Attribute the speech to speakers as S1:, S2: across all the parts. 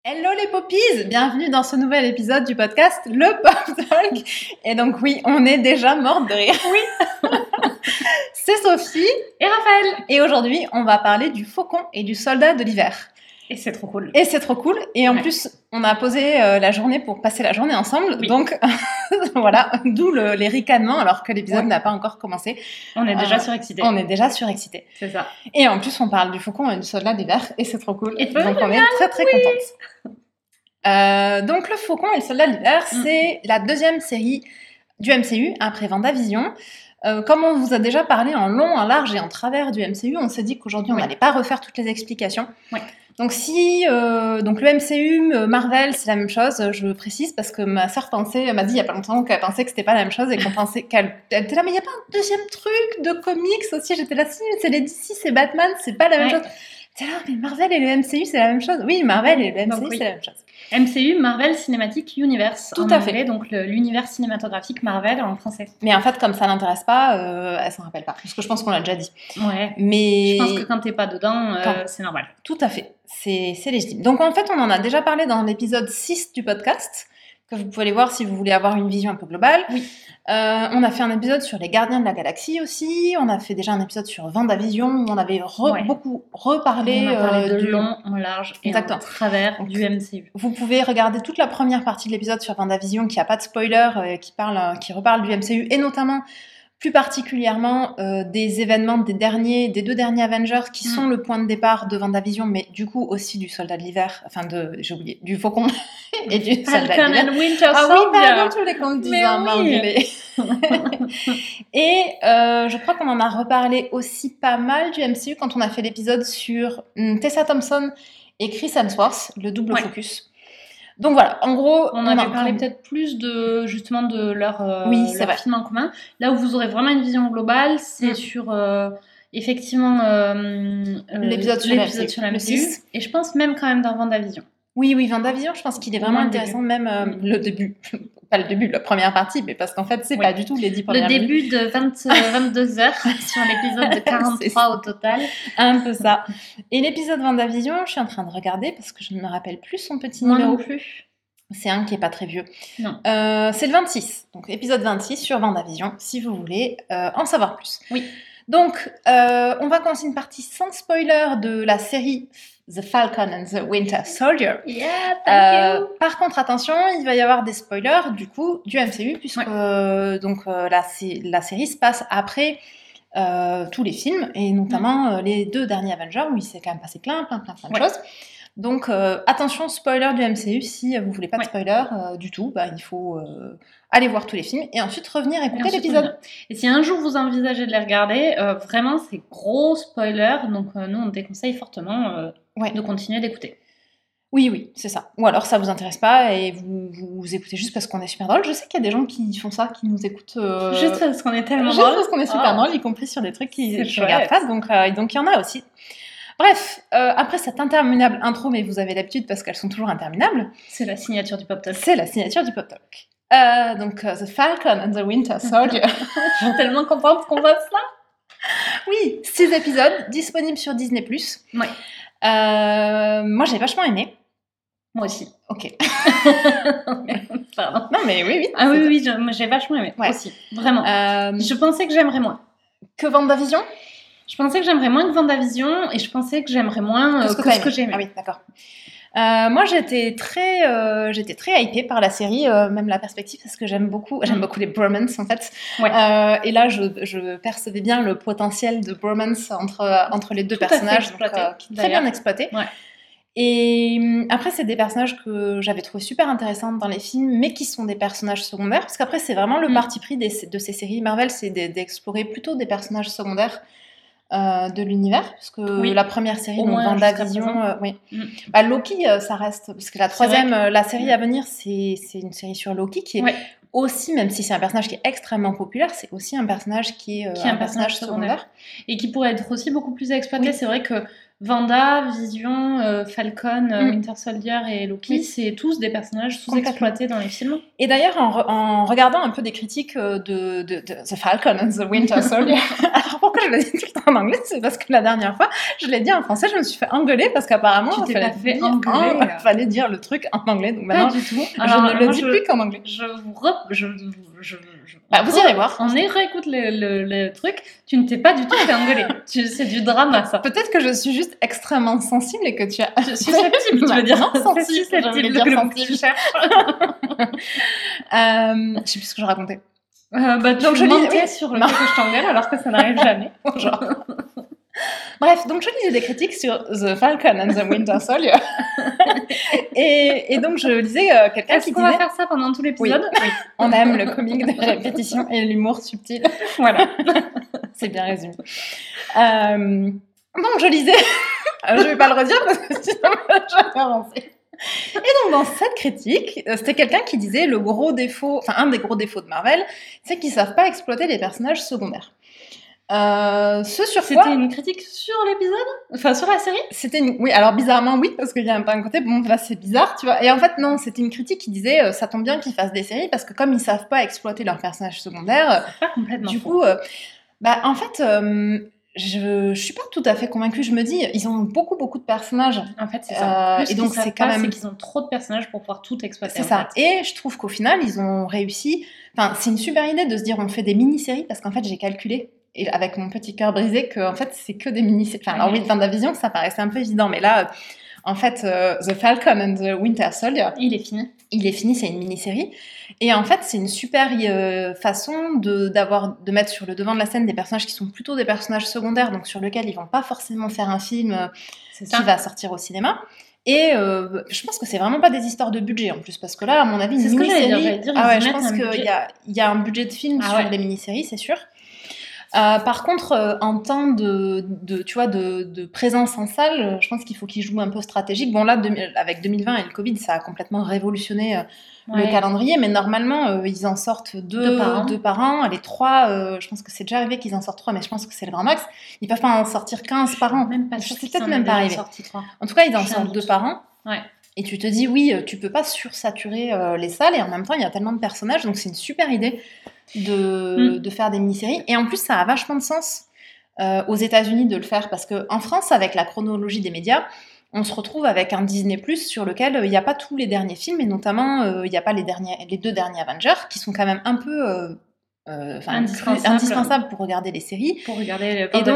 S1: Hello les poppies, bienvenue dans ce nouvel épisode du podcast Le Pop Talk. Et donc oui, on est déjà morte de rire.
S2: Oui.
S1: C'est Sophie
S2: Et Raphaël.
S1: Et aujourd'hui, on va parler du faucon et du soldat de l'hiver.
S2: Et c'est trop cool.
S1: Et en plus, on a posé la journée pour passer la journée ensemble. Oui. Donc voilà, d'où les ricanements alors que l'épisode n'a pas encore commenccommencé.
S2: On est déjà surexcités.
S1: C'est
S2: ça.
S1: Et en plus, on parle du faucon et du soldat d'hiver et c'est trop cool.
S2: Et
S1: donc on est très très contente. Donc le faucon et le soldat d'hiver, c'est la deuxième série du MCU après WandaVision. Comme on vous a déjà parlé en long, en large et en travers du MCU, on s'est dit qu'aujourd'hui on n'allait pas refaire toutes les explications.
S2: Oui.
S1: Donc donc le MCU, Marvel, c'est la même chose, je précise, parce que ma sœur m'a dit il y a pas longtemps qu'elle pensait que c'était pas la même chose et qu'on pensait qu'elle était là, mais il y a pas un deuxième truc de comics aussi. J'étais là, si, c'est les DC, c'est Batman, c'est pas la même chose. T'es là, mais Marvel et le MCU, c'est la même chose. Oui, Marvel et le MCU, c'est la même chose.
S2: MCU, Marvel Cinematic Universe.
S1: Tout à fait.
S2: Donc l'univers cinématographique Marvel en français.
S1: Mais en fait, comme ça l'intéresse pas, elle s'en rappelle pas. Parce que je pense qu'on l'a déjà dit.
S2: Ouais.
S1: Mais
S2: je pense que quand t'es pas dedans, c'est normal.
S1: Tout à fait. C'est légitime. Donc en fait, on en a déjà parlé dans l'épisode 6 du podcast, que vous pouvez aller voir si vous voulez avoir une vision un peu globale.
S2: Oui.
S1: On a fait un épisode sur les Gardiens de la Galaxie aussi. On a fait déjà un épisode sur WandaVision où on avait beaucoup reparlé.
S2: On a parlé de long, en large et en travers
S1: donc,
S2: du MCU.
S1: Vous pouvez regarder toute la première partie de l'épisode sur WandaVision qui n'a pas de spoiler, qui reparle du MCU et notamment plus particulièrement des événements des deux derniers Avengers qui sont le point de départ de WandaVision, mais du coup aussi du soldat de l'hiver, j'ai oublié, du faucon et du soldat de l'hiver.
S2: Winter Soldier.
S1: Ah oui, pardon, tous les comptes disant, m'engueuler. Et je crois qu'on en a reparlé aussi pas mal du MCU quand on a fait l'épisode sur Tessa Thompson et Chris Hemsworth, le double focus. Donc voilà, en gros...
S2: On avait parlé peut-être plus de leur film en commun. Là où vous aurez vraiment une vision globale, c'est sur effectivement
S1: l'épisode sur la
S2: MCU. 6. Et je pense même quand même dans WandaVision.
S1: Oui, WandaVision, je pense qu'il est vraiment intéressant, même le début. Pas le début, la première partie, mais parce qu'en fait, c'est pas du tout les 10 premières minutes.
S2: Le début de 22 heures sur l'épisode de 43 au total.
S1: Un peu ça. Et l'épisode WandaVision, je suis en train de regarder parce que je ne me rappelle plus son petit
S2: Moi
S1: numéro.
S2: Non plus.
S1: C'est un qui est pas très vieux.
S2: Non.
S1: C'est le 26. Donc, épisode 26 sur WandaVision, si vous voulez en savoir plus.
S2: Oui.
S1: Donc, on va commencer une partie sans spoiler de la série The Falcon and the Winter Soldier.
S2: Yeah, thank you.
S1: Par contre, attention, il va y avoir des spoilers du coup du MCU puisque la série se passe après tous les films et notamment les 2 derniers Avengers où il s'est quand même passé plein de choses. Donc attention, spoiler du MCU, si vous voulez pas de spoiler du tout, il faut aller voir tous les films et ensuite revenir écouter l'épisode.
S2: Et si un jour vous envisagez de les regarder, vraiment c'est gros spoiler, donc nous on déconseille fortement de continuer d'écouter.
S1: Oui, c'est ça. Ou alors ça vous intéresse pas et vous écoutez juste parce qu'on est super drôle. Je sais qu'il y a des gens qui font ça, qui nous écoutent
S2: juste parce qu'on est tellement
S1: drôle. Juste parce qu'on est super drôle, y compris sur des trucs qui ne regardent pas. Donc il y en a aussi. Bref, après cette interminable intro, mais vous avez l'habitude parce qu'elles sont toujours interminables.
S2: C'est la signature du Pop Talk.
S1: Donc, The Falcon and the Winter Soldier.
S2: Je suis tellement contente qu'on fasse ça.
S1: Oui, 6 épisodes, disponibles sur Disney+.
S2: Ouais.
S1: Moi, j'ai vachement aimé.
S2: Moi aussi.
S1: Ok.
S2: Pardon.
S1: Non, mais oui.
S2: Ah oui, j'ai vachement aimé. Moi aussi, vraiment. Je pensais que j'aimerais moins.
S1: Que WandaVision ?
S2: Je pensais que j'aimerais moins que WandaVision et je pensais que j'aimerais moins que ce que j'ai aimé.
S1: Ah oui, d'accord. Moi, j'étais très hypée par la série, même la perspective, parce que j'aime beaucoup les bromances, en fait.
S2: Ouais.
S1: Et là, je percevais bien le potentiel de bromance entre les deux personnages, qui est très bien exploité.
S2: Ouais.
S1: Et après, c'est des personnages que j'avais trouvé super intéressants dans les films, mais qui sont des personnages secondaires, parce qu'après, c'est vraiment le parti pris de ces séries Marvel, c'est d'explorer plutôt des personnages secondaires de l'univers, parce que la première série, donc WandaVision, Loki, ça reste, parce que la troisième, la série à venir, c'est une série sur Loki qui est aussi, même si c'est un personnage qui est extrêmement populaire, c'est aussi un personnage qui est un personnage secondaire.
S2: Et qui pourrait être aussi beaucoup plus exploité. C'est vrai que Wanda, Vision, Falcon, Winter Soldier et Loki, c'est tous des personnages sous-exploités dans les films.
S1: Et d'ailleurs, en regardant un peu des critiques de The Falcon and the Winter Soldier, alors pourquoi je l'ai dit tout le temps en anglais? C'est parce que la dernière fois, je l'ai dit en français, je me suis fait engueuler parce qu'apparemment, il fallait dire le truc en anglais. Donc maintenant,
S2: pas du tout.
S1: Alors, je ne le dis plus qu'en anglais.
S2: Vous irez voir. On réécoute le truc. Tu ne t'es pas du tout fait engueuler. C'est du drama, ça.
S1: Peut-être que je suis juste extrêmement sensible et que tu as...
S2: Susceptible, tu veux dire.
S1: Sensible,
S2: susceptible
S1: que sensible. Je sais plus ce que je racontais.
S2: Donc je mentais sur le fait que je t'engueule alors que ça n'arrive jamais.
S1: Genre... Bref, donc je lisais des critiques sur The Falcon and the Winter Soldier. et donc je lisais quelqu'un qui disait...
S2: Est-ce qu'on va faire ça pendant tout l'épisode?
S1: Oui. On aime le comique de répétition et l'humour subtil. Voilà, c'est bien résumé. Donc je lisais... je vais pas le redire parce que sinon je vais avancer. Et donc dans cette critique, c'était quelqu'un qui disait le gros défaut, enfin un des gros défauts de Marvel, c'est qu'ils savent pas exploiter les personnages secondaires.
S2: C'était une critique sur l'épisode, enfin sur la série.
S1: Oui, alors bizarrement oui, parce qu'il y a un côté bon là c'est bizarre, tu vois. Et en fait non, c'était une critique qui disait ça tombe bien qu'ils fassent des séries parce que comme ils savent pas exploiter leurs personnages secondaires,
S2: pas complètement
S1: du coup, en fait. Je suis pas tout à fait convaincue. Je me dis, ils ont beaucoup de personnages.
S2: En fait, c'est ça.
S1: Et donc c'est quand même.
S2: C'est qu'ils ont trop de personnages pour pouvoir tout exploiter.
S1: C'est ça. Fait. Et je trouve qu'au final, ils ont réussi. Enfin, c'est une super idée de se dire, on fait des mini-séries parce qu'en fait, j'ai calculé et avec mon petit cœur brisé que en fait, c'est que des mini-séries. Enfin, alors oui, WandaVision, ça paraissait un peu évident, mais là, en fait, The Falcon and the Winter Soldier.
S2: Il est fini.
S1: Il est fini, c'est une mini-série. Et en fait, c'est une super façon de mettre sur le devant de la scène des personnages qui sont plutôt des personnages secondaires, donc sur lesquels ils vont pas forcément faire un film qui va sortir au cinéma. Et je pense que c'est vraiment pas des histoires de budget en plus, parce que là, à mon avis, une mini-série... je pense qu'il y a un budget de film sur les mini-séries, c'est sûr. Par contre, en temps de présence en salle, je pense qu'il faut qu'ils jouent un peu stratégique. Bon là, avec 2020 et le Covid, ça a complètement révolutionné le calendrier, mais normalement, ils en sortent deux par an. Allez, 3, je pense que c'est déjà arrivé qu'ils en sortent 3, mais je pense que c'est le grand max. Ils peuvent pas en sortir 15 par an.
S2: Même pas
S1: c'est peut-être même pas arrivé. En tout cas, ils en sortent 2 par an.
S2: Ouais.
S1: Et tu te dis, oui, tu peux pas sursaturer les salles, et en même temps, il y a tellement de personnages, donc c'est une super idée de faire des mini-séries. Et en plus, ça a vachement de sens aux États-Unis de le faire, parce qu'en France, avec la chronologie des médias, on se retrouve avec un Disney+, sur lequel il n'y a pas tous les derniers films, et notamment, il n'y a pas les 2 derniers Avengers, qui sont quand même un peu... indispensable pour regarder les séries.
S2: Pour regarder
S1: les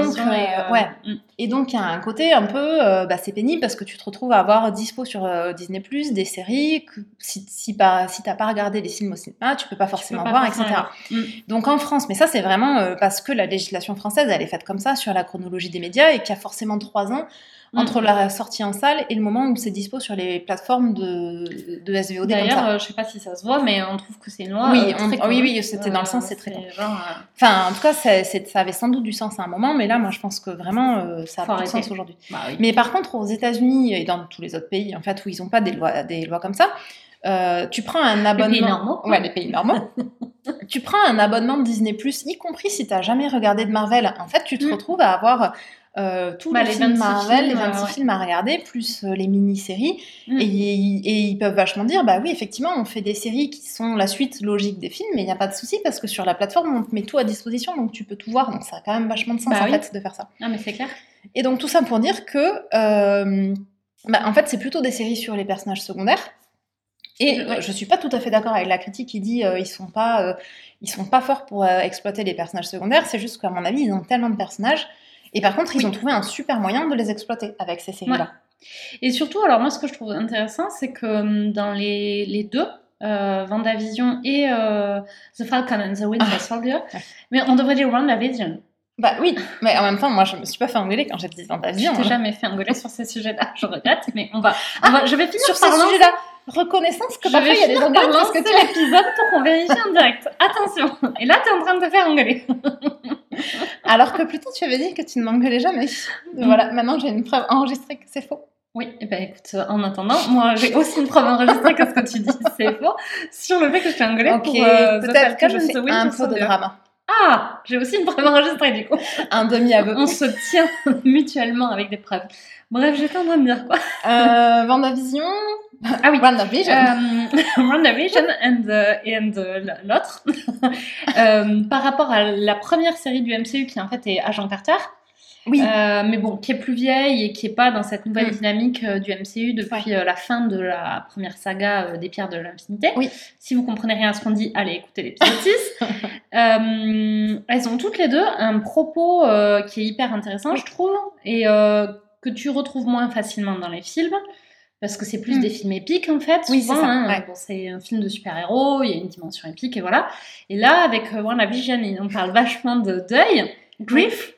S1: Et donc, il y a un côté un peu... c'est pénible parce que tu te retrouves à avoir dispo sur Disney+, des séries que si t'as pas regardé les films au cinéma, tu peux pas forcément voir, etc. Donc, en France, mais ça, c'est vraiment parce que la législation française, elle est faite comme ça, sur la chronologie des médias, et qu'il y a forcément 3 ans entre la sortie en salle et le moment où c'est dispo sur les plateformes de SVOD.
S2: D'ailleurs, je sais pas si ça se voit, mais on trouve que c'est une loi.
S1: Oui, c'était dans le sens, c'est très con. Enfin, en tout cas, ça avait sans doute du sens à un moment, mais là, moi, je pense que vraiment, ça a pas de sens aujourd'hui. Mais par contre, aux États-Unis et dans tous les autres pays, en fait, où ils ont pas des lois comme ça, tu prends un abonnement...
S2: Les pays normaux.
S1: Ouais, les pays normaux. Tu prends un abonnement de Disney+, y compris si t'as jamais regardé de Marvel, en fait, tu te retrouves à avoir... tous les films Marvel, les 26 films à regarder, plus les mini-séries, et ils peuvent vachement dire, bah oui, effectivement, on fait des séries qui sont la suite logique des films, mais il n'y a pas de souci, parce que sur la plateforme, on te met tout à disposition, donc tu peux tout voir, donc ça a quand même vachement de sens, fait, de faire ça.
S2: Ah, mais c'est clair.
S1: Et donc, tout ça pour dire que, en fait, c'est plutôt des séries sur les personnages secondaires, et je suis pas tout à fait d'accord avec la critique qui dit ils sont pas forts pour exploiter les personnages secondaires, c'est juste qu'à mon avis, ils ont tellement de personnages. Et par contre, ils ont trouvé un super moyen de les exploiter avec ces séries-là.
S2: Ouais. Et surtout, alors moi, ce que je trouve intéressant, c'est que dans les deux, WandaVision et The Falcon and the Winter Soldier, mais on devrait dire WandaVision.
S1: Bah oui, mais en même temps, moi, je me suis pas fait engueuler quand j'ai dit WandaVision.
S2: Je t'ai jamais fait engueuler sur ces sujets-là, je regrette, mais je vais finir
S1: sur ces sujets-là. Reconnaissance que parfois il y a des engueulades parce que
S2: c'est l'épisode pour qu'on vérifie en direct. Attention. Et là, t'es en train de te faire engueuler.
S1: Alors que plus tôt, tu avais dit que tu ne m'engueulais jamais. Voilà, maintenant j'ai une preuve enregistrée que c'est faux.
S2: Oui, et ben écoute, en attendant, moi j'ai aussi une preuve enregistrée que ce que tu dis c'est faux sur le fait que je t'ai engueulée pour
S1: peut-être que je fais un peu de drama.
S2: Ah, j'ai aussi une preuve enregistrée du coup.
S1: Un demi-aveu.
S2: On se tient mutuellement avec des preuves. Bref, j'étais en train de dire quoi?
S1: WandaVision.
S2: Ah oui.
S1: WandaVision.
S2: WandaVision and l'autre. Par rapport à la première série du MCU qui en fait est Agent Carter.
S1: Oui.
S2: Mais bon, qui est plus vieille et qui est pas dans cette nouvelle dynamique du MCU depuis la fin de la première saga des Pierres de l'Infinité.
S1: Oui.
S2: Si vous comprenez rien à ce qu'on dit, allez écouter l'épisode 6. Elles ont toutes les deux un propos qui est hyper intéressant, je trouve, et que tu retrouves moins facilement dans les films. Parce que c'est plus des films épiques en fait.
S1: Oui,
S2: souvent,
S1: c'est ça.
S2: Hein.
S1: Ouais.
S2: Bon, c'est un film de super-héros, il y a une dimension épique et voilà. Et là, avec WandaVision, on parle vachement de deuil, grief.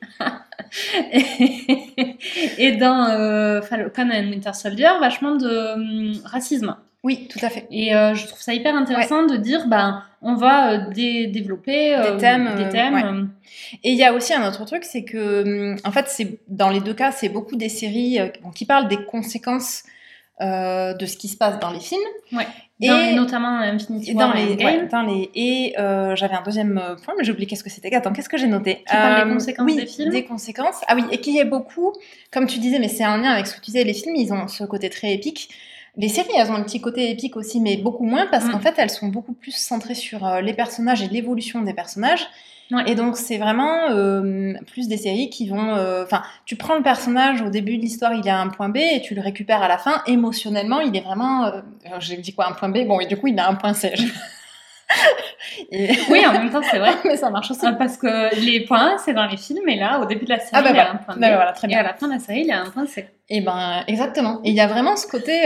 S2: Et dans Falcon and Winter Soldier, vachement de racisme.
S1: Oui, tout à fait.
S2: Et je trouve ça hyper intéressant de dire, on va développer
S1: des thèmes.
S2: Ouais.
S1: Et il y a aussi un autre truc, c'est que, en fait, dans les deux cas, c'est beaucoup des séries qui parlent des conséquences de ce qui se passe dans les films.
S2: Ouais. Notamment Infinity War et Endgame.
S1: J'avais un deuxième point, mais j'ai oublié qu'est-ce que c'était. Attends, qu'est-ce que j'ai noté?
S2: Qui parle des conséquences des films.
S1: Des conséquences. Ah oui, et qu'il y ait beaucoup, comme tu disais, mais c'est un lien avec ce que tu disais, les films, ils ont ce côté très épique. Les séries, elles ont un petit côté épique aussi, mais beaucoup moins, parce qu'en fait, elles sont beaucoup plus centrées sur les personnages et l'évolution des personnages. Ouais. Et donc, c'est vraiment plus des séries qui vont... tu prends le personnage, au début de l'histoire, il a un point B, et tu le récupères à la fin. Émotionnellement, il est vraiment... j'ai dit quoi, un point B? Bon, et du coup, il a un point C.
S2: Oui, en même temps, c'est vrai.
S1: Mais ça marche aussi.
S2: Parce que les points A, c'est dans les films, et là, au début de la série, il y a un point B.
S1: Voilà, très bien.
S2: Et à la fin de la série, il y a un point C.
S1: Et exactement. Et il y a vraiment ce côté...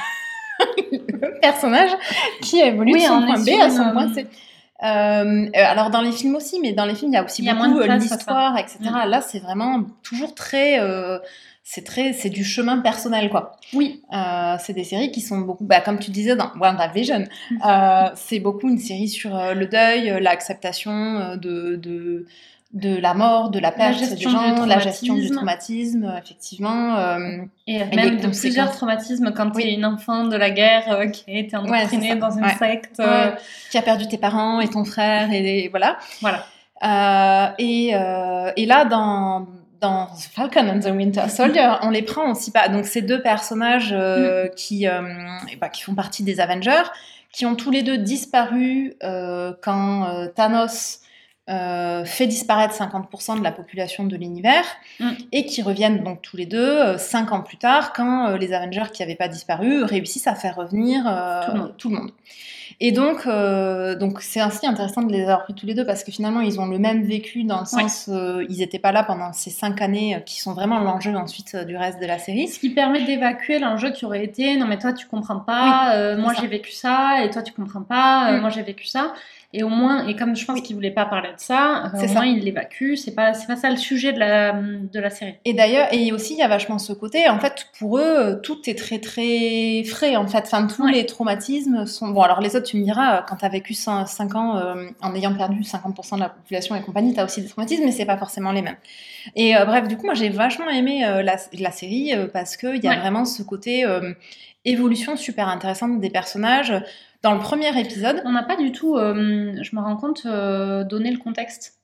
S1: le personnage qui évolue de son point B à son point C. Alors dans les films aussi, mais dans les films il y a aussi beaucoup l'histoire, etc. Là c'est vraiment toujours très, c'est du chemin personnel quoi.
S2: Oui.
S1: C'est des séries qui sont beaucoup, comme tu disais dans WandaVision, c'est beaucoup une série sur le deuil, l'acceptation de la mort, de la perte des gens, la gestion du traumatisme, effectivement.
S2: Et même de plusieurs traumatismes quand tu es une enfant de la guerre qui a été endoctrinée dans une secte.
S1: Qui a perdu tes parents et ton frère, et voilà. Et là, dans Falcon and the Winter Soldier, on les prend aussi pas. Donc, ces deux personnages qui font partie des Avengers, qui ont tous les deux disparu quand Thanos... fait disparaître 50% de la population de l'univers et qui reviennent donc tous les deux 5 ans plus tard quand les Avengers qui n'avaient pas disparu réussissent à faire revenir tout le monde. Et donc c'est ainsi intéressant de les avoir pris tous les deux parce que finalement ils ont le même vécu dans le sens ils n'étaient pas là pendant ces 5 années qui sont vraiment l'enjeu ensuite du reste de la série.
S2: Ce qui permet d'évacuer l'enjeu qui aurait été non mais toi tu comprends pas, moi j'ai vécu ça et toi tu comprends pas, moi j'ai vécu ça. Et au moins, et comme je pense qu'ils voulaient pas parler de ça, au moins ils l'évacuent. C'est pas ça le sujet de la série.
S1: Et d'ailleurs, et aussi il y a vachement ce côté. En fait, pour eux, tout est très très frais. En fait, enfin tous les traumatismes sont bon. Alors les autres, tu me diras, quand t'as vécu 5 ans en ayant perdu 50% de la population et compagnie, t'as aussi des traumatismes, mais c'est pas forcément les mêmes. Et bref, du coup, moi j'ai vachement aimé la série parce que il y a vraiment ce côté évolution super intéressante des personnages. Dans le premier épisode...
S2: On n'a pas du tout, je me rends compte, donné le contexte.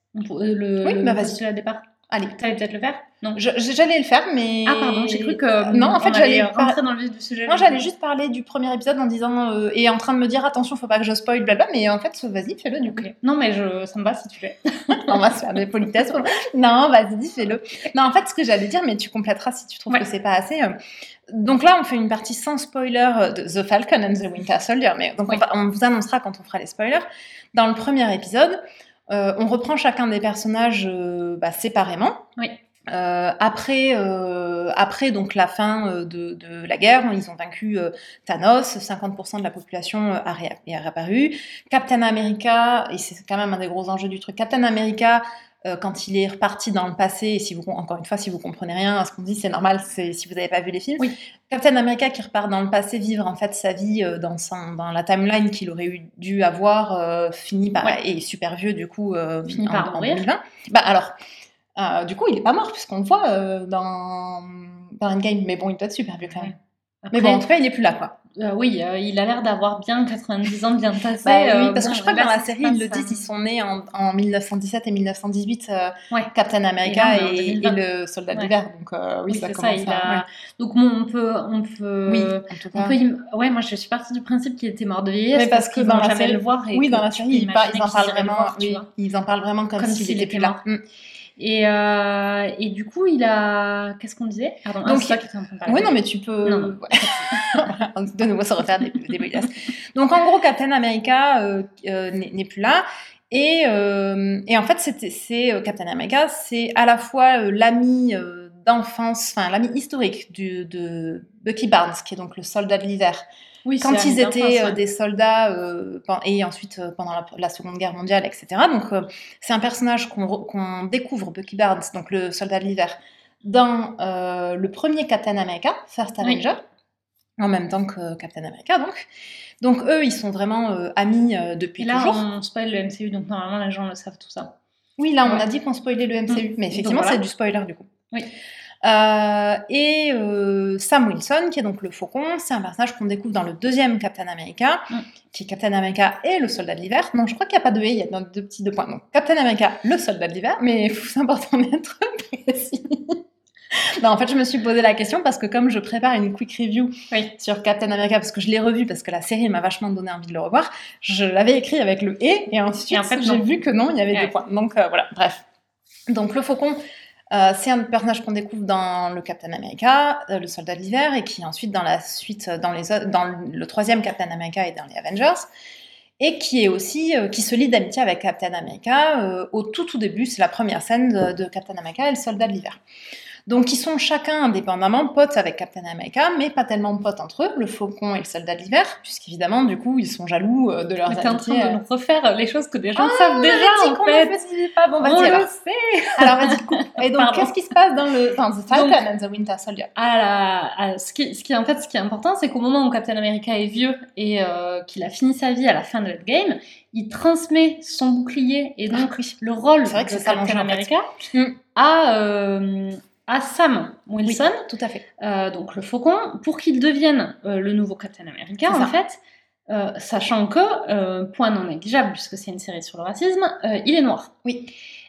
S1: Vas-y.
S2: Le départ.
S1: Allez.
S2: T'allais peut-être le faire? Non.
S1: J'allais le faire, mais...
S2: Ah pardon, j'ai cru que...
S1: Non, en fait, j'allais
S2: rentrer dans le vif du sujet.
S1: Non, j'allais juste parler du premier épisode en disant... et en train de me dire, attention, faut pas que je spoil, blabla, mais en fait, vas-y, fais-le du coup.
S2: Non, mais ça me va si tu fais.
S1: On va se faire des politesses. Non, vas-y, fais-le. Non, en fait, ce que j'allais dire, mais tu compléteras si tu trouves que c'est pas assez... Donc là, on fait une partie sans spoiler de The Falcon and the Winter Soldier, mais donc on vous annoncera quand on fera les spoilers. Dans le premier épisode, on reprend chacun des personnages séparément.
S2: Oui.
S1: Après donc la fin de la guerre, ils ont vaincu Thanos, 50% de la population a réapparu. Captain America, et c'est quand même un des gros enjeux du truc, Captain America... quand il est reparti dans le passé, et encore une fois, si vous comprenez rien à ce qu'on dit, c'est normal, si vous n'avez pas vu les films.
S2: Oui.
S1: Captain America qui repart dans le passé vivre en fait sa vie dans la timeline qu'il aurait dû avoir, finit par et super vieux du coup
S2: finit par
S1: en
S2: mourir.
S1: 2020. Du coup, il est pas mort puisqu'on le voit dans Endgame, mais bon, il doit être super vieux quand même.
S2: Après,
S1: mais bon, en tout cas, il est plus là quoi.
S2: Oui, il a l'air d'avoir bien 90 ans bien tassé.
S1: Oui, parce que je crois que
S2: là,
S1: dans la
S2: ça se
S1: série, ils le
S2: passe,
S1: disent, ils sont nés en 1917 et 1918,
S2: Ouais.
S1: Captain
S2: Et là,
S1: America
S2: on est en
S1: et
S2: 2020.
S1: le soldat
S2: Ouais.
S1: d'hiver. Donc oui, ça
S2: c'est
S1: commence
S2: ça.
S1: à... ouais.
S2: Donc bon, on peut,
S1: Oui, en tout cas.
S2: Ouais, moi je suis partie du principe qu'il était mort de vieillesse
S1: Mais parce que
S2: qu'ils
S1: dans
S2: vont
S1: la
S2: jamais
S1: série,
S2: le voir et
S1: oui,
S2: que
S1: dans la
S2: tu
S1: série,
S2: peux
S1: ils
S2: imaginer
S1: en
S2: qu'ils
S1: parlent
S2: iraient le
S1: vraiment,
S2: voir, tu
S1: oui,
S2: vois.
S1: ils en parlent vraiment comme s'il était plus
S2: mort.
S1: là.
S2: Et du coup, il a... Qu'est-ce qu'on disait? Pardon,
S1: Donc,
S2: c'est toi qui étais en train de parler.
S1: Oui, non, mais tu peux...
S2: Non.
S1: Ouais. De nouveau se refaire des brillages. Donc, en gros, Captain America n'est plus là. Et en fait, c'est Captain America, c'est à la fois l'ami d'enfance, enfin l'ami historique de Bucky Barnes, qui est donc le soldat de l'hiver.
S2: Oui,
S1: Quand ils étaient des soldats et ensuite pendant la Seconde Guerre mondiale, etc. Donc c'est un personnage qu'on découvre, Bucky Barnes, donc le soldat de l'hiver, dans le premier Captain America, First Avenger, en même temps que Captain America, donc. Donc eux, ils sont vraiment amis depuis toujours.
S2: Et là, on spoil le MCU, donc normalement les gens le savent tout ça.
S1: Oui, là, on a dit qu'on spoilait le MCU, mais effectivement, c'est du spoiler du coup.
S2: Oui.
S1: Sam Wilson, qui est donc le Faucon, c'est un personnage qu'on découvre dans le deuxième Captain America, qui est Captain America et le soldat de l'hiver. Non, je crois qu'il n'y a pas de et, il y a deux petits points. Donc, Captain America, le soldat de l'hiver, mais c'est important d'être précis. Non, en fait, je me suis posé la question parce que comme je prépare une quick review sur Captain America, parce que je l'ai revu, parce que la série m'a vachement donné envie de le revoir, je l'avais écrit avec le et ensuite en fait, j'ai vu que non, il y avait deux points. Donc voilà, bref. Donc le Faucon, c'est un personnage qu'on découvre dans le Captain America, le soldat de l'hiver, et qui ensuite dans la suite, dans le troisième Captain America et dans les Avengers, et qui est aussi qui se lie d'amitié avec Captain America au tout début. C'est la première scène de Captain America et le soldat de l'hiver. Donc ils sont chacun indépendamment potes avec Captain America, mais pas tellement potes entre eux, le Faucon et le soldat de l'hiver, puisqu'évidemment du coup ils sont jaloux de leurs amitiés.
S2: Mais t'es en train de nous refaire les choses que des gens savent déjà en fait.
S1: Bon, vas-y, on le sait. Alors vas-y, coupe. Et donc qu'est-ce qui se passe dans The Falcon and the Winter Soldier?
S2: Ce qui est important, c'est qu'au moment où Captain America est vieux et qu'il a fini sa vie à la fin de Endgame, il transmet son bouclier et donc le rôle de Captain America à Sam Wilson,
S1: oui, tout à fait.
S2: Donc le Faucon, pour qu'il devienne le nouveau Captain America, en fait, sachant que, point non négligeable, puisque c'est une série sur le racisme, il est noir.
S1: Oui.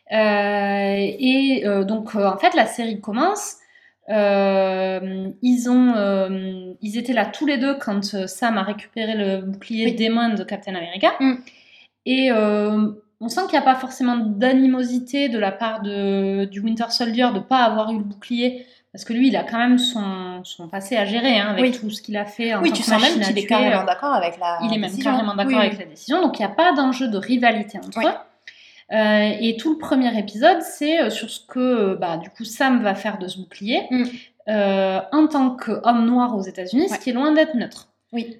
S2: Donc, en fait, la série commence. Ils étaient là tous les deux quand Sam a récupéré le bouclier démon de Captain America. Et on sent qu'il n'y a pas forcément d'animosité de la part du Winter Soldier de ne pas avoir eu le bouclier, parce que lui, il a quand même son passé à gérer avec tout ce qu'il a fait en tant que machine à tuer.
S1: Oui, tu sens même qu'il est carrément d'accord avec la décision.
S2: Il est même carrément d'accord avec la décision, donc il n'y a pas d'enjeu de rivalité entre eux. Et tout le premier épisode, c'est sur ce que du coup Sam va faire de ce bouclier en tant qu'homme noir aux États-Unis, ce qui est loin d'être neutre.
S1: Oui.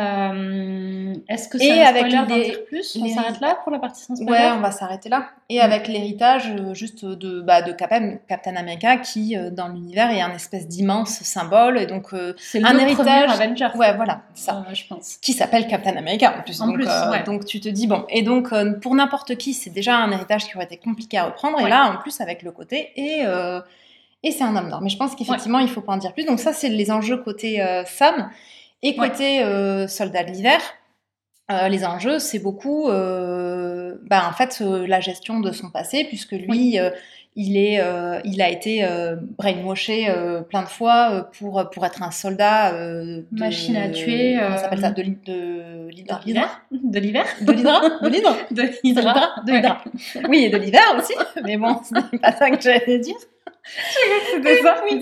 S2: Est-ce que c'est un spoiler d'en dire plus? On s'arrête là pour la partie sans spoiler?
S1: Ouais, on va s'arrêter là. Et avec l'héritage juste de Captain America qui, dans l'univers, est un espèce d'immense symbole. Et donc,
S2: c'est un héritage Avenger.
S1: Ouais, voilà, ça.
S2: Je pense.
S1: Qui s'appelle Captain America en plus. Donc tu te dis, bon. Et donc, pour n'importe qui, c'est déjà un héritage qui aurait été compliqué à reprendre. Et là, en plus, avec le côté. Et c'est un homme noir. Mais je pense qu'effectivement, il ne faut pas en dire plus. Donc, ça, c'est les enjeux côté Sam. Et côté soldat de l'hiver, les enjeux, c'est beaucoup en fait, la gestion de son passé, puisque lui, il a été brainwashé plein de fois pour être un soldat
S2: machine à tuer.
S1: Comment s'appelle ça? De l'Hydra.
S2: De l'hiver.
S1: De l'Hydra. Oui, et de l'hiver aussi, mais bon, ce n'est pas ça que j'allais dire.
S2: C'était ça.
S1: Oui,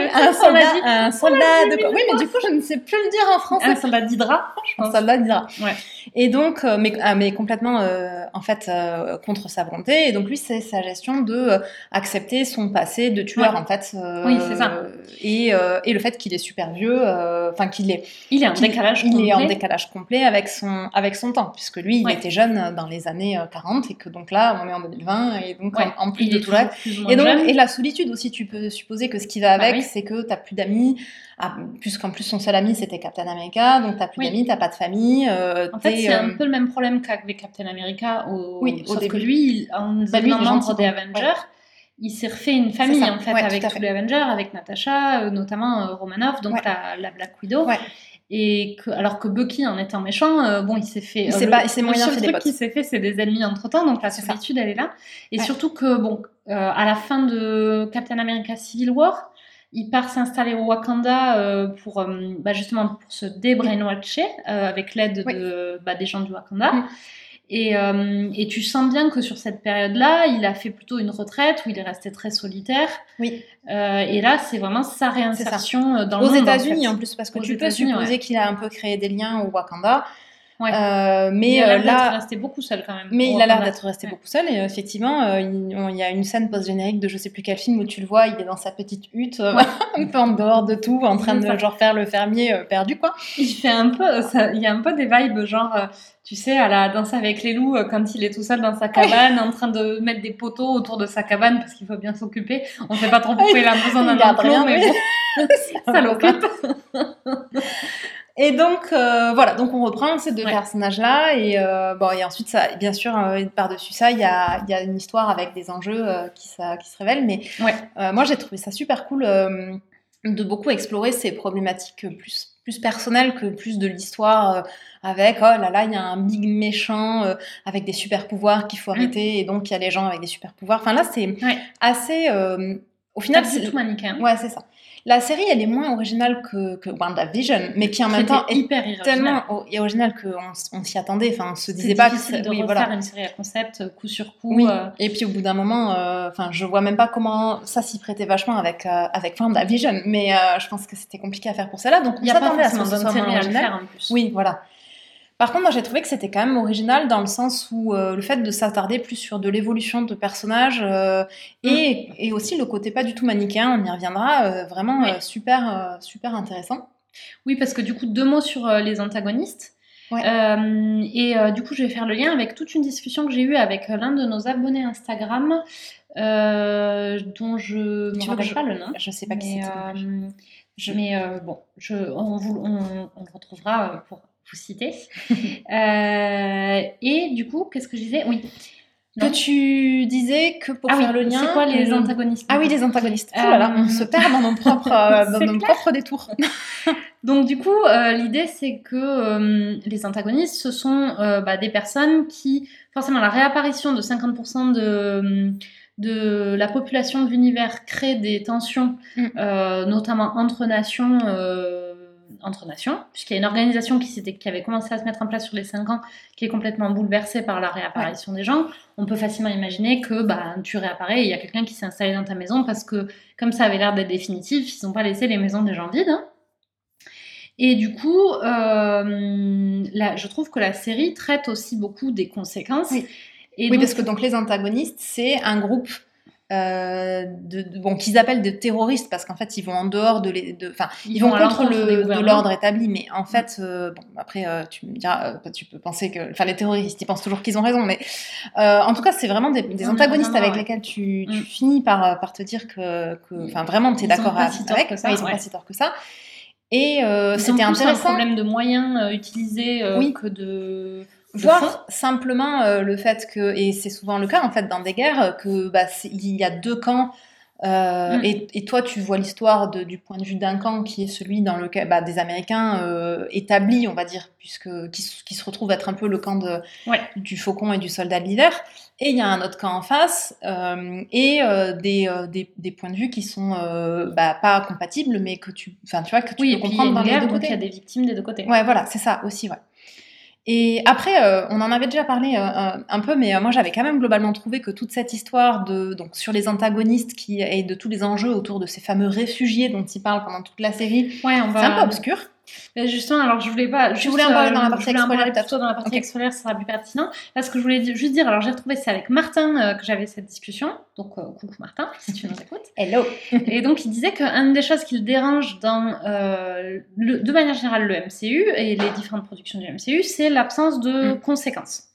S1: un soldat de quoi? Oui, mais du coup, je ne sais plus le dire en français.
S2: Un soldat d'Hydra, je pense.
S1: Un soldat d'Hydra.
S2: Ouais.
S1: Et donc, mais complètement, en fait, contre sa volonté. Et donc, lui, c'est sa gestion de accepter son passé de tueur, en fait.
S2: Oui, c'est ça.
S1: Et le fait qu'il est super vieux, enfin, qu'il est...
S2: Il est en décalage complet.
S1: Il est en décalage complet avec son temps, puisque lui, il était jeune dans les années 40, et que donc là, on est en 2020, et donc, en plus de tout ça. Et donc, et la solitude aussi, tu peux supposer que ce qui va avec, c'est que t'as plus d'amis, puisqu'en plus son seul ami c'était Captain America, donc t'as plus d'amis, t'as pas de famille.
S2: En fait, c'est un peu le même problème qu'avec Captain America, sauf que lui, en devenant membre des Avengers, il s'est refait une famille avec tous les Avengers, avec Natasha, notamment Romanoff, donc la Black Widow. et que, alors que Bucky, en étant méchant, bon, il s'est fait...
S1: il s'est moyen fait des potes.
S2: Qui s'est fait, c'est des ennemis entre-temps, donc la solitude, elle est là. Et surtout que, bon, à la fin de Captain America Civil War, il part s'installer au Wakanda pour justement pour se débrainwatcher avec l'aide des gens du Wakanda. Et tu sens bien que sur cette période-là, il a fait plutôt une retraite où il est resté très solitaire.
S1: Oui.
S2: Et là, c'est vraiment sa réinsertion dans le monde.
S1: Aux États-Unis en plus, parce que tu peux supposer qu'il a un peu créé des liens au Wakanda.
S2: Ouais.
S1: Mais
S2: il a l'air d'être resté beaucoup seul quand même.
S1: Mais il a l'air d'être resté beaucoup seul et effectivement, il y a une scène post-générique de je sais plus quel film où tu le vois, il est dans sa petite hutte, un peu en dehors de tout, en train de genre faire le fermier perdu quoi.
S2: Il fait un peu, il y a un peu des vibes genre, tu sais, à la Danse avec les loups quand il est tout seul dans sa cabane, en train de mettre des poteaux autour de sa cabane parce qu'il faut bien s'occuper. On sait pas trop pourquoi il a besoin d'un enclos, mais bon, ça l'occupe.
S1: Et donc voilà, donc on reprend ces deux personnages-là et et ensuite ça, bien sûr, par-dessus ça, il y a une histoire avec des enjeux qui se révèlent. Mais moi j'ai trouvé ça super cool de beaucoup explorer ces problématiques plus personnelles que plus de l'histoire avec oh là là il y a un big méchant avec des super pouvoirs qu'il faut arrêter et donc il y a les gens avec des super pouvoirs. Enfin là c'est assez au final
S2: c'est tout manichéen.
S1: Ouais c'est ça. La série, elle est moins originale que WandaVision, mais qui en même temps est
S2: hyper
S1: tellement originale qu'on s'y attendait. Enfin, on se disait
S2: pas
S1: que
S2: c'est de refaire une série à concept coup sur coup.
S1: Oui. Et puis au bout d'un moment, je vois même pas comment ça s'y prêtait vachement avec WandaVision, mais je pense que c'était compliqué à faire pour celle-là. Donc
S2: il y a pas forcément de série à le faire en plus.
S1: Oui, voilà. Par contre, moi, j'ai trouvé que c'était quand même original dans le sens où le fait de s'attarder plus sur de l'évolution de personnages et aussi le côté pas du tout manichéen, on y reviendra, vraiment super intéressant.
S2: Oui, parce que du coup, 2 mots sur les antagonistes. Du coup, je vais faire le lien avec toute une discussion que j'ai eue avec l'un de nos abonnés Instagram, dont je ne me rappelle pas le nom.
S1: Je sais pas qui c'était.
S2: On le retrouvera pour vous citer. Et du coup, qu'est-ce que je disais ? Oui.
S1: Que tu disais que pour faire le lien...
S2: C'est quoi les antagonistes ?
S1: Ah oui, les antagonistes. Oh là là, on se perd dans nos propres détours.
S2: Donc du coup, l'idée c'est que les antagonistes, ce sont des personnes qui, forcément, la réapparition de 50% de la population de l'univers crée des tensions, notamment entre nations, puisqu'il y a une organisation qui avait commencé à se mettre en place sur les 5 ans, qui est complètement bouleversée par la réapparition des gens. On peut facilement imaginer que tu réapparais et il y a quelqu'un qui s'est installé dans ta maison parce que, comme ça avait l'air d'être définitif, ils n'ont pas laissé les maisons des gens vides. Hein. Et du coup, je trouve que la série traite aussi beaucoup des conséquences.
S1: Oui, donc, parce que donc, les antagonistes, c'est un groupe qu'ils appellent de terroristes parce qu'en fait ils vont en dehors ils vont contre l'ordre établi, mais en fait après tu me diras, tu peux penser que les terroristes ils pensent toujours qu'ils ont raison, mais en tout cas c'est vraiment des antagonistes avec lesquels tu finis par te dire que vraiment t'es d'accord avec ils sont pas si tort que ça. Et c'était intéressant.
S2: Un problème de moyens utilisés que de
S1: voir simplement le fait que, et c'est souvent le cas en fait dans des guerres, que il y a 2 camps et toi tu vois l'histoire du point de vue d'un camp qui est celui dans lequel des Américains établis, on va dire, qui se retrouve être un peu le camp du Faucon et du Soldat de l'hiver, et il y a un autre camp en face et des points de vue qui sont pas compatibles, mais que tu peux comprendre dans les deux côtés.
S2: Il y a des victimes des deux côtés.
S1: Ouais, voilà, c'est ça aussi, ouais. Et après, on en avait déjà parlé un peu, mais moi j'avais quand même globalement trouvé que toute cette histoire sur les antagonistes et de tous les enjeux autour de ces fameux réfugiés dont ils parlent pendant toute la série, c'est un peu obscur.
S2: Mais justement, alors je voulais pas.
S1: Tu voulais en parler dans la partie scolaire,
S2: plutôt dans la partie scolaire, ça sera plus pertinent. Parce que je voulais juste dire, alors j'ai retrouvé, c'est avec Martin que j'avais cette discussion. Donc coucou Martin, si tu nous écoutes.
S1: Hello.
S2: Et donc il disait qu'une des choses qui le dérange dans, de manière générale, le MCU et les différentes productions du MCU, c'est l'absence de conséquences.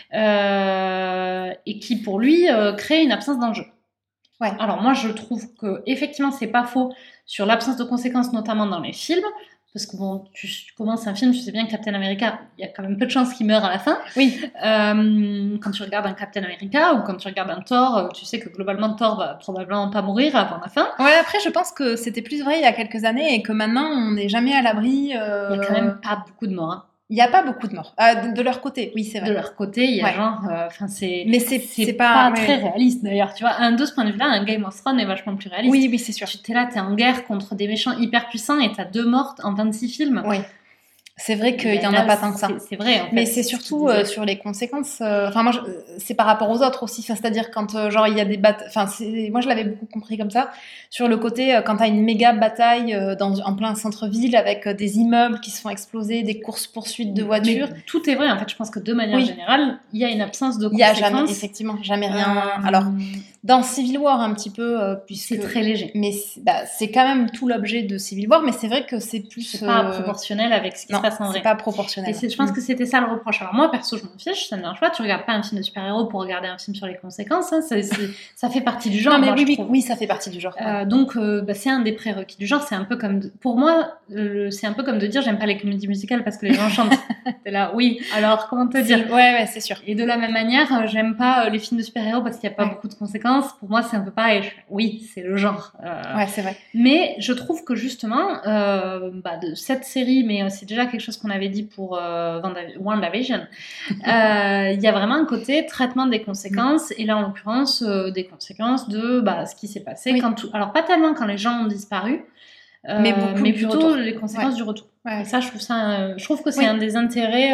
S2: Et qui pour lui crée une absence d'enjeu.
S1: Ouais. Alors
S2: moi je trouve que effectivement c'est pas faux sur l'absence de conséquences, notamment dans les films. parce que bon, tu commences un film, tu sais bien que Captain America, il y a quand même peu de chances qu'il meure à la fin.
S1: Oui.
S2: Quand tu regardes un Captain America ou quand tu regardes un Thor, tu sais que globalement Thor va probablement pas mourir avant la fin.
S1: Ouais, après, je pense que c'était plus vrai il y a quelques années et que maintenant, on n'est jamais à l'abri.
S2: Il y a quand même pas beaucoup de morts. Hein.
S1: Il n'y a pas beaucoup de morts. De leur côté, oui, c'est vrai.
S2: De leur côté, il y a genre...
S1: Mais c'est pas
S2: très réaliste, d'ailleurs. Tu vois, de ce point de vue-là, un Game of Thrones est vachement plus réaliste.
S1: Oui, oui, c'est sûr.
S2: Tu es là, t'es en guerre contre des méchants hyper puissants et t'as 2 mortes en 26 films.
S1: Oui. C'est vrai qu'il n'y en a pas tant que ça.
S2: C'est vrai, en fait.
S1: Mais c'est surtout sur les conséquences. Enfin, moi, c'est par rapport aux autres aussi. Enfin, c'est-à-dire quand, genre, il y a des batailles. Enfin, moi, je l'avais beaucoup compris comme ça. Sur le côté, quand t'as une méga bataille en plein centre-ville avec des immeubles qui se font exploser, des courses-poursuites de voitures.
S2: Mais tout est vrai, en fait. Je pense que de manière générale, il y a une absence de
S1: Il
S2: conséquences.
S1: y a jamais, effectivement, jamais rien. Alors, dans Civil War, un petit peu, puisque
S2: c'est très léger.
S1: Mais c'est quand même tout l'objet de Civil War, mais c'est vrai que c'est plus.
S2: C'est pas proportionnel avec ce qui se passe en vrai.
S1: C'est pas proportionnel.
S2: Et je pense que c'était ça le reproche. Alors moi, perso, je m'en fiche, ça ne dérange pas. Tu regardes pas un film de super-héros pour regarder un film sur les conséquences. Hein. Ça fait partie du genre.
S1: Non, mais
S2: moi,
S1: oui, ça fait partie du genre.
S2: Donc, c'est un des prérequis du genre. C'est un peu comme, pour moi, c'est un peu comme de dire j'aime pas les comédies musicales parce que les gens chantent. T'es là, oui. Alors, comment te dire ?
S1: Ouais, c'est sûr.
S2: Et de la même manière, j'aime pas les films de super-héros parce qu'il y a pas beaucoup de conséquences. Pour moi, c'est un peu pareil. Oui, c'est le genre.
S1: Ouais, c'est vrai.
S2: Mais je trouve que justement, de cette série, mais c'est déjà quelque chose qu'on avait dit pour WandaVision, il y a vraiment un côté traitement des conséquences, et là en l'occurrence des conséquences de ce qui s'est passé.
S1: Oui.
S2: Alors pas tellement quand les gens ont disparu,
S1: mais
S2: plutôt les conséquences du retour.
S1: Ouais.
S2: Et ça, je trouve que c'est un des intérêts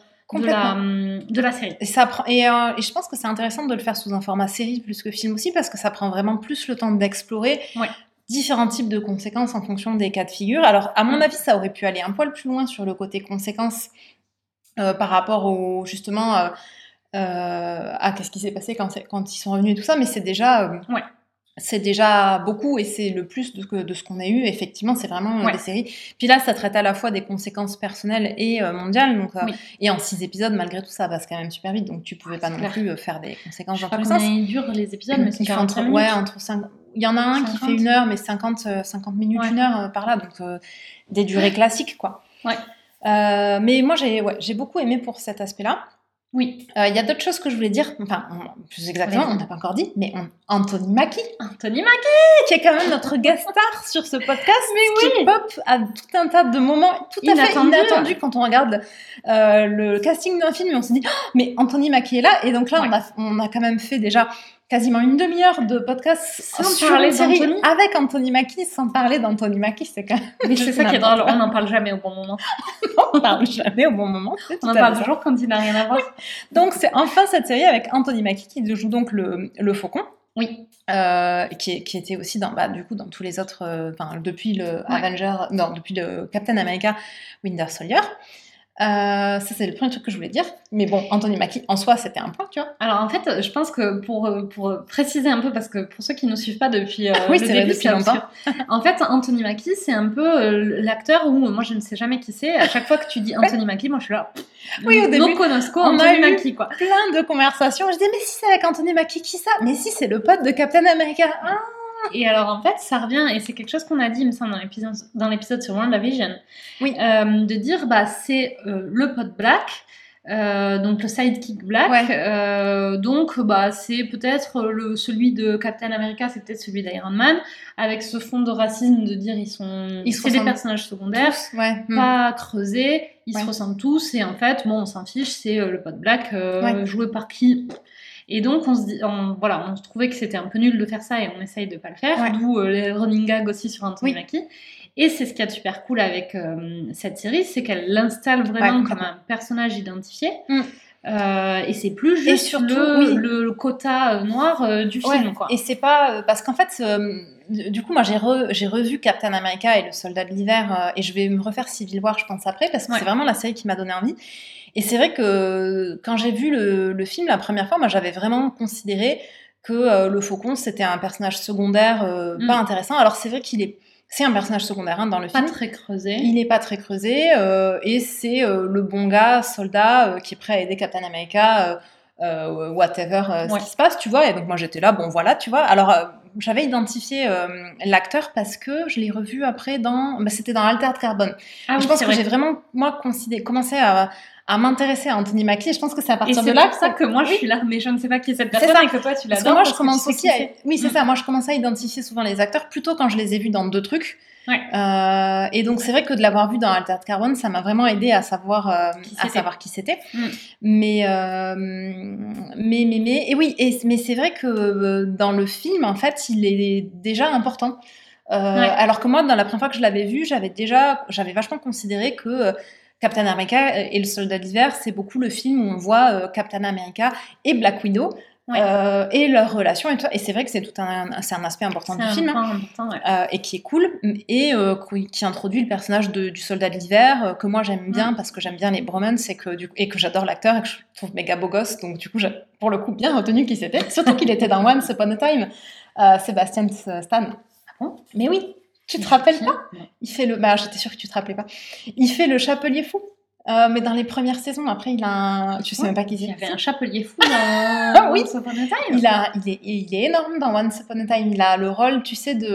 S2: de la série.
S1: Et je pense que c'est intéressant de le faire sous un format série plus que film aussi, parce que ça prend vraiment plus le temps d'explorer différents types de conséquences en fonction des cas de figure. Alors, à mon avis, ça aurait pu aller un poil plus loin sur le côté conséquences par rapport au, justement à qu'est-ce qui s'est passé quand ils sont revenus et tout ça, mais c'est déjà... C'est déjà beaucoup et c'est le plus de ce qu'on a eu. Effectivement, c'est vraiment des séries. Puis là, ça traite à la fois des conséquences personnelles et mondiales. Donc, et en 6 épisodes, malgré tout, ça passe quand même super vite. Donc, tu pouvais pas non plus faire des conséquences dans tous les sens.
S2: Ils durent les épisodes, mais c'est
S1: entre 5... Il y en a un 50. Qui fait 1 heure, mais 50 minutes, 1 heure par là. Donc, des durées classiques, quoi. Mais moi, j'ai beaucoup aimé pour cet aspect-là.
S2: Oui.
S1: Il y a d'autres choses que je voulais dire. Enfin, plus exactement, on n'a pas encore dit, mais Anthony Mackie. Qui est quand même notre guest star sur ce podcast. Mais qui pop à tout un tas de moments tout à fait inattendus quand on regarde le casting d'un film et on se dit mais Anthony Mackie est là. Et donc là, on a quand même fait déjà quasiment 1 demi-heure de podcast
S2: sans parler d'Anthony
S1: avec Anthony Mackie, sans parler d'Anthony Mackie. C'est quand même...
S2: Mais c'est ça qui est drôle, on n'en parle jamais au bon moment.
S1: On parle jamais au bon moment.
S2: On en parle toujours quand il n'a rien à voir.
S1: Donc c'est enfin cette série avec Anthony Mackie qui joue donc le Faucon.
S2: Oui.
S1: Qui était aussi dans tous les autres, depuis le depuis le Captain America Winter Soldier. Ça c'est le premier truc que je voulais dire, mais bon, Anthony Mackie en soi c'était un point, tu vois.
S2: Alors en fait je pense que pour préciser un peu, parce que pour ceux qui nous suivent pas depuis
S1: le début, depuis longtemps,
S2: en fait Anthony Mackie c'est un peu l'acteur où moi je ne sais jamais qui c'est. À chaque fois que tu dis Anthony Mackie, moi je suis là
S1: oui, au début
S2: on a eu
S1: Mackie, quoi. Plein de conversations, je disais mais si c'est avec Anthony Mackie, qui ça? Mais si, c'est le pote de Captain America.
S2: Et alors en fait ça revient, et c'est quelque chose qu'on a dit il me semble dans l'épisode sur WandaVision, de dire c'est le pote Black, donc le sidekick Black, donc c'est peut-être celui de Captain America, c'est peut-être celui d'Iron Man, avec ce fond de racisme de dire c'est des personnages secondaires, pas creusés, ils se ressemblent tous, et en fait on s'en fiche, c'est le pote Black joué par qui? Et donc on se trouvait que c'était un peu nul de faire ça et on essaye de pas le faire, d'où les running gags aussi sur Anthony Mackie. Et c'est ce qu'il y a de super cool avec cette série, c'est qu'elle l'installe vraiment comme un personnage identifié. Et c'est plus juste surtout, le quota noir du film, quoi.
S1: Et c'est pas parce qu'en fait du coup moi j'ai revu Captain America et le Soldat de l'hiver, et je vais me refaire Civil War je pense après, parce que c'est vraiment la série qui m'a donné envie. Et c'est vrai que quand j'ai vu le film la première fois, moi j'avais vraiment considéré que le Faucon c'était un personnage secondaire pas intéressant. Alors c'est vrai c'est un personnage secondaire dans le film.
S2: Pas très creusé.
S1: Il n'est pas très creusé, et c'est le bon gars, soldat, qui est prêt à aider Captain America whatever ce qui se passe, tu vois. Et donc moi j'étais là, bon voilà, tu vois. Alors j'avais identifié l'acteur parce que je l'ai revu après c'était dans Altered Carbon. Je pense que j'ai vraiment commencé à m'intéresser à Anthony Mackie. Et je pense que c'est à partir de là.
S2: C'est pour ça que moi je suis là, mais je ne sais pas qui est cette personne et que toi tu l'adores.
S1: Parce que moi je commence aussi Oui, c'est ça. Moi je commence à identifier souvent les acteurs plutôt quand je les ai vus dans 2 trucs.
S2: Ouais.
S1: Et donc c'est vrai que de l'avoir vu dans Altered Carbon, ça m'a vraiment aidé à savoir qui c'était. Mais c'est vrai que dans le film, en fait, il est déjà important. Alors que moi, dans la première fois que je l'avais vu, j'avais vachement considéré que Captain America et le Soldat d'hiver, c'est beaucoup le film où on voit Captain America et Black Widow. Et leur relation et tout. Et c'est vrai que c'est un aspect important du film et qui est cool et qui introduit le personnage du soldat de l'hiver que moi j'aime bien parce que j'aime bien les bromances et que j'adore l'acteur et que je trouve méga beau gosse, donc du coup j'ai pour le coup bien retenu qui c'était, surtout qu'il était dans Once Upon a Time, Sebastian Stan. Mais oui, tu te rappelles pas? Il fait j'étais sûre que tu te rappelais pas. Il fait le chapelier fou. Mais dans les premières saisons, après, tu sais même pas qui c'est.
S2: Il y avait un chapelier fou dans Once Upon a Time.
S1: Il est énorme dans Once Upon a Time. Il a le rôle, tu sais,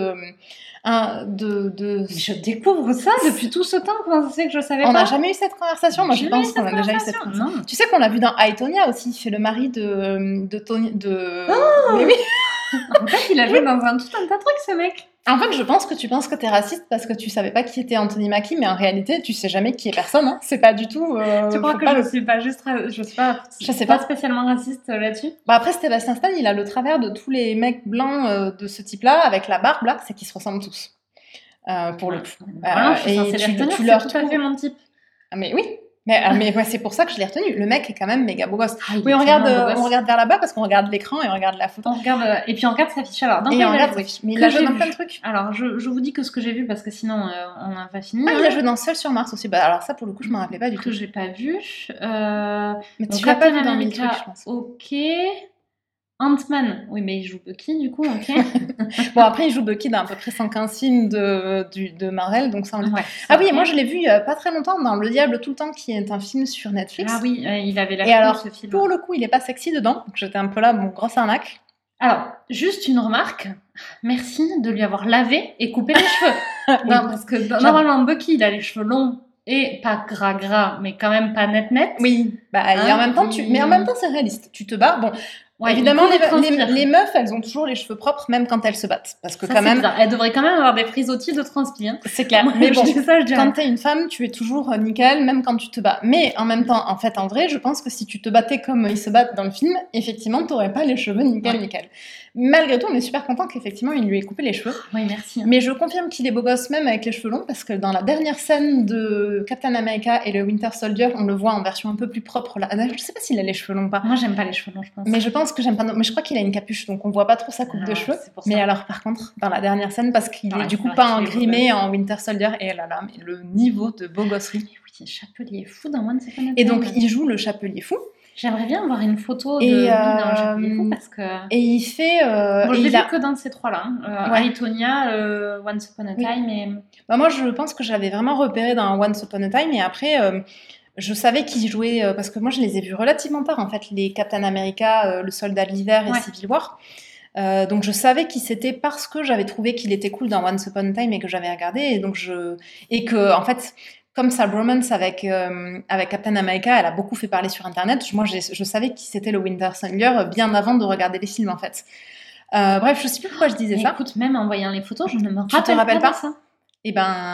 S2: Je découvre ça depuis tout ce temps. Comment ça se fait que je savais pas?
S1: On n'a jamais eu cette conversation. Moi, je pense qu'on a déjà eu cette conversation. Non. Tu sais qu'on l'a vu dans I, Tonya aussi. Il fait le mari de Tony. Mais oui.
S2: En fait, il a joué dans tout un tas de trucs, ce mec.
S1: En fait, je pense que tu penses que t'es raciste parce que tu savais pas qui était Anthony Mackie, mais en réalité, tu sais jamais qui est personne. Hein. C'est pas du tout.
S2: Tu crois que je suis pas spécialement raciste là-dessus?
S1: Après, Sébastien Stan, il a le travers de tous les mecs blancs de ce type-là, avec la barbe là, c'est qu'ils se ressemblent tous. Pour le coup.
S2: Tu leur tout à fait mon type.
S1: Ah, mais oui. Mais ouais, c'est pour ça que je l'ai retenu. Le mec est quand même méga beau gosse. Oui, on regarde vers là-bas parce qu'on regarde l'écran et on regarde la photo.
S2: Et puis on regarde sa fiche. Alors,
S1: mais il a joué dans plein de trucs.
S2: Alors, je vous dis que ce que j'ai vu parce que sinon on n'a pas fini.
S1: Il a joué dans Seul sur Mars aussi. Alors ça, pour le coup, je m'en rappelais pas du tout.
S2: Que j'ai pas vu.
S1: Mais tu l'as pas vu dans 1000 trucs, je pense.
S2: Ok. Ant-Man, oui, mais il joue Bucky, du coup, ok.
S1: Bon, après, il joue Bucky dans à peu près 115 films de Marvel, donc ça... moi, je l'ai vu il y a pas très longtemps dans Le Diable tout le temps, qui est un film sur Netflix.
S2: Ah oui, il avait
S1: l'air cool, ce film. Pour le coup, il est pas sexy dedans, donc j'étais un peu là, grosse arnaque.
S2: Alors, juste une remarque, merci de lui avoir lavé et coupé les cheveux. Non, parce que normalement, Bucky, il a les cheveux longs et pas gras, mais quand même pas net.
S1: Oui, et en même temps, mais en même temps, c'est réaliste. Tu te bats, bon... Ouais, évidemment, les meufs, elles ont toujours les cheveux propres, même quand elles se battent. Parce que quand même...
S2: Elles devraient quand même avoir des frisottis de transpire.
S1: C'est clair. Mais bon, quand t'es une femme, tu es toujours nickel, même quand tu te bats. Mais en même temps, en vrai, je pense que si tu te battais comme ils se battent dans le film, effectivement, t'aurais pas les cheveux nickel. Malgré tout, on est super content qu'effectivement, il lui ait coupé les cheveux.
S2: Oui, merci.
S1: Mais je confirme qu'il est beau gosse même avec les cheveux longs, parce que dans la dernière scène de Captain America et le Winter Soldier, on le voit en version un peu plus propre. Là. Je sais pas s'il a les cheveux longs ou pas.
S2: Moi, j'aime pas les cheveux longs, je pense.
S1: Mais je pense que j'aime pas. Mais je crois qu'il a une capuche, donc on voit pas trop sa coupe de cheveux. Mais alors, par contre, dans la dernière scène, parce qu'il est du coup pas engrimé en Winter Soldier, et là, mais le niveau de beau gosserie.
S2: Oui, chapelier fou dans Once Upon a Time.
S1: Et donc, il joue le chapelier fou.
S2: J'aimerais bien avoir une photo de lui dans le chapelier fou parce que...
S1: Et il fait...
S2: je l'ai vu que dans ces trois-là. I, Tonya, Once Upon a Time et...
S1: moi, je pense que j'avais vraiment repéré dans Once Upon a Time et après... je savais qui jouait, parce que moi je les ai vus relativement tard en fait, les Captain America, le Soldat de l'hiver et Civil War. Donc je savais qui c'était parce que j'avais trouvé qu'il était cool dans Once Upon a Time et que j'avais regardé. Et que en fait, comme sa bromance avec Captain America, elle a beaucoup fait parler sur Internet. Moi je savais qui c'était le Winter Soldier bien avant de regarder les films en fait. Bref, je sais plus pourquoi je disais ça.
S2: Écoute, même en voyant les photos, je ne me rappelle pas ça.
S1: Et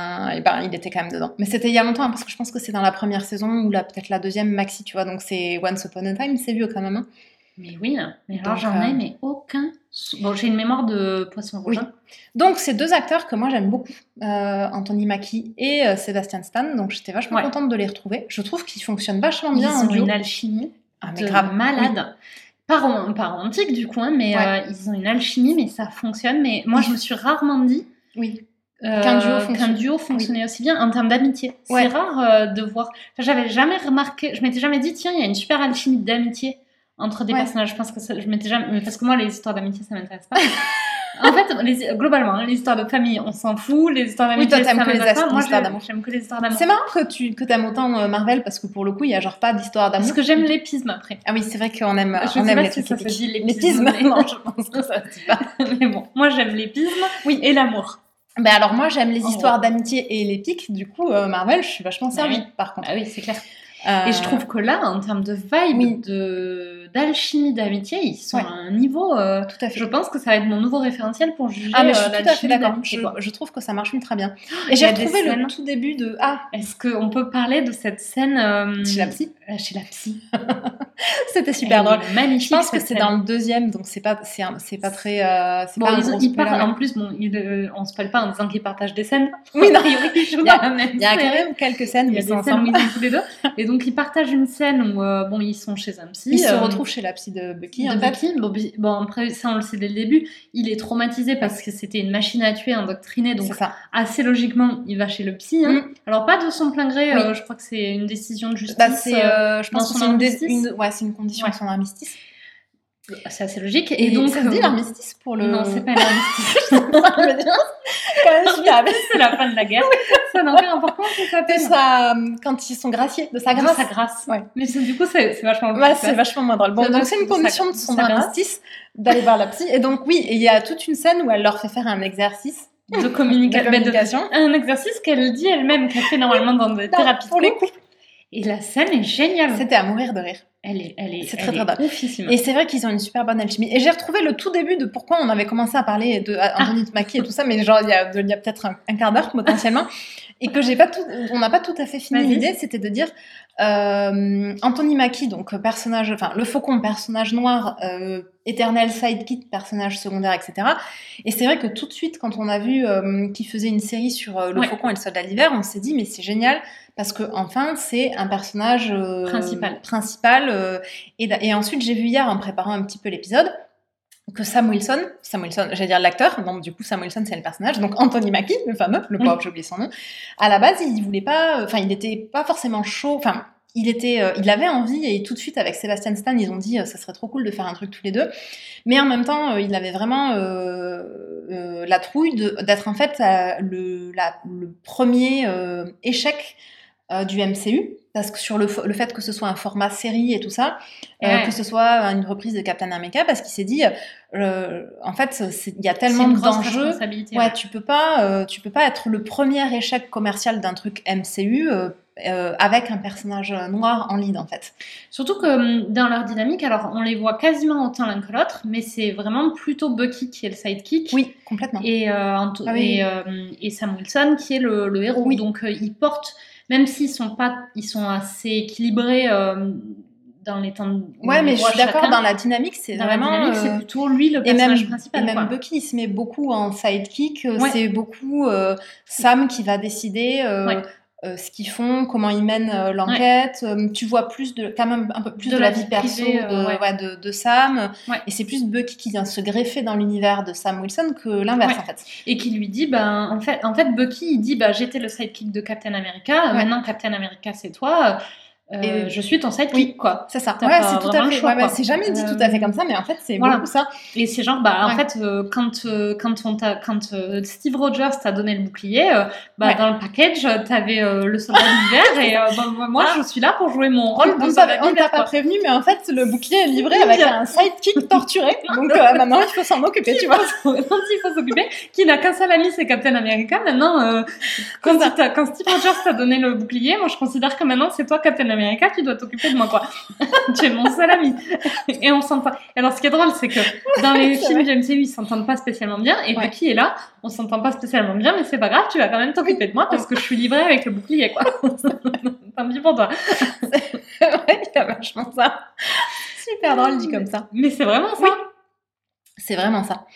S1: il était quand même dedans. Mais c'était il y a longtemps, hein, parce que je pense que c'est dans la première saison ou peut-être la deuxième maxi, tu vois. Donc c'est Once Upon a Time, c'est vieux quand même. Hein.
S2: Mais oui, mais alors j'en ai mais aucun... Bon, j'ai une mémoire de poisson rouge.
S1: Oui. Donc c'est deux acteurs que moi j'aime beaucoup, Anthony Mackie et Sebastian Stan. Donc j'étais vachement contente de les retrouver. Je trouve qu'ils fonctionnent vachement bien.
S2: Ils ont une alchimie grave malade. Pas romantique du coup, hein, mais ils ont une alchimie, mais ça fonctionne. Mais moi je me suis rarement dit...
S1: Oui.
S2: Qu'un duo fonctionnait aussi bien en termes d'amitié. C'est rare de voir. Enfin, j'avais jamais remarqué, je m'étais jamais dit, tiens, il y a une super alchimie d'amitié entre des personnages. Je pense que je m'étais jamais. Parce que moi, les histoires d'amitié, ça m'intéresse pas. En fait, globalement, les histoires de famille, on s'en fout. Les histoires d'amitié,
S1: oui, toi, t'aimes que les
S2: histoires
S1: d'amour.
S2: J'aime que les histoires d'amour.
S1: C'est marrant que t'aimes autant Marvel, parce que pour le coup, il y a genre pas d'histoire d'amour.
S2: Parce que j'aime l'épisme après.
S1: Ah oui, c'est vrai qu'on aime,
S2: Je
S1: on
S2: sais
S1: aime
S2: pas
S1: les
S2: si
S1: trucs
S2: ça se dit
S1: l'épisme. Non, je pense que ça se dit pas.
S2: Mais bon, moi j'aime l'épisme et l'amour.
S1: Ben alors moi j'aime les histoires d'amitié et l'épique, du coup Marvel je suis vachement servie par contre.
S2: Ah oui, c'est clair. Et je trouve que là, en termes de vibe, d'alchimie d'amitié, ils sont à un niveau... tout
S1: à fait.
S2: Je pense que ça va être mon nouveau référentiel pour juger
S1: mais je suis tout à fait d'accord.
S2: d'amitié.
S1: Je trouve que ça marche très bien. Et j'ai retrouvé le tout début de...
S2: Est-ce qu'on peut parler de cette scène...
S1: Chez la psy.
S2: Chez la psy.
S1: C'était super drôle.
S2: Magnifique.
S1: Je pense que c'est dans le deuxième, donc c'est pas très... c'est
S2: bon,
S1: pas
S2: ils partent, en plus, on se parle pas en disant qu'ils partagent des scènes.
S1: Oui, non.
S2: Il y a
S1: quand même quelques scènes où ils sont ensemble.
S2: Où ils sont tous les deux. Et donc, ils partagent une scène où ils sont chez un psy.
S1: Ils se retrouvent chez la psy de Bucky.
S2: Bon, après, ça, on le sait dès le début. Il est traumatisé parce que c'était une machine à tuer, indoctrinée. Donc, assez logiquement, il va chez le psy. Alors, pas de son plein gré. Je crois que c'est une décision de justice.
S1: Je pense que c'est une condition de son armistice.
S2: C'est assez logique. Et donc,
S1: ça se dit l'armistice pour le...
S2: Non, c'est pas l'armistice. C'est la fin de la guerre. Ça n'a rien à voir. Comment ça s'appelle
S1: quand ils sont graciés, de sa grâce.
S2: De sa grâce. Ouais. Mais du coup, c'est vachement
S1: c'est vachement moins drôle. Bon, donc c'est une condition de son armistice d'aller voir la psy. Et donc oui, il y a toute une scène où elle leur fait faire un exercice
S2: de communication. Un exercice qu'elle dit elle-même qu'elle fait normalement dans des thérapies
S1: pour les couples.
S2: Et la scène est géniale.
S1: C'était à mourir de rire.
S2: C'est très drôle.
S1: Et c'est vrai qu'ils ont une super bonne alchimie. Et j'ai retrouvé le tout début de pourquoi on avait commencé à parler de Anthony Mackie et tout ça, mais genre il y a peut-être un quart d'heure potentiellement, et que on n'a pas tout à fait fini l'idée, c'était de dire Anthony Mackie, donc le faucon, personnage noir, éternel sidekick, personnage secondaire, etc. Et c'est vrai que tout de suite, quand on a vu qu'il faisait une série sur le faucon et le soldat d'hiver, on s'est dit mais c'est génial. Parce que enfin, c'est un personnage principal. Et ensuite, j'ai vu hier, en préparant un petit peu l'épisode, que Sam Wilson, j'allais dire l'acteur, donc du coup Sam Wilson c'est le personnage, donc Anthony Mackie, le fameux, le pauvre, j'ai oublié son nom. À la base, il voulait pas, il n'était pas forcément chaud, il avait envie, et tout de suite avec Sebastian Stan, ils ont dit ça serait trop cool de faire un truc tous les deux. Mais en même temps, il avait vraiment la trouille d'être en fait le premier échec du MCU, parce que sur le fait que ce soit un format série et tout ça, que ce soit une reprise de Captain America, parce qu'il s'est dit en fait il y a tellement d'enjeux, tu peux pas être le premier échec commercial d'un truc MCU avec un personnage noir en lead en fait.
S2: Surtout que dans leur dynamique, alors on les voit quasiment autant l'un que l'autre, mais c'est vraiment plutôt Bucky qui est le sidekick.
S1: Oui, complètement.
S2: Et Sam Wilson qui est le héros. Oui. Donc ils portent, même s'ils sont assez équilibrés dans les temps.
S1: Mais je suis d'accord, dans la dynamique, c'est vraiment.
S2: C'est plutôt lui le personnage principal.
S1: Et même Bucky, il se met beaucoup en sidekick. C'est beaucoup Sam qui va décider. Ce qu'ils font, comment ils mènent l'enquête. Tu vois quand même un peu plus de la vie perso de Sam. Et c'est plus Bucky qui vient se greffer dans l'univers de Sam Wilson que l'inverse, en fait.
S2: Et qui lui dit, en fait, Bucky, il dit, j'étais le sidekick de Captain America, maintenant Captain America, c'est toi. Et je suis ton sidekick, quoi.
S1: C'est ça. C'est tout à fait. C'est jamais dit tout à fait comme ça, mais en fait, c'est beaucoup ça.
S2: Et c'est genre, en fait, quand Steve Rogers t'a donné le bouclier, dans le package, t'avais le soldat d'hiver, et moi, je suis là pour jouer mon rôle de soldat d'hiver.
S1: On t'a pas prévenu, mais en fait, le bouclier est livré avec un sidekick torturé. Donc maintenant, il faut s'en occuper, tu vois.
S2: Il faut s'occuper. Qui n'a qu'un seul ami, c'est Captain America. Maintenant, quand Steve Rogers t'a donné le bouclier, moi, je considère que maintenant, c'est toi, Captain America, tu dois t'occuper de moi, quoi. Tu es mon seul ami. Et on s'entend. Alors, ce qui est drôle, c'est que dans les films du MCU, ils s'entendent pas spécialement bien, et Bucky est là, on s'entend pas spécialement bien, mais c'est pas grave, tu vas quand même t'occuper de moi parce que je suis livrée avec le bouclier, quoi. Tant pis pour toi.
S1: Il y a vachement ça. Super drôle, dit comme ça.
S2: Mais c'est vraiment ça.
S1: Oui. C'est vraiment ça.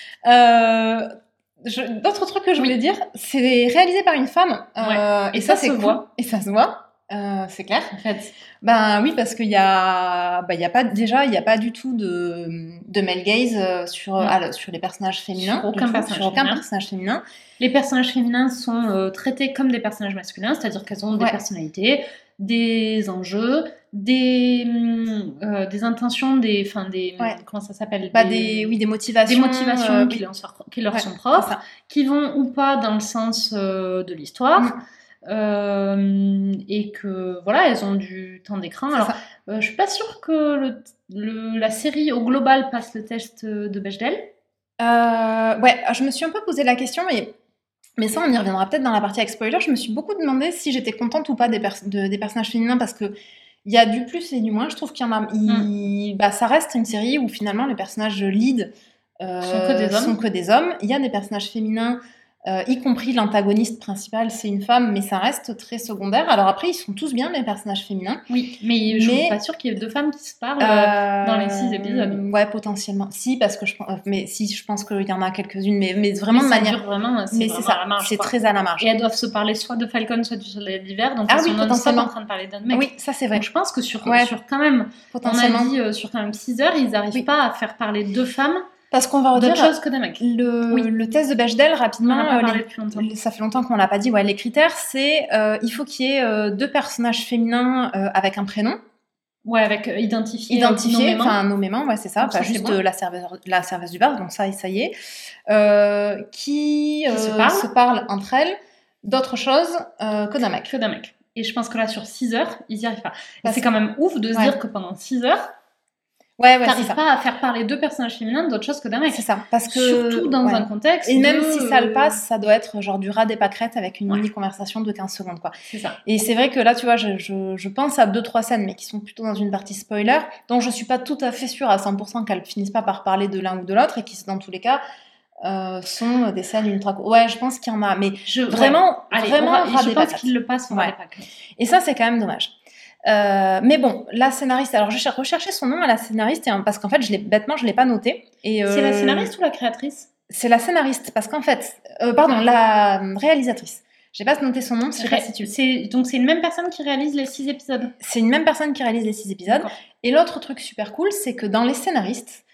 S1: D'autres trucs que je voulais dire, c'est réalisé par une femme.
S2: Et ça se voit.
S1: Et ça se voit. C'est clair.
S2: En fait.
S1: Oui, parce qu'il y a pas du tout de male gaze sur les personnages féminins.
S2: Sur aucun personnage féminin. Les personnages féminins sont traités comme des personnages masculins, c'est-à-dire qu'elles ont des personnalités, des enjeux, des intentions, comment ça s'appelle,
S1: des motivations,
S2: qui leur sont propres, qui vont ou pas dans le sens de l'histoire. Et que voilà, elles ont du temps d'écran. Alors, je suis pas sûre que la série au global passe le test de Bechdel.
S1: Je me suis un peu posé la question, mais ça, on y reviendra peut-être dans la partie avec spoiler. Je me suis beaucoup demandé si j'étais contente ou pas des personnages féminins, parce que il y a du plus et du moins. Je trouve qu'il y en a. Ça reste une série où finalement les personnages lead sont que des hommes. Il y a des personnages féminins. Y compris l'antagoniste principal, c'est une femme, mais ça reste très secondaire. Alors après, ils sont tous bien, les personnages féminins.
S2: Oui, mais je suis pas sûre qu'il y ait 2 femmes qui se parlent dans les 6 épisodes.
S1: Ouais, potentiellement. Si, parce que je pense qu'il y en a quelques-unes, mais vraiment de manière...
S2: Vraiment, c'est ça,
S1: c'est très à la marge.
S2: Et elles doivent se parler soit de Falcon, soit du Soleil d'hiver, donc
S1: elles sont
S2: non-stop en train de parler d'un mec.
S1: Oui, ça c'est vrai.
S2: Donc je pense que sur quand même,
S1: potentiellement,
S2: on a dit sur quand même 6 heures, ils n'arrivent pas à faire parler 2 femmes.
S1: Parce qu'on va redire
S2: d'autres choses que des mecs.
S1: Le test de Bechdel, rapidement,
S2: ça
S1: fait longtemps qu'on l'a pas dit. Ouais, les critères, c'est il faut qu'il y ait 2 personnages féminins avec un prénom.
S2: Ouais, avec identifié
S1: nommément, ouais, c'est ça. Pas juste la serveuse du bar, donc ça y est. Qui se parlent entre elles d'autre chose que d'un mec.
S2: Et je pense que là, sur 6 heures, ils n'y arrivent pas. C'est quand même ouf de se dire que pendant 6 heures, t'arrives pas à faire parler 2 personnages féminins d'autre chose que d'un mec.
S1: C'est ça, parce que
S2: surtout dans un contexte.
S1: Et même si ça le passe, ça doit être genre du rat des pâquerettes avec une mini conversation de 15 secondes, quoi.
S2: C'est ça.
S1: Et c'est vrai que là, tu vois, je pense à 2-3 scènes, mais qui sont plutôt dans une partie spoiler, dont je suis pas tout à fait sûre à 100% qu'elles finissent pas par parler de l'un ou de l'autre, et qui, dans tous les cas, sont des scènes ultra... Ouais, je pense qu'il y en a, mais vraiment rat des pâquerettes.
S2: Je pense qu'ils le passent en rat des pâquerettes.
S1: Et ça, c'est quand même dommage. Mais bon, la scénariste, alors je recherchais son nom à la scénariste parce qu'en fait, je l'ai pas noté.
S2: C'est la scénariste ou la créatrice ?
S1: C'est la scénariste, parce qu'en fait, la réalisatrice. J'ai pas noté son nom, je sais pas si tu...
S2: Donc c'est une même personne qui réalise les 6 épisodes.
S1: C'est une même personne qui réalise les 6 épisodes. D'accord. Et l'autre truc super cool, c'est que dans les scénaristes,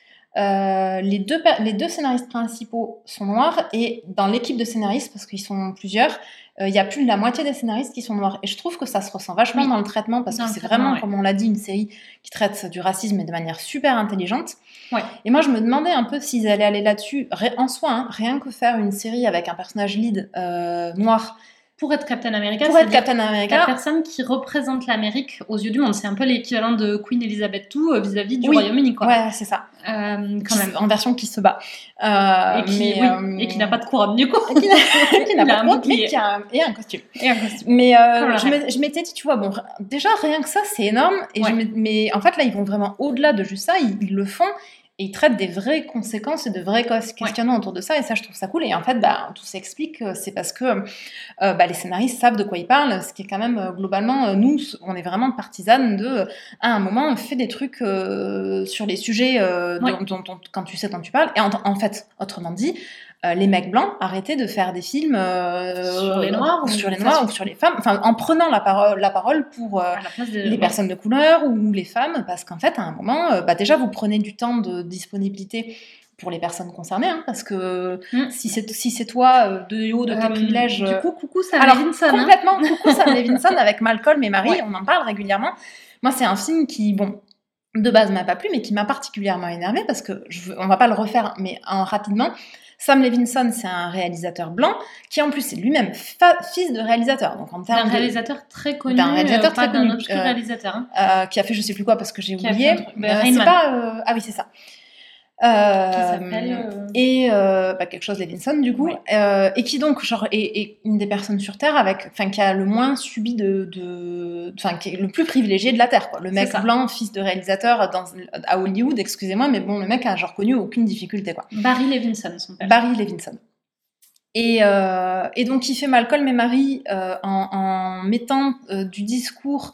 S1: les deux scénaristes principaux sont noirs, et dans l'équipe de scénaristes, parce qu'ils sont plusieurs, il y a plus de la moitié des scénaristes qui sont noirs, et je trouve que ça se ressent vachement dans le traitement, parce que c'est vraiment, comme on l'a dit, une série qui traite du racisme, mais de manière super intelligente. Et moi je me demandais un peu s'ils allaient aller là-dessus en soi, rien que faire une série avec un personnage lead noir
S2: pour être Captain America,
S1: la
S2: personne qui représente l'Amérique aux yeux du monde. C'est un peu l'équivalent de Queen Elizabeth II vis-à-vis du Royaume-Uni, quoi.
S1: Ouais, c'est ça.
S2: Quand même.
S1: En version qui se bat.
S2: Et qui n'a pas de couronne, du coup.
S1: qui n'a pas de couronne, mais qui a un costume. Mais je m'étais dit, tu vois, bon, déjà, rien que ça, c'est énorme. Mais en fait, là, ils vont vraiment au-delà de juste ça. Ils le font. Et ils traitent des vraies conséquences et de vrais questionnements autour de ça, et ça, je trouve ça cool. Et en fait, tout s'explique, c'est parce que les scénaristes savent de quoi ils parlent, ce qui est quand même, globalement, nous, on est vraiment partisanes à un moment, fais des trucs sur les sujets quand tu sais quand tu parles. Et en fait, autrement dit, les mecs blancs, arrêtez de faire des films
S2: sur les noirs
S1: ou sur les femmes, enfin, en prenant la parole pour les personnes de couleur ou les femmes, parce qu'en fait, à un moment, déjà, vous prenez du temps de disponibilité pour les personnes concernées, parce que si c'est toi, de haut de tes privilèges...
S2: Du coup, coucou Sam Levinson.
S1: Complètement, coucou Sam Levinson avec Malcolm et Marie, on en parle régulièrement. Moi, c'est un film qui, de base, m'a pas plu, mais qui m'a particulièrement énervée, parce que, on va pas le refaire, mais rapidement... Sam Levinson, c'est un réalisateur blanc qui, en plus, est lui-même fils de réalisateur. Donc, en termes
S2: d'un réalisateur très connu. D'un
S1: réalisateur très connu.
S2: Réalisateur.
S1: Qui a fait je sais plus quoi parce que j'ai oublié.
S2: C'est
S1: pas... ah oui, c'est ça.
S2: Qui s'appelle
S1: quelque chose Levinson du coup, et qui donc est une des personnes sur Terre qui a le moins subi qui est le plus privilégié de la Terre, quoi. Le mec blanc, fils de réalisateur à Hollywood, excusez-moi, mais bon, le mec a connu aucune difficulté, quoi.
S2: Barry Levinson, son père.
S1: Barry Levinson. Et donc il fait Malcolm et Marie en mettant du discours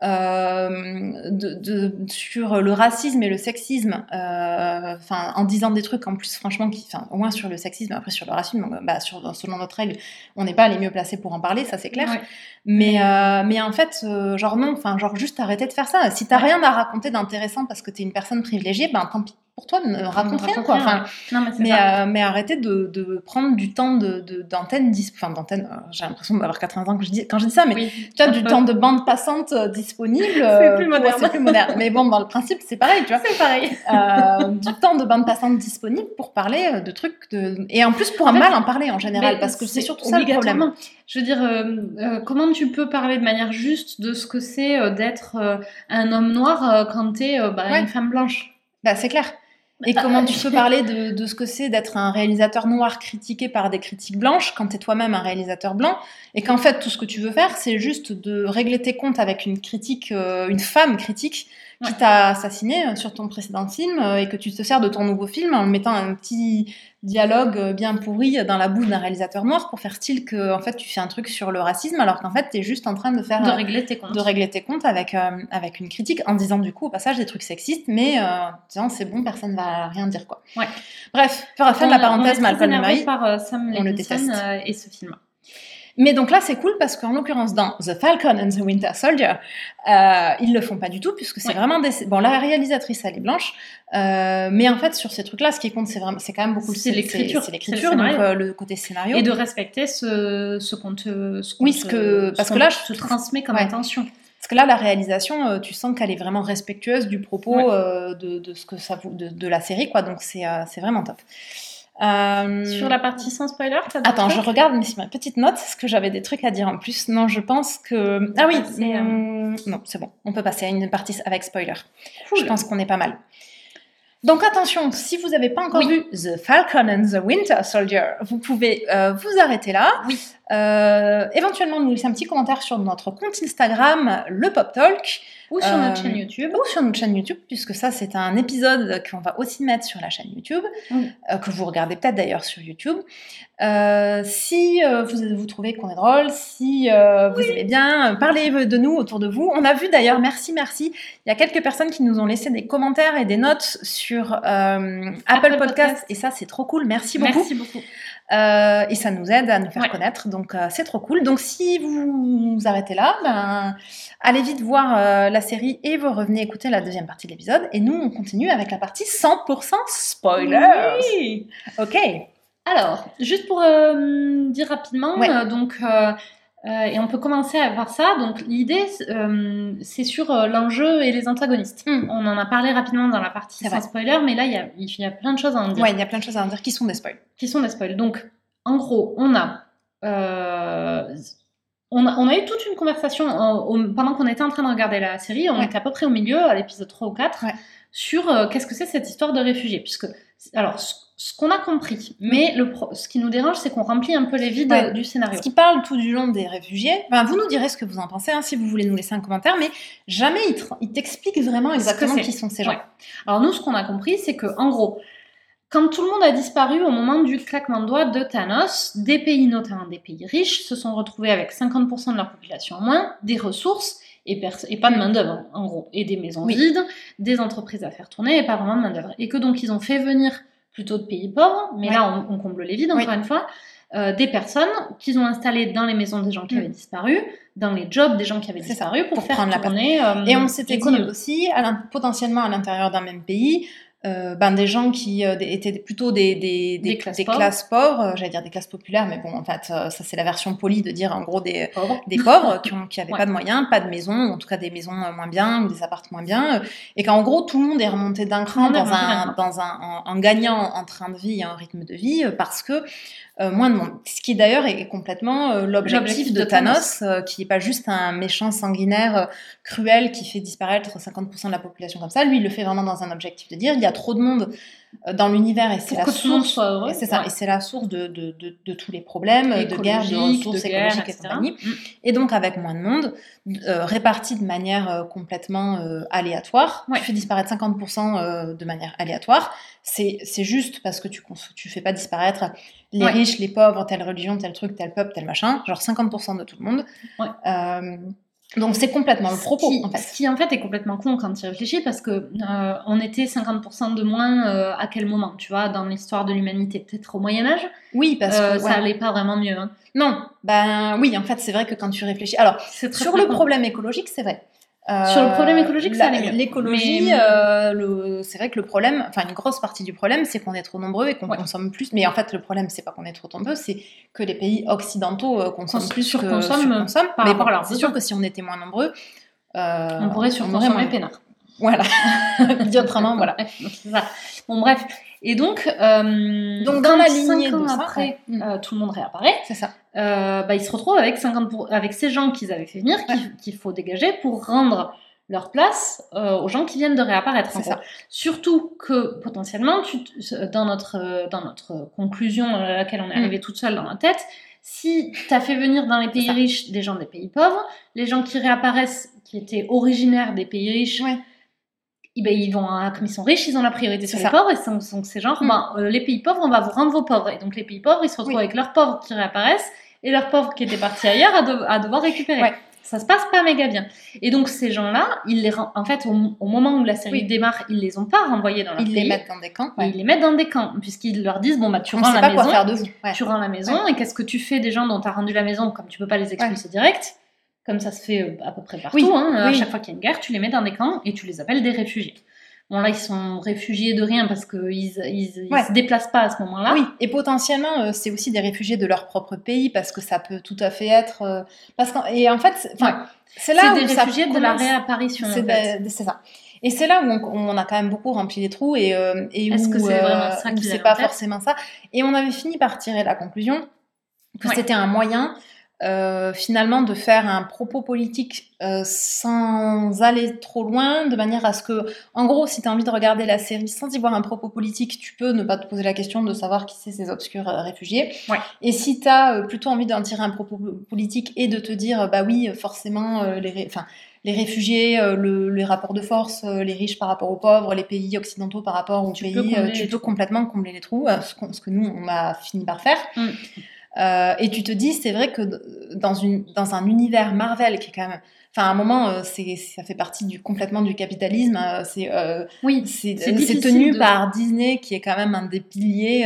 S1: sur le racisme et le sexisme, en disant des trucs en plus franchement au moins sur le sexisme, après sur le racisme, selon notre règle on n'est pas les mieux placés pour en parler, ça c'est clair, mais en fait juste arrêtez de faire ça. Si t'as rien à raconter d'intéressant parce que t'es une personne privilégiée, tant pis. pour toi, ne raconte rien, quoi.
S2: Enfin, non,
S1: mais arrêtez de prendre du temps d'antenne, j'ai l'impression d'avoir 80 ans quand je dis ça, mais tu as du temps de bande passante disponible.
S2: C'est plus moderne.
S1: C'est plus moderne. Mais bon, dans le principe, c'est pareil, tu vois.
S2: C'est pareil.
S1: Du temps de bande passante disponible pour parler de trucs et en plus pour mal en parler en général, parce que c'est surtout ça le problème.
S2: Je veux dire, comment tu peux parler de manière juste de ce que c'est d'être un homme noir quand t'es une femme blanche?
S1: C'est clair. Et comment tu peux parler de ce que c'est d'être un réalisateur noir critiqué par des critiques blanches quand t'es toi-même un réalisateur blanc, et qu'en fait tout ce que tu veux faire c'est juste de régler tes comptes avec une femme critique qui t'a assassiné sur ton précédent film, et que tu te sers de ton nouveau film en mettant un petit dialogue bien pourri dans la bouche d'un réalisateur noir pour faire style que en fait tu fais un truc sur le racisme, alors qu'en fait t'es juste en train de
S2: régler tes comptes
S1: avec une critique, en disant du coup au passage des trucs sexistes, mais en disant c'est bon, personne va rien dire, quoi. Bref, pour la fin de la parenthèse, Malcolm et Marie,
S2: par Sam
S1: on le déteste.
S2: Et ce film.
S1: Mais donc là, c'est cool parce qu'en l'occurrence, dans The Falcon and the Winter Soldier, ils le font pas du tout, puisque c'est vraiment Bon, la réalisatrice, elle est blanche, mais en fait, sur ces trucs-là, ce qui compte, c'est quand même beaucoup
S2: l'écriture.
S1: C'est l'écriture, donc le côté scénario.
S2: Et de respecter ce qu'on te...
S1: parce que là,
S2: je te transmets comme intention.
S1: Parce que là, la réalisation, tu sens qu'elle est vraiment respectueuse du propos de ce que de la série, quoi. Donc c'est vraiment top.
S2: Sur la partie sans spoiler,
S1: attends, je regarde mais sur ma petite note, est-ce que j'avais des trucs à dire en plus? Non, je pense que... non, c'est bon, on peut passer à une partie avec spoiler. Cool. Je pense qu'on est pas mal. Donc attention, si vous n'avez pas encore vu The Falcon and the Winter Soldier, vous pouvez vous arrêter là. Éventuellement nous laisser un petit commentaire sur notre compte Instagram, le Pop Talk.
S2: Ou sur notre chaîne YouTube.
S1: Ou sur notre chaîne YouTube, puisque ça, c'est un épisode qu'on va aussi mettre sur la chaîne YouTube, que vous regardez peut-être d'ailleurs sur YouTube. Si vous trouvez qu'on est drôle, si vous aimez bien, parlez de nous autour de vous. On a vu d'ailleurs, merci, il y a quelques personnes qui nous ont laissé des commentaires et des notes sur Apple Podcast, et ça, c'est trop cool. Merci beaucoup.
S2: Merci beaucoup.
S1: Et ça nous aide à nous faire connaître, donc c'est trop cool. Donc si vous arrêtez là, allez vite voir la série et vous revenez écouter la deuxième partie de l'épisode, et nous on continue avec la partie 100% spoilers.
S2: Oui.
S1: Ok.
S2: Alors, juste pour dire rapidement, et on peut commencer à voir ça. Donc l'idée, c'est sur l'enjeu et les antagonistes. On en a parlé rapidement dans la partie sans spoiler, mais là il y a plein de choses à en dire.
S1: Ouais, il y a plein de choses à en dire qui sont des spoils.
S2: Donc en gros, on a eu toute une conversation pendant qu'on était en train de regarder la série. On était à peu près au milieu, à l'épisode 3 ou 4, sur qu'est-ce que c'est cette histoire de réfugiés. Puisque, alors, ce qu'on a compris, mais ce qui nous dérange, c'est qu'on remplit un peu les vides du scénario.
S1: Ce qui parle tout du long des réfugiés, vous nous direz ce que vous en pensez, si vous voulez nous laisser un commentaire, mais jamais il t'explique vraiment exactement qui sont ces gens.
S2: Alors nous, ce qu'on a compris, c'est que, en gros, quand tout le monde a disparu au moment du claquement de doigts de Thanos, des pays, notamment des pays riches, se sont retrouvés avec 50% de leur population en moins, des ressources, et pas de main-d'œuvre, en gros, et des maisons vides, des entreprises à faire tourner, et pas vraiment de main-d'œuvre. Et que donc, ils ont fait venir plutôt de pays pauvres, mais là, on comble les vides, encore une fois, des personnes qu'ils ont installées dans les maisons des gens qui avaient disparu, dans les jobs des gens qui avaient disparu, pour faire tourner
S1: et on s'était dit aussi, potentiellement à l'intérieur d'un même pays, des gens qui étaient plutôt des classes pauvres, j'allais dire des classes populaires, mais bon, en fait, ça c'est la version polie de dire en gros des pauvres qui n'avaient pas de moyens, pas de maison, en tout cas des maisons moins bien ou des appartements moins bien, et qu'en gros tout le monde est remonté d'un cran en gagnant en train de vie et en rythme de vie, parce que moins de monde. Ce qui d'ailleurs est complètement l'objectif de Thanos, qui n'est pas juste un méchant sanguinaire cruel qui fait disparaître 50% de la population comme ça. Lui, il le fait vraiment dans un objectif de dire il y a trop de monde dans l'univers et c'est la source. C'est ça, et c'est la source de tous les problèmes, de guerre, de ressources écologiques et compagnie. Et donc avec moins de monde, réparti de manière complètement aléatoire, tu fais disparaître 50% de manière aléatoire. C'est juste parce que tu fais pas disparaître les riches, les pauvres, telle religion, tel truc, tel peuple, tel machin, genre 50% de tout le monde. Donc c'est complètement le propos, en fait.
S2: Ce qui en fait est complètement con quand tu y réfléchis, parce que on était 50% de moins à quel moment, tu vois, dans l'histoire de l'humanité, peut-être au Moyen-Âge.
S1: Oui, parce que
S2: ça allait pas vraiment mieux. Hein.
S1: Non, oui, en fait c'est vrai que quand tu réfléchis... Alors, sur le problème écologique, c'est vrai.
S2: Sur le problème écologique, ça allait mieux.
S1: L'écologie, c'est vrai que le problème, enfin une grosse partie du problème, c'est qu'on est trop nombreux et qu'on consomme plus. Mais en fait, le problème, c'est pas qu'on est trop nombreux, c'est que les pays occidentaux consomment plus, surconsomment. Mais bon, c'est sûr que si on était moins nombreux,
S2: on pourrait surconsommer peinard.
S1: Voilà. Dit autrement, voilà.
S2: C'est ça. Bon, bref. Et donc
S1: dans la lignée
S2: 5 ans
S1: de ça,
S2: après, tout le monde réapparaît.
S1: C'est ça.
S2: Ils se retrouvent avec avec ces gens qu'ils avaient fait venir, qu'il faut dégager pour rendre leur place aux gens qui viennent de réapparaître. C'est ça. Surtout que potentiellement, dans notre conclusion à laquelle on est arrivé toute seule dans la tête, si tu as fait venir dans les pays riches des gens des pays pauvres, les gens qui réapparaissent, qui étaient originaires des pays riches, ils vont, comme ils sont riches, ils ont la priorité sur les pauvres, et donc c'est genre, les pays pauvres, on va vous rendre vos pauvres. Et donc les pays pauvres, ils se retrouvent avec leurs pauvres qui réapparaissent, et leurs pauvres qui étaient partis ailleurs à devoir récupérer. Ouais. Ça se passe pas méga bien. Et donc ces gens-là, en fait, au moment où la série démarre, ils les ont pas renvoyés dans leur pays.
S1: Ils les mettent dans des camps.
S2: Ils les mettent dans des camps, puisqu'ils leur disent, tu rends la maison, tu rends la maison, et qu'est-ce que tu fais des gens dont tu as rendu la maison, comme tu peux pas les expulser direct, comme ça se fait à peu près partout, à chaque fois qu'il y a une guerre, tu les mets dans des camps et tu les appelles des réfugiés. Bon, là, ils sont réfugiés de rien parce qu'ils se déplacent pas à ce moment-là.
S1: Oui, et potentiellement, c'est aussi des réfugiés de leur propre pays parce que ça peut tout à fait être... et en fait, c'est là où
S2: des réfugiés de la réapparition,
S1: c'est ça. Et c'est là où on a quand même beaucoup rempli les trous et
S2: est-ce que c'est vraiment ça
S1: où c'est pas forcément ça. Et on avait fini par tirer la conclusion que c'était un moyen... finalement de faire un propos politique sans aller trop loin, de manière à ce que, en gros, si tu as envie de regarder la série sans y voir un propos politique, tu peux ne pas te poser la question de savoir qui c'est ces obscurs réfugiés. Et si tu as plutôt envie d'en tirer un propos politique et de te dire, bah oui, forcément, les réfugiés, les rapports de force, les riches par rapport aux pauvres, les pays occidentaux par rapport aux pays, tu peux complètement combler les trous, ce que nous, on a fini par faire. Et tu te dis, c'est vrai que dans un univers Marvel qui est quand même... Enfin, à un moment, ça fait partie complètement du capitalisme. C'est tenu par Disney, qui est quand même un des piliers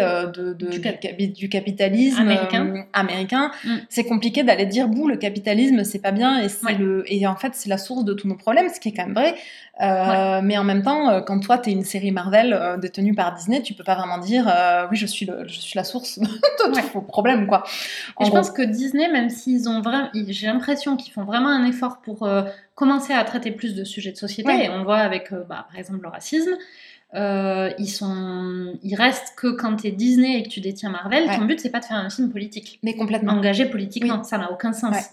S1: du capitalisme américain. C'est compliqué d'aller dire, le capitalisme, c'est pas bien, et en fait, c'est la source de tous nos problèmes, ce qui est quand même vrai. Mais en même temps, quand toi, t'es une série Marvel détenue par Disney, tu peux pas vraiment dire, oui, je suis la source de tous vos problèmes, quoi.
S2: Et je pense que Disney, même s'ils ont vraiment... J'ai l'impression qu'ils font vraiment un effort pour commencer à traiter plus de sujets de société, et on le voit avec, par exemple, le racisme. Ils restent que quand t'es Disney et que tu détiens Marvel, ton but, c'est pas de faire un film politique.
S1: Mais complètement.
S2: Engagé politiquement, ça n'a aucun sens.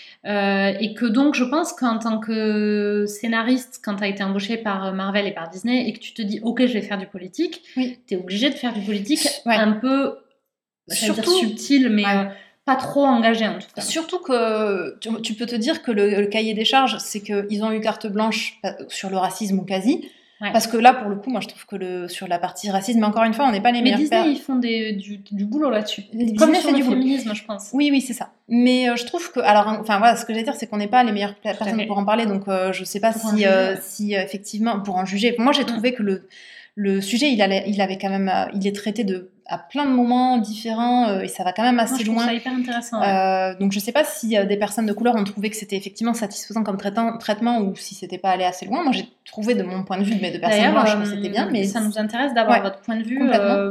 S2: Et que donc, je pense qu'en tant que scénariste, quand t'as été embauché par Marvel et par Disney, et que tu te dis, ok, je vais faire du politique, t'es obligé de faire du politique un peu... surtout subtil, mais pas trop engagé en tout cas.
S1: Surtout que tu peux te dire que le cahier des charges, c'est qu'ils ont eu carte blanche sur le racisme ou quasi. Parce que là, pour le coup, moi je trouve que sur la partie racisme, mais encore une fois, on n'est pas les meilleurs.
S2: Mais Disney, ils font du boulot là-dessus. Comme sur le féminisme, je pense.
S1: Oui, c'est ça. Mais je trouve que, ce que je vais dire, c'est qu'on n'est pas les meilleures personnes pour en parler, donc je sais pas si effectivement, pour en juger. Moi, j'ai trouvé que le sujet, il avait quand même, il est traité à plein de moments différents, et ça va quand même assez loin.
S2: Je trouve ça hyper intéressant.
S1: Donc je sais pas si des personnes de couleur ont trouvé que c'était effectivement satisfaisant comme traitement ou si c'était pas allé assez loin. Moi j'ai trouvé de mon point de vue, mais de personnes blanches, que c'était bien. Mais
S2: ça nous intéresse d'avoir votre point de vue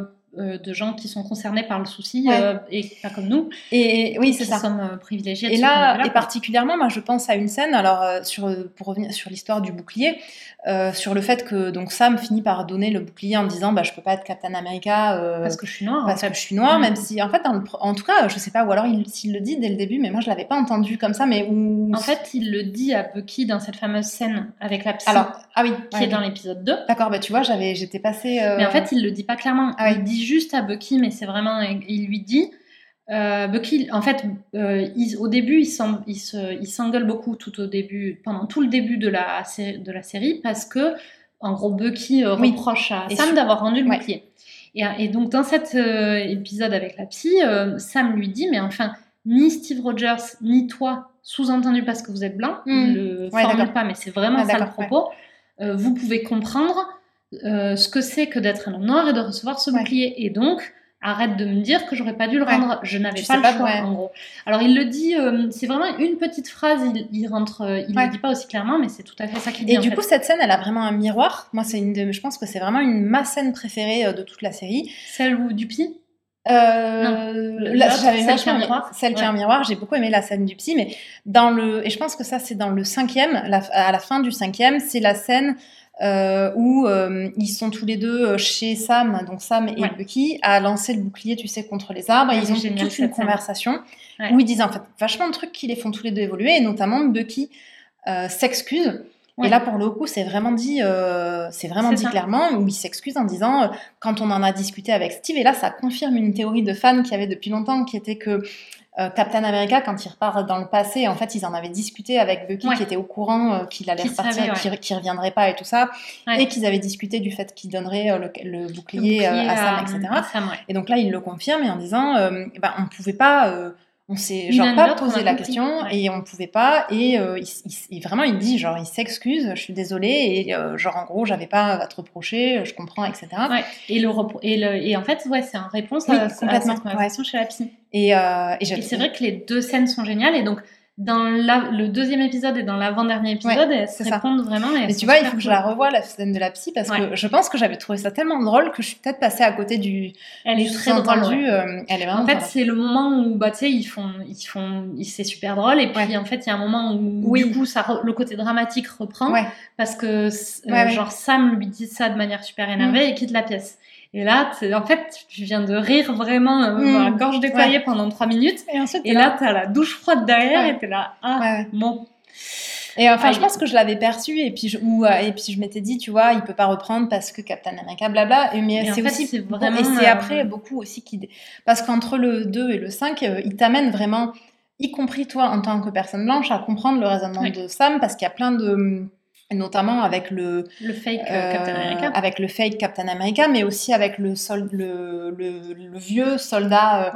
S2: de gens qui sont concernés par le souci et pas comme nous.
S1: Et oui, c'est ça.
S2: Qui sommes privilégiés.
S1: Et là, et particulièrement, moi je pense à une scène. Alors pour revenir sur l'histoire du bouclier. Sur le fait que donc Sam finit par donner le bouclier en disant je peux pas être Captain America
S2: parce que je suis noire,
S1: que je suis noire, même si en fait en tout cas je sais pas, ou alors s'il le dit dès le début, mais moi je l'avais pas entendu comme ça, mais
S2: en fait il le dit à Bucky dans cette fameuse scène avec la psy, qui est dans l'épisode 2.
S1: D'accord, tu vois, j'étais passée
S2: mais en fait il le dit pas clairement, il dit juste à Bucky, mais c'est vraiment, il lui dit Bucky, en fait, au début, il s'engueule beaucoup pendant tout le début de la série, parce que, en gros, Bucky reproche à Sam d'avoir rendu le bouclier. Et donc, dans cet épisode avec la psy, Sam lui dit, mais enfin, ni Steve Rogers, ni toi, sous-entendu parce que vous êtes blanc, le formule pas, mais c'est vraiment ça le propos, vous pouvez comprendre ce que c'est que d'être un homme noir et de recevoir ce bouclier. Et donc, arrête de me dire que j'aurais pas dû le rendre. Je n'avais pas le choix, en gros. Alors, il le dit, c'est vraiment une petite phrase, il le dit pas aussi clairement, mais c'est tout à fait ça qu'il dit.
S1: Et du coup, cette scène, elle a vraiment un miroir. Moi, je pense que c'est vraiment ma scène préférée de toute la série.
S2: Celle où du psy
S1: celle qui a un miroir. Celle qui a un miroir, j'ai beaucoup aimé la scène du psy, mais et je pense que ça, c'est dans le 5e, à la fin du 5e, c'est la scène où ils sont tous les deux chez Sam, donc Sam et Bucky, à lancer le bouclier, tu sais, contre les arbres, et ils ont toute une conversation où ils disent en fait vachement de trucs qui les font tous les deux évoluer, et notamment Bucky s'excuse. Et là, pour le coup, c'est vraiment dit clairement, où il s'excuse en disant, quand on en a discuté avec Steve, et là, ça confirme une théorie de fan qu'il y avait depuis longtemps, qui était que Captain America, quand il repart dans le passé, en fait, ils en avaient discuté avec Bucky, qui était au courant qu'il allait repartir, qu'il reviendrait pas et tout ça, et qu'ils avaient discuté du fait qu'il donnerait le bouclier à Sam, etc. Et donc là, il le confirme, et en disant, on pouvait pas... on s'est pas posé la question et on pouvait pas, et vraiment il dit il s'excuse, je suis désolée, et en gros j'avais pas à te reprocher, je comprends, etc.
S2: Et en fait c'est en réponse à cette conversation chez la psy, et c'est vrai que les deux scènes sont géniales, et donc dans le deuxième épisode et dans l'avant-dernier épisode, elles se répondent vraiment.
S1: Mais tu vois, il faut que je la revoie, la scène de la psy, parce que je pense que j'avais trouvé ça tellement drôle que je suis peut-être passée à côté du.
S2: Elle est très drôle.
S1: Elle est vraiment.
S2: En fait, c'est le moment où tu sais, c'est super drôle, et puis en fait, il y a un moment où du coup, le côté dramatique reprend, parce que Sam lui dit ça de manière super énervée et quitte la pièce. Et là, en fait, tu viens de rire vraiment la gorge déployée pendant 3 minutes. Et là, t'as la douche froide derrière et t'es là, bon.
S1: Et enfin, je pense que je l'avais perçu, et puis je m'étais dit, tu vois, il peut pas reprendre parce que Captain America, blabla. Mais c'est aussi
S2: c'est vraiment.
S1: Et c'est après beaucoup aussi parce qu'entre le 2 et le 5, il t'amène vraiment, y compris toi en tant que personne blanche, à comprendre le raisonnement de Sam, parce qu'il y a plein de. Notamment avec le
S2: fake Captain America.
S1: Avec le fake Captain America, mais aussi avec le vieux soldat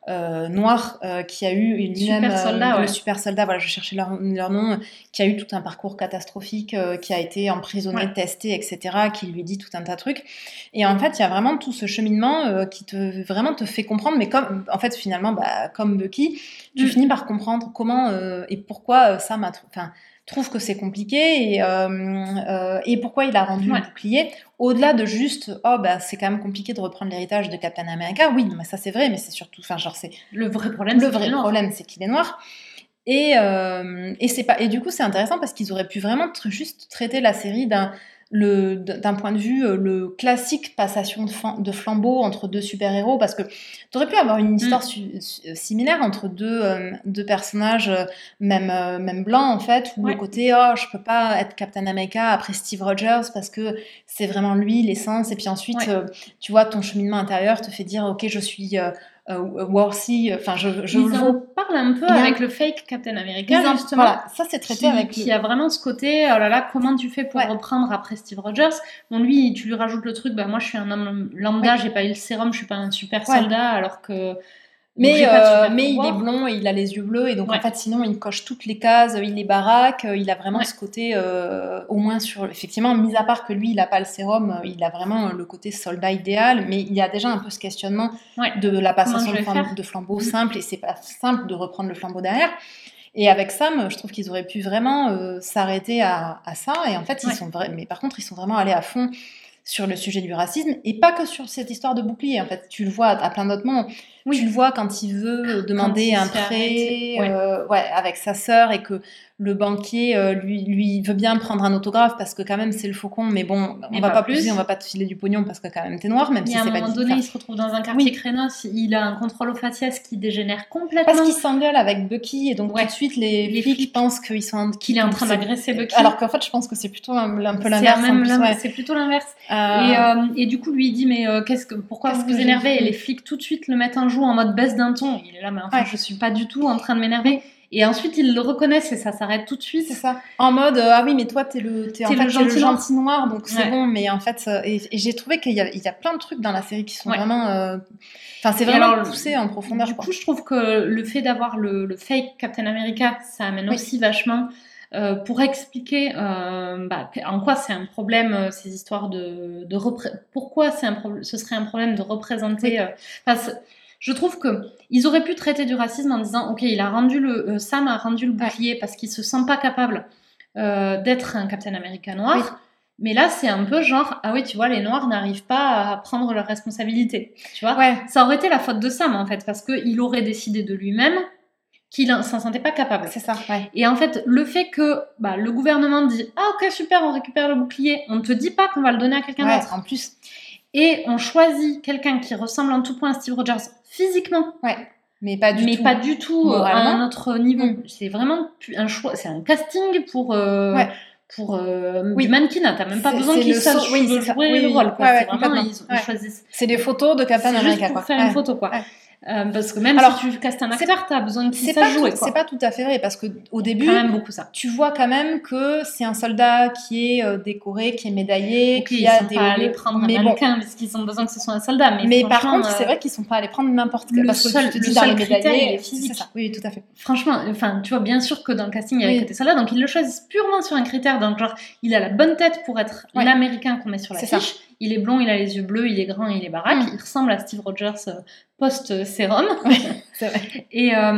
S1: noir qui a eu lui-même le super soldat, voilà, je cherchais leur nom, qui a eu tout un parcours catastrophique, qui a été emprisonné, testé, etc., qui lui dit tout un tas de trucs. Et en fait, il y a vraiment tout ce cheminement qui te fait comprendre, mais comme en fait finalement, comme Bucky, tu finis par comprendre comment et pourquoi ça m'a trouve que c'est compliqué, et pourquoi il a rendu le bouclier, au-delà de juste c'est quand même compliqué de reprendre l'héritage de Captain America. Oui, mais ça c'est vrai, mais c'est surtout c'est
S2: le vrai problème,
S1: c'est qu'il est noir. Et c'est pas, et du coup c'est intéressant parce qu'ils auraient pu vraiment juste traiter la série d'un point de vue le classique passation de flambeau entre deux super-héros, parce que tu aurais pu avoir une histoire similaire entre deux personnages même blancs en fait, où le côté je peux pas être Captain America après Steve Rogers parce que c'est vraiment lui l'essence, et puis ensuite tu vois, ton cheminement intérieur te fait dire ok, je suis worthy, enfin
S2: ils en parlent un peu avec le fake Captain America, justement.
S1: Voilà, ça c'est traité
S2: qui a vraiment ce côté, oh là là, comment tu fais pour reprendre après Steve Rogers. Bon, lui, tu lui rajoutes le truc, moi je suis un homme lambda, j'ai pas eu le sérum, je suis pas un super soldat, alors que...
S1: Mais il est blond et il a les yeux bleus, et donc en fait sinon il coche toutes les cases, il est baraque, il a vraiment ce côté au moins effectivement, mis à part que lui il a pas le sérum, il a vraiment le côté soldat idéal, mais il y a déjà un peu ce questionnement de la passation de flambeau simple, et c'est pas simple de reprendre le flambeau derrière. Et avec Sam, je trouve qu'ils auraient pu vraiment s'arrêter à ça, et en fait mais par contre ils sont vraiment allés à fond sur le sujet du racisme, et pas que sur cette histoire de bouclier. En fait, tu le vois à plein d'autres moments. Tu le vois quand il veut demander un prêt avec sa sœur, et que le banquier lui veut bien prendre un autographe parce que quand même c'est le Faucon, mais bon, on va pas pousser, on va pas te filer du pognon parce que quand même t'es noir, même si c'est pas dit.
S2: À un moment donné, il se retrouve dans un quartier crénos, il a un contrôle au faciès qui dégénère complètement.
S1: Parce qu'il s'engueule avec Bucky, et donc tout de suite les flics pensent qu'il est
S2: en train d'agresser Bucky.
S1: Alors qu'en fait, je pense que c'est plutôt un peu l'inverse.
S2: C'est plutôt l'inverse. Et du coup, lui il dit mais pourquoi vous vous énervez, et les flics tout de suite le mettent en joue en mode baisse d'un ton. Il est là, mais enfin je suis pas du tout en train de m'énerver. Et ensuite, ils le reconnaissent et ça s'arrête tout de suite.
S1: C'est ça. En mode, oui, mais toi, t'es le gentil noir, donc c'est bon. Mais en fait, et j'ai trouvé qu'il y a plein de trucs dans la série qui sont vraiment... Enfin, c'est vraiment poussé en profondeur.
S2: Du coup, je trouve que le fait d'avoir le fake Captain America, ça amène aussi vachement pour expliquer en quoi c'est un problème, ces histoires pourquoi ce serait un problème de représenter. Je trouve que ils auraient pu traiter du racisme en disant ok, Sam a rendu le bouclier parce qu'il se sent pas capable d'être un Captain America noir. Oui. Mais là, c'est un peu genre, ah oui, tu vois, les Noirs n'arrivent pas à prendre leurs responsabilités. Tu vois, ça aurait été la faute de Sam, en fait, parce qu'il aurait décidé de lui-même qu'il s'en sentait pas capable.
S1: C'est ça, ouais.
S2: Et en fait, le fait que le gouvernement dit « Ah, ok, super, on récupère le bouclier », on ne te dit pas qu'on va le donner à quelqu'un d'autre.
S1: En plus.
S2: Et on choisit quelqu'un qui ressemble en tout point à Steve Rogers physiquement.
S1: Ouais. Mais pas du tout
S2: à un autre niveau. C'est vraiment un choix, c'est un casting pour du mannequin, t'as même pas besoin qu'ils sachent jouer le rôle, quoi. C'est vraiment, ils choisissent.
S1: C'est des photos de Captain America,
S2: pour faire une photo, quoi. Parce que même si tu castes un acteur, t'as besoin qu'il sache jouer, quoi.
S1: C'est pas tout à fait vrai, parce que au début,
S2: quand même beaucoup ça.
S1: Tu vois quand même que c'est un soldat qui est décoré, qui est médaillé,
S2: qui a des... Ils sont pas allés prendre un mannequin parce qu'ils ont besoin que ce soit un soldat.
S1: Mais par contre, c'est vrai qu'ils sont pas allés prendre n'importe quel. Parce que tu te dis dans les médaillés,
S2: il est physique.
S1: C'est ça. Oui, tout à fait.
S2: Franchement, tu vois, bien sûr que dans le casting, il y avait que des soldats, donc ils le choisissent purement sur un critère. Donc genre, il a la bonne tête pour être l'Américain qu'on met sur la fiche. Il est blond, il a les yeux bleus, il est grand, il est baraque. Il ressemble à Steve Rogers post-sérum.
S1: C'est vrai.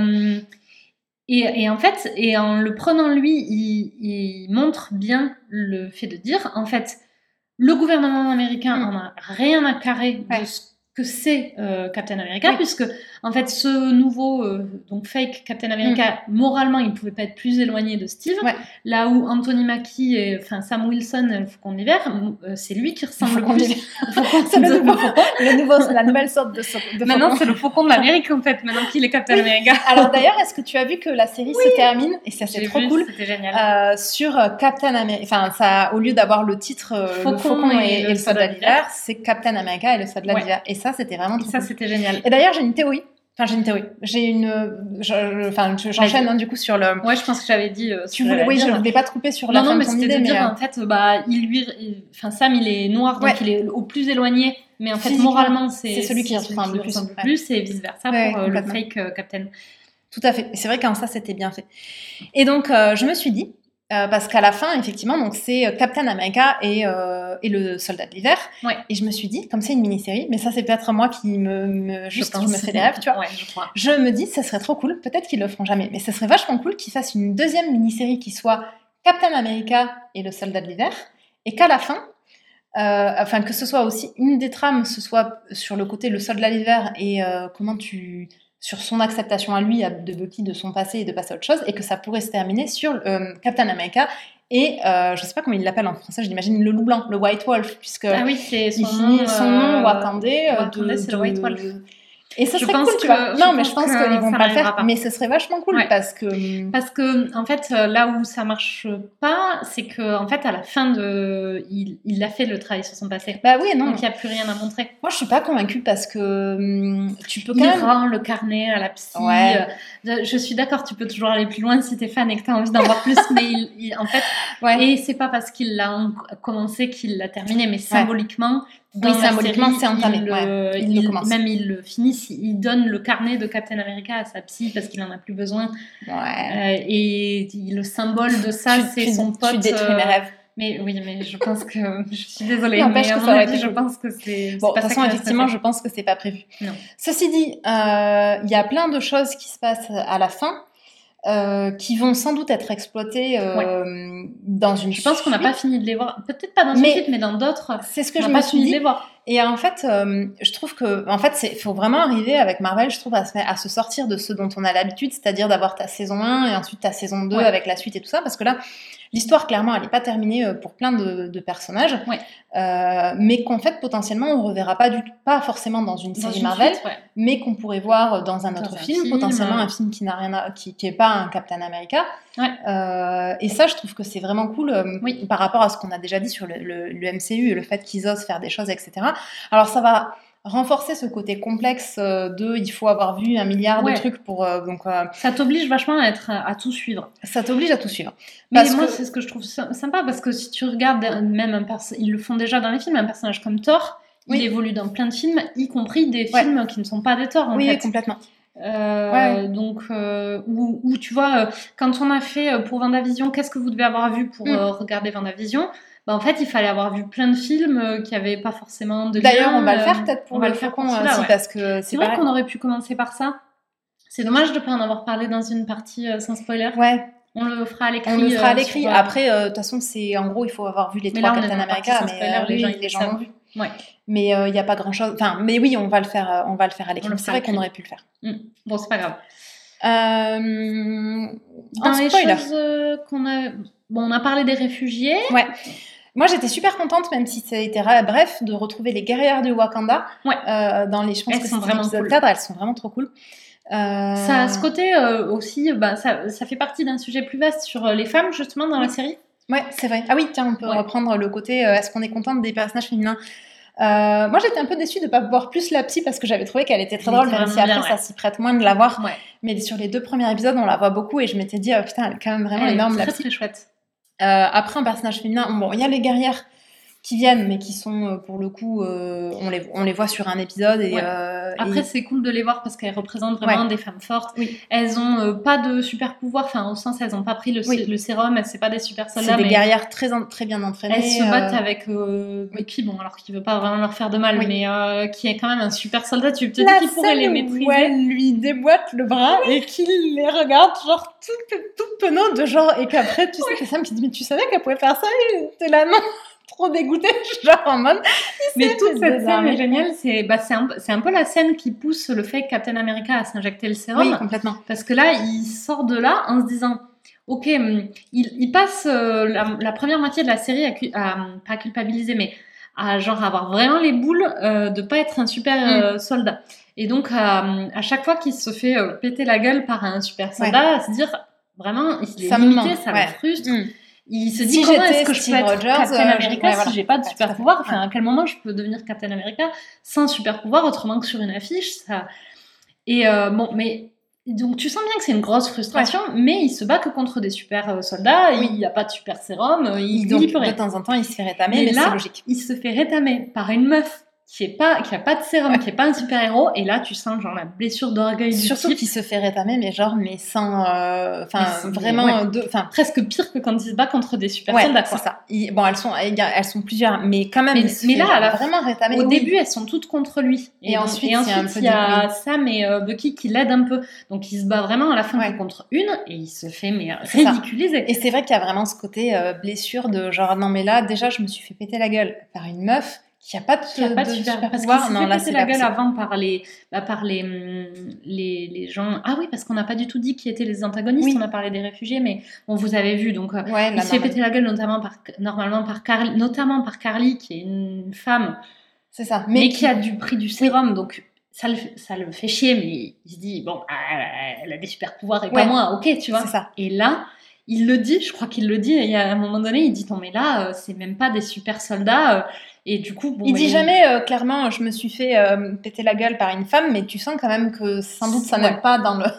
S2: Et en fait, en le prenant lui, il montre bien le fait de dire, en fait, le gouvernement américain en a rien à carrer de ce que c'est Captain America, puisque en fait ce nouveau donc fake Captain America, moralement il pouvait pas être plus éloigné de Steve, là où Anthony Mackie et Sam Wilson, le Faucon d'hiver, c'est lui qui ressemble le plus.
S1: C'est la nouvelle sorte de faucon.
S2: Maintenant c'est le Faucon de l'Amérique en fait, maintenant qu'il est Captain America.
S1: Alors d'ailleurs, est-ce que tu as vu que la série se termine, et ça c'est trop cool,
S2: c'était génial,
S1: sur Captain America, enfin ça, au lieu d'avoir le titre le Faucon et le soldat d'hiver, c'est Captain America et le soldat d'hiver, et ça c'était vraiment trop cool.
S2: C'était génial.
S1: Et d'ailleurs j'ai une théorie. J'enchaîne du coup sur le.
S2: Ouais, je pense que j'avais dit.
S1: Je ne vais pas te couper sur la fin de ton idée,
S2: mais en fait, Sam, il est noir, donc il est au plus éloigné, mais en fait, moralement, c'est
S1: celui qui ressemble le
S2: plus, et vice versa pour le fake Captain.
S1: Tout à fait. C'est vrai qu'en ça, c'était bien fait. Et donc, je me suis dit. Parce qu'à la fin, effectivement, donc c'est Captain America et le soldat de l'hiver. Et je me suis dit, comme c'est une mini-série, mais ça c'est peut-être moi qui je me fais des rêves, tu vois. Je me dis, ça serait trop cool. Peut-être qu'ils le feront jamais, mais ça serait vachement cool qu'ils fassent une deuxième mini-série qui soit Captain America et le soldat de l'hiver, et qu'à la fin, que ce soit aussi une des trames, ce soit sur le côté le soldat de l'hiver et sur son acceptation à lui, de Bucky, de son passé et de passer à autre chose, et que ça pourrait se terminer sur Captain America et je sais pas comment il l'appelle en français, je l'imagine le loup blanc, le White Wolf, puisque
S2: c'est
S1: son nom Wakandais,
S2: c'est le White Wolf.
S1: Et ça serait cool, tu vois. Non, mais je pense qu'ils vont pas le faire. Mais ce serait vachement cool parce
S2: que en fait, là où ça marche pas, c'est que en fait, à la fin il a fait le travail sur son passé.
S1: Bah oui, non.
S2: Donc il y a plus rien à montrer.
S1: Moi, je suis pas convaincue parce que tu peux quand
S2: même. Il rend le carnet à la psy.
S1: Ouais.
S2: Je suis d'accord, tu peux toujours aller plus loin si t'es fan et que t'as envie d'en voir plus, mais en fait, et c'est pas parce qu'il l'a commencé qu'il l'a terminé, mais symboliquement.
S1: Symboliquement, c'est entamé.
S2: Il le finit, il donne le carnet de Captain America à sa psy parce qu'il en a plus besoin. Et le symbole de ça, c'est son pote.
S1: Tu détruis mes rêves.
S2: Mais oui, mais je pense que je suis désolée.
S1: Mais
S2: à mon avis, je pense que c'est.
S1: Bon, de toute façon, effectivement, je pense que c'est pas prévu.
S2: Non.
S1: Ceci dit, il y a plein de choses qui se passent à la fin. Qui vont sans doute être exploitées dans une suite.
S2: Je pense qu'on n'a pas fini de les voir. Peut-être pas dans une suite, mais dans d'autres.
S1: C'est ce que je me suis dit. Et en fait, je trouve que, il faut vraiment arriver avec Marvel, je trouve, à se sortir de ce dont on a l'habitude, c'est-à-dire d'avoir ta saison 1 et ensuite ta saison 2 avec la suite et tout ça, parce que là, l'histoire, clairement, elle n'est pas terminée pour plein de personnages, mais qu'en fait, potentiellement, on ne reverra pas forcément dans une série Marvel, mais qu'on pourrait voir dans un autre film, potentiellement un film qui n'a rien qui est pas un Captain America. Et ça, je trouve que c'est vraiment cool par rapport à ce qu'on a déjà dit sur le MCU et le fait qu'ils osent faire des choses, etc. Alors, ça va renforcer ce côté complexe il faut avoir vu 1 milliard de trucs pour
S2: ça t'oblige vachement à tout suivre.
S1: Ça t'oblige à tout suivre.
S2: Mais moi c'est ce que je trouve sympa parce que si tu regardes même ils le font déjà dans les films, un personnage comme Thor, il évolue dans plein de films, y compris des films qui ne sont pas des Thor en fait.
S1: Oui, complètement.
S2: Donc, ou tu vois, quand on a fait pour Vendavision, qu'est-ce que vous devez avoir vu pour regarder Vendavision? Bah, en fait, il fallait avoir vu plein de films qui n'avaient pas forcément de lien.
S1: D'ailleurs, on va le faire peut-être pour le Faucon aussi, parce que
S2: c'est vrai qu'on aurait pu commencer par ça. C'est dommage de ne pas en avoir parlé dans une partie sans spoiler.
S1: Ouais.
S2: On le fera à l'écrit.
S1: Après, de toute façon, c'est en gros, il faut avoir vu les 3 Captain America, mais les gens l'ont vu.
S2: Ouais.
S1: Mais il n'y a pas grand-chose. Enfin, mais oui, on va le faire à l'écrit. C'est vrai qu'on aurait pu le faire.
S2: Bon, c'est pas grave.
S1: Dans
S2: les choses qu'on a... Bon, on a parlé des réfugiés.
S1: Ouais. Moi, j'étais super contente, même si ça a été bref, de retrouver les guerrières du Wakanda.
S2: Ouais.
S1: Dans les, je pense
S2: elles
S1: que
S2: sont
S1: c'est
S2: vraiment
S1: l'épisode
S2: cool.
S1: 4, elles sont vraiment trop cool.
S2: Ça a ce côté aussi, ça fait partie d'un sujet plus vaste sur les femmes, justement, dans la série.
S1: Ouais, c'est vrai. Ah oui, tiens, on peut reprendre le côté est-ce qu'on est contente des personnages féminins. Moi, j'étais un peu déçue de ne pas voir plus la psy parce que j'avais trouvé qu'elle était très drôle, même si après ça s'y prête moins de la voir.
S2: Ouais.
S1: Mais sur les 2 premiers épisodes, on la voit beaucoup et je m'étais dit, putain, elle est quand même vraiment énorme, la psy.
S2: Très chouette.
S1: Après, un personnage féminin, bon, il y a les guerrières qui viennent, mais qui sont, pour le coup, on les voit sur un épisode. Et,
S2: après, c'est cool de les voir parce qu'elles représentent vraiment des femmes fortes.
S1: Oui.
S2: Elles ont pas de super pouvoir, enfin, au sens, elles n'ont pas pris le sérum, c'est pas des super soldats.
S1: C'est des guerrières très bien entraînées.
S2: Elles se battent avec Bucky, bon, alors qu'il veut pas vraiment leur faire de mal, mais qui est quand même un super soldat. Tu te dis qu'il pourrait les maîtriser.
S1: Où elle lui déboîte le bras et qu'il les regarde, genre, tout penaud, de genre, et qu'après, tu sais que Sam qui dit, mais tu savais qu'elle pouvait faire ça? Et t'es là, non. Trop dégoûtée, genre en mode.
S2: Mais toute cette scène est géniale, c'est un peu la scène qui pousse le fait que Captain America a s'injecter le sérum.
S1: Oui, complètement.
S2: Parce que là, il sort de là en se disant, ok, il passe la première moitié de la série à pas culpabiliser, mais à genre avoir vraiment les boules de pas être un super soldat. Et donc à chaque fois qu'il se fait péter la gueule par un super soldat, à se dire vraiment, il est limité, ça le frustre. Il se dit comment est-ce que je peux être Captain America si j'ai pas de super pouvoir. Enfin, à quel moment je peux devenir Captain America sans super pouvoir autrement que sur une affiche ça... Et bon, mais donc tu sens bien que c'est une grosse frustration, mais il se bat que contre des super soldats. Il n'y a pas de super sérum. Il peut rien.
S1: De temps en temps, il se fait rétamer, mais c'est logique.
S2: Il se fait rétamer par une meuf qui a pas de sérum, qui est pas un super héros, et là tu sens genre la blessure d'orgueil du
S1: surtout
S2: type.
S1: Qui se fait rétamer, mais genre sans vraiment
S2: presque pire que quand il se bat contre des super soldats, quoi.
S1: C'est ça. Bon, elles sont plusieurs, mais quand même
S2: mais là elle a
S1: vraiment rétamé.
S2: Au début elles sont toutes contre lui, et ensuite il y a Sam et Bucky qui l'aident un peu, donc il se bat vraiment à la fin contre une, et il se fait ridiculiser.
S1: Et c'est vrai qu'il y a vraiment ce côté blessure de genre non mais là déjà je me suis fait péter la gueule par une meuf qui n'a pas de super pouvoir.
S2: Non, là, c'est la gueule avant par les gens. Ah oui, parce qu'on n'a pas du tout dit qui étaient les antagonistes. On a parlé des réfugiés, mais bon, vous avez vu. Donc, il se fait péter la gueule notamment par Carly, qui est une femme.
S1: C'est ça.
S2: Mais qui a pris du sérum, donc ça le fait chier, mais il se dit bon, elle a des super pouvoirs et pas moi. Ok, tu vois.
S1: C'est ça.
S2: Et là. Il le dit, je crois qu'il le dit, et à un moment donné, il dit non mais là, c'est même pas des super soldats, et du coup... Bon,
S1: il dit jamais clairement, je me suis fait péter la gueule par une femme, mais tu sens quand même que sans doute ça n'aide pas dans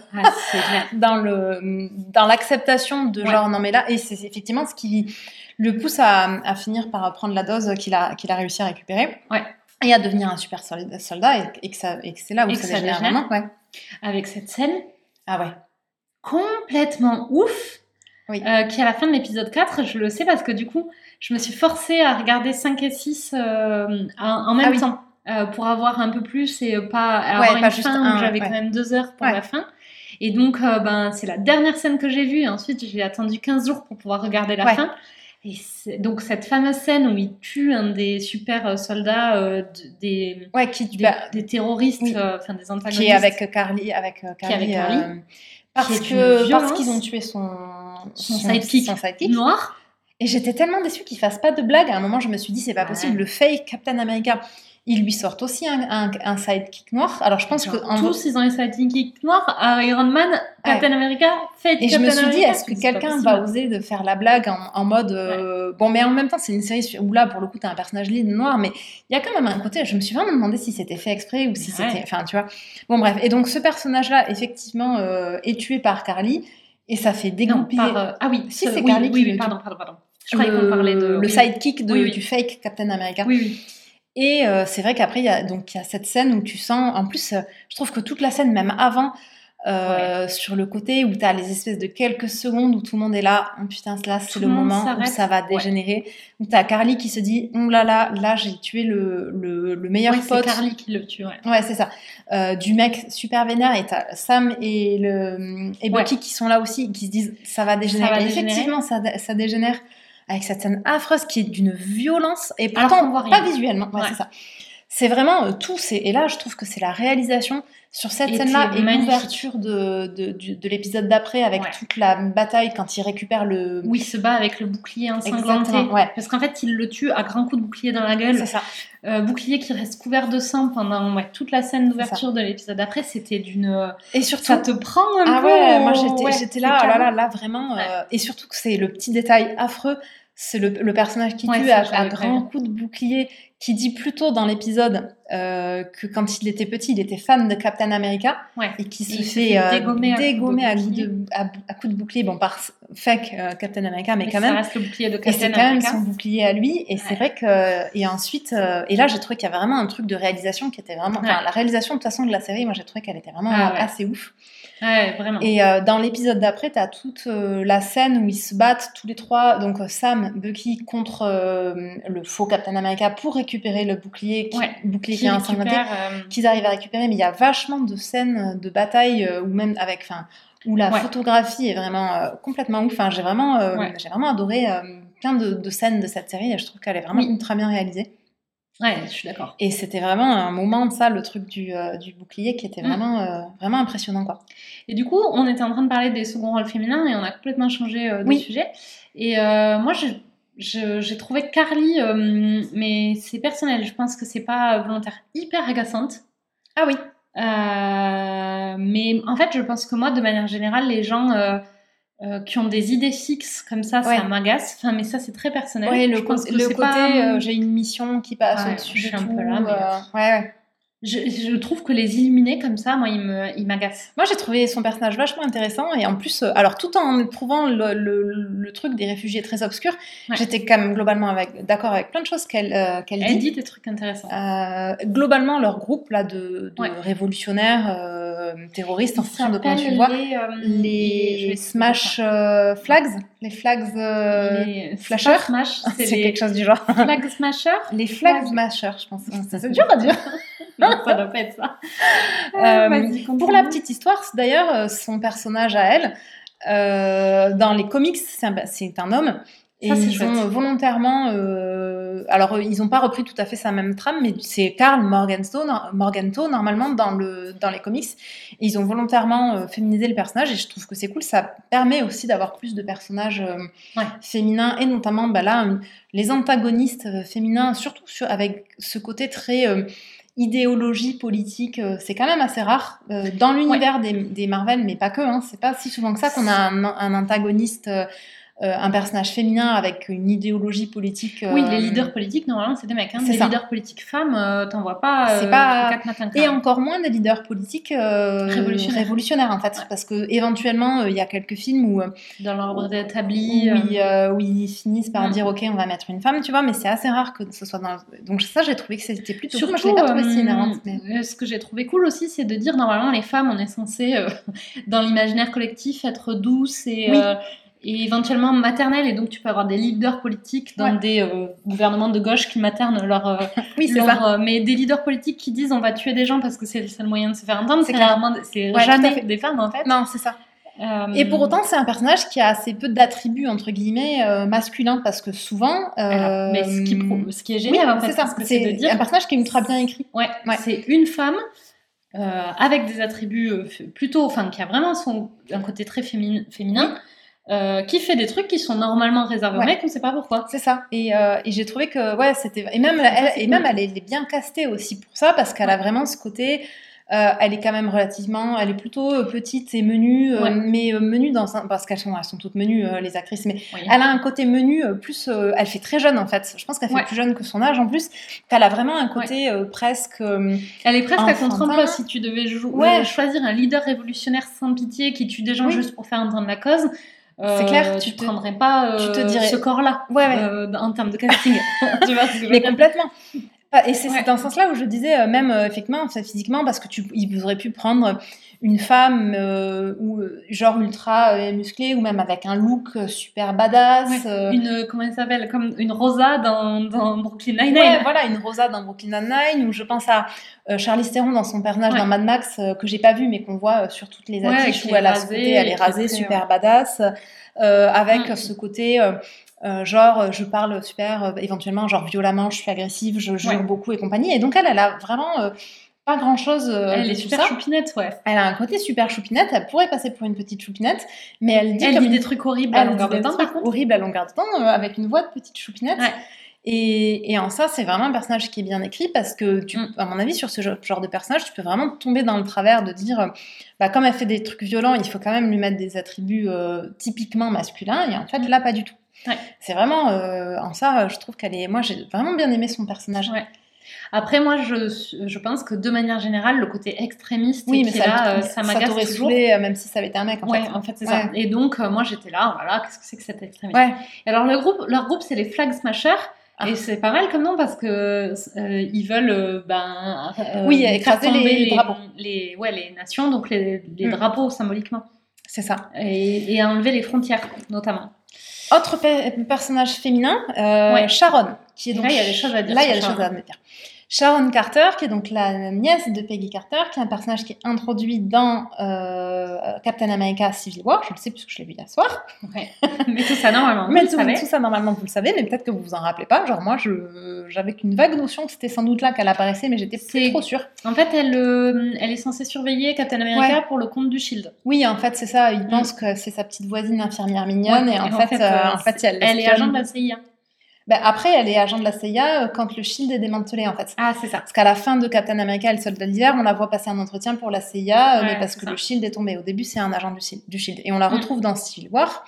S1: l'acceptation de genre non mais là, et c'est effectivement ce qui le pousse à finir par prendre la dose qu'il a réussi à récupérer.
S2: Ouais.
S1: Et à devenir un super soldat, et que c'est là où ça dégénère vraiment. Ouais.
S2: Avec cette scène
S1: complètement
S2: ouf. Qui est à la fin de l'épisode 4, je le sais parce que du coup, je me suis forcée à regarder 5 et 6 en même temps pour avoir un peu plus et pas avoir une fin où j'avais quand même 2 heures pour la fin. Et donc, c'est la dernière scène que j'ai vue et ensuite, j'ai attendu 15 jours pour pouvoir regarder la fin. Et donc, cette fameuse scène où il tue un des super soldats des terroristes, enfin des antagonistes.
S1: Qui est avec Carly. Parce qu'ils ont tué son
S2: sidekick noir.
S1: Et j'étais tellement déçue qu'ils fassent pas de blague. À un moment, je me suis dit, c'est pas possible. Le fake Captain America, ils lui sortent aussi un sidekick noir. Alors, je pense que...
S2: tous, ils ont un sidekick noir. Iron Man, Captain America, fake Captain America.
S1: Et je me suis dit, est-ce que quelqu'un va oser de faire la blague en mode... Bon, mais en même temps, c'est une série où là, pour le coup, t'as un personnage lead noir, mais il y a quand même un côté... Je me suis vraiment demandé si c'était fait exprès ou si c'était... Enfin, tu vois. Bon, bref. Et donc, ce personnage-là, effectivement, est tué par Carly. Et ça fait dégoupiller...
S2: Ah oui,
S1: si c'est Carly qui
S2: pardon. Je croyais qu'on parlait de...
S1: Le sidekick du fake Captain America.
S2: Oui.
S1: Et c'est vrai qu'après, il y a cette scène où tu sens... En plus, je trouve que toute la scène, même avant, sur le côté où tu as les espèces de quelques secondes où tout le monde est là, oh putain, là, c'est le moment où ça va dégénérer. Où tu as Carly qui se dit, oh là, j'ai tué le meilleur pote.
S2: C'est Carly qui le tue,
S1: Ouais, c'est ça. Du mec super vénère, et t'as Sam et Bucky qui sont là aussi, qui se disent, ça va dégénérer. Effectivement, ça dégénère. Avec cette scène affreuse qui est d'une violence, et pourtant pas visuellement. Ouais, c'est ça. C'est vraiment tout. Et là, je trouve que c'est la réalisation sur cette scène-là et l'ouverture de l'épisode d'après avec toute la bataille quand il récupère le...
S2: Oui, il se bat avec le bouclier ensanglanté. Parce qu'en fait, il le tue à grands coups de bouclier dans la gueule.
S1: C'est ça.
S2: Bouclier qui reste couvert de sang pendant toute la scène d'ouverture de l'épisode d'après. C'était d'une...
S1: Et surtout...
S2: Ça te prend un peu...
S1: Ah ouais, moi j'étais là, là, vraiment... Et surtout que c'est le petit détail affreux. C'est le personnage qui tue à grands coups de bouclier, qui dit plus tôt dans l'épisode que quand il était petit, il était fan de Captain America, et qui se fait dégommer à coups de bouclier, bon, par fake Captain America, mais quand même.
S2: Ça reste le bouclier de Captain America.
S1: Et c'est quand même son bouclier à lui, et c'est vrai que... Et ensuite... et là, j'ai trouvé qu'il y avait vraiment un truc de réalisation qui était vraiment... Enfin, la réalisation, de toute façon, de la série, moi, j'ai trouvé qu'elle était vraiment assez ouf.
S2: Ouais, vraiment.
S1: Et dans l'épisode d'après, t'as toute la scène où ils se battent tous les trois, donc Sam, Bucky contre le faux Captain America pour récupérer le bouclier qui est ensanglanté, qu'ils arrivent à récupérer. Mais il y a vachement de scènes de bataille ou même avec, où la photographie est vraiment complètement ouf. Enfin, j'ai vraiment adoré plein de scènes de cette série, et je trouve qu'elle est vraiment ultra bien réalisée.
S2: Ouais, je suis d'accord.
S1: Et c'était vraiment un moment de ça, le truc du bouclier, qui était vraiment, vraiment impressionnant, quoi.
S2: Et du coup, on était en train de parler des seconds rôles féminins et on a complètement changé de sujet. Et moi, j'ai trouvé Carly, mais c'est personnel, je pense que c'est pas volontaire, hyper agaçante.
S1: Ah oui.
S2: Mais en fait, je pense que moi, de manière générale, les gens... qui ont des idées fixes comme ça m'agace. Enfin, mais ça, c'est très personnel.
S1: Oui, le côté j'ai une mission qui passe au-dessus de tout. Peu là, mais...
S2: Je trouve que les éliminer comme ça, moi, ils m'agacent.
S1: Moi, j'ai trouvé son personnage vachement intéressant, et en plus, alors tout en trouvant le truc des réfugiés très obscurs, j'étais quand même globalement d'accord avec plein de choses qu'elle dit.
S2: Elle dit des trucs intéressants.
S1: Globalement, leur groupe là de révolutionnaires terroristes, en fonction de comment tu vois, les Smash Flags, les Flags Flashers, c'est quelque chose du genre.
S2: Flag Smashers.
S1: Les Flag Smashers, je pense. C'est dur à dire.
S2: Non, ça doit pas être ça.
S1: Pour la petite histoire, d'ailleurs, son personnage à elle, dans les comics, c'est un homme. Et ils ont volontairement... alors, ils n'ont pas repris tout à fait sa même trame, mais c'est Karl Morgenthau, normalement, dans les comics. Et ils ont volontairement féminisé le personnage, et je trouve que c'est cool. Ça permet aussi d'avoir plus de personnages féminins, et notamment, là, les antagonistes féminins, surtout avec ce côté très... idéologie politique, c'est quand même assez rare dans l'univers des Marvel, mais pas que, c'est pas si souvent que ça qu'on a un antagoniste, un personnage féminin avec une idéologie politique.
S2: Oui, les leaders politiques, normalement, c'est des mecs. Les leaders politiques femmes, t'en vois pas
S1: c'est pas... 4 matins. Et encore moins des leaders politiques révolutionnaires, en fait. Parce que éventuellement, il y a quelques films où...
S2: dans l'ordre établi...
S1: où ils finissent par dire, OK, on va mettre une femme, tu vois, mais c'est assez rare que ce soit dans... Donc ça, j'ai trouvé que c'était plutôt cool. Moi, je l'ai pas trouvé si énervante. Mais...
S2: Ce que j'ai trouvé cool aussi, c'est de dire, normalement, les femmes, on est censé, dans l'imaginaire collectif, être douces et éventuellement maternelle, et donc tu peux avoir des leaders politiques dans des gouvernements de gauche qui maternent mais des leaders politiques qui disent on va tuer des gens parce que c'est le seul moyen de se faire entendre, c'est jamais des femmes, en fait.
S1: Non, c'est ça. Et pour autant, c'est un personnage qui a assez peu d'attributs, entre guillemets, masculins, parce que souvent...
S2: mais ce qui est génial, en fait,
S1: c'est de dire... un personnage qui est ultra bien écrit.
S2: C'est une femme avec des attributs plutôt... Enfin, qui a vraiment un côté très féminin, qui fait des trucs qui sont normalement réservés aux mecs, on ne sait pas pourquoi.
S1: C'est ça. Et j'ai trouvé que c'était... Et même elle est bien castée aussi pour ça, parce qu'elle a vraiment ce côté... elle est quand même elle est plutôt petite et menue, mais menue parce qu'elles sont toutes menues, les actrices, mais elle a un côté menu plus, elle fait très jeune, en fait. Je pense qu'elle fait plus jeune que son âge, en plus, qu'elle a vraiment un côté presque
S2: elle est presque à contre-emploi. Si tu devais choisir un leader révolutionnaire sans pitié qui tue des gens juste pour faire entendre la cause,
S1: c'est clair,
S2: tu ne prendrais pas ce corps-là en termes de casting. Tu vois ce que je veux dire.
S1: Mais complètement. Et c'est dans ce sens-là où je disais, même effectivement, physiquement, parce que ils auraient pu prendre une femme ou genre ultra musclée, ou même avec un look super badass.
S2: Comment elle s'appelle, comme une Rosa dans Brooklyn Nine-Nine.
S1: Ouais, voilà, une Rosa dans Brooklyn Nine-Nine, ou je pense à Charlize Theron dans son personnage dans Mad Max, que j'ai pas vu, mais qu'on voit sur toutes les affiches, où elle a ce côté, elle est rasée, super badass, avec ce côté... genre je parle super éventuellement genre violemment, je suis agressive, je jure beaucoup et compagnie, et donc elle a vraiment pas grand chose
S2: elle est super choupinette,
S1: elle a un côté super choupinette, elle pourrait passer pour une petite choupinette, mais elle
S2: dit des trucs horribles à longueur de temps,
S1: horribles à longueur de temps, avec une voix de petite choupinette. Et en ça, c'est vraiment un personnage qui est bien écrit, parce que à mon avis, sur ce genre de personnage, tu peux vraiment tomber dans le travers de dire, comme elle fait des trucs violents, il faut quand même lui mettre des attributs typiquement masculins, et en fait là, pas du tout. C'est vraiment en ça, je trouve moi j'ai vraiment bien aimé son personnage.
S2: Après, moi, je pense que de manière générale, le côté extrémiste ça m'agace toujours.
S1: Saoulé, même si ça avait été un mec,
S2: en fait, c'est ça. Et donc, moi, j'étais là, voilà, qu'est-ce que c'est que cet extrémiste Et alors, leur groupe, c'est les Flag Smashers. Et c'est pas mal comme nom, parce que ils veulent
S1: écraser les drapeaux.
S2: Les nations, donc les drapeaux symboliquement.
S1: C'est ça.
S2: Et enlever les frontières, notamment.
S1: Autre personnage féminin, Sharon, qui est donc...
S2: Là, il y a des choses à dire.
S1: Là, il y a des choses à dire. Sharon Carter, qui est donc la nièce de Peggy Carter, qui est un personnage qui est introduit dans Captain America Civil War. Je le sais puisque je l'ai vu hier soir.
S2: Mais tout ça, normalement,
S1: tout ça, normalement, vous le savez, mais peut-être que vous vous en rappelez pas. Genre, moi, j'avais qu'une vague notion que c'était sans doute là qu'elle apparaissait, mais j'étais plus trop sûre.
S2: En fait, elle est censée surveiller Captain America pour le compte du Shield.
S1: Oui, en fait, c'est ça. Il pense que c'est sa petite voisine infirmière mignonne, et en fait,
S2: elle est agent de la CIA.
S1: Après, elle est agent de la CIA quand le Shield est démantelé, en fait.
S2: Ah, c'est ça.
S1: Parce qu'à la fin de Captain America et le Soldat d'hiver, on la voit passer un entretien pour la CIA, mais parce que le Shield est tombé. Au début, c'est un agent du Shield. Et on la retrouve dans Civil War,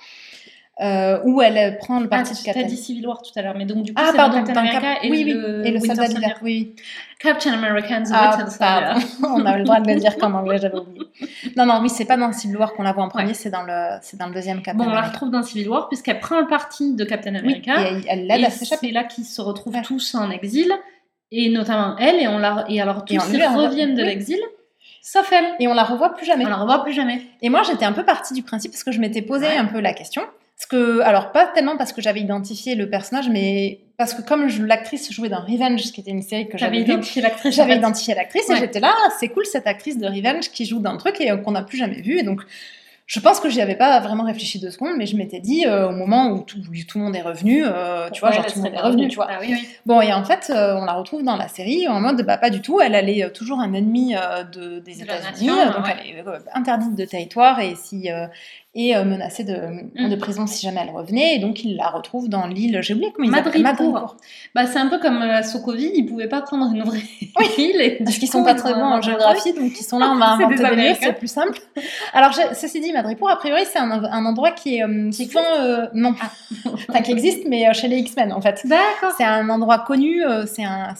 S1: où elle prend le parti de Captain.
S2: Tu as dit Civil War tout à l'heure, mais donc du coup, c'est dans Captain America et
S1: le Soldat d'hiver. Oui.
S2: Captain America and the Winter Soldier.
S1: On avait le droit de le dire qu'en anglais, j'avais oublié. Non, c'est pas dans Civil War qu'on la voit en premier, c'est dans le deuxième Captain America.
S2: On la retrouve dans Civil War, puisqu'elle prend le parti de Captain America.
S1: Et elle l'aide à s'échapper.
S2: C'est là qu'ils se retrouvent tous en exil, et notamment elle, et alors tous ils reviennent de l'exil, sauf elle.
S1: Et on la revoit plus jamais.
S2: Et
S1: moi, j'étais un peu partie du principe, parce que je m'étais posé un peu la question. Alors, pas tellement parce que j'avais identifié le personnage, mais parce que comme l'actrice jouait dans Revenge, qui était une série que j'avais vue, j'avais identifié l'actrice, et j'étais là, c'est cool cette actrice de Revenge qui joue dans le truc et qu'on n'a plus jamais vu. Et donc, je pense que j'y avais pas vraiment réfléchi 2 secondes, mais je m'étais dit, au moment où tout le monde est revenu, tu vois, genre tout le monde est revenu, tu vois. Bon, et en fait, on la retrouve dans la série en mode, pas du tout, elle est toujours un ennemi des États-Unis, donc elle est interdite de territoire, et menacée de prison si jamais elle revenait, et donc il la retrouve dans l'île, j'ai oublié comment il s'appelle, Madripoor.
S2: C'est un peu comme la Sokovie, ils pouvaient pas prendre une vraie île,
S1: parce qu'ils sont pas très bons en géographie, donc ils sont là, on va inventer des lieux, c'est plus simple. Alors ceci dit, Madripoor, a priori c'est un endroit qui est souvent qui existe, mais chez les X-Men en fait.
S2: D'accord.
S1: C'est un endroit connu, c'est un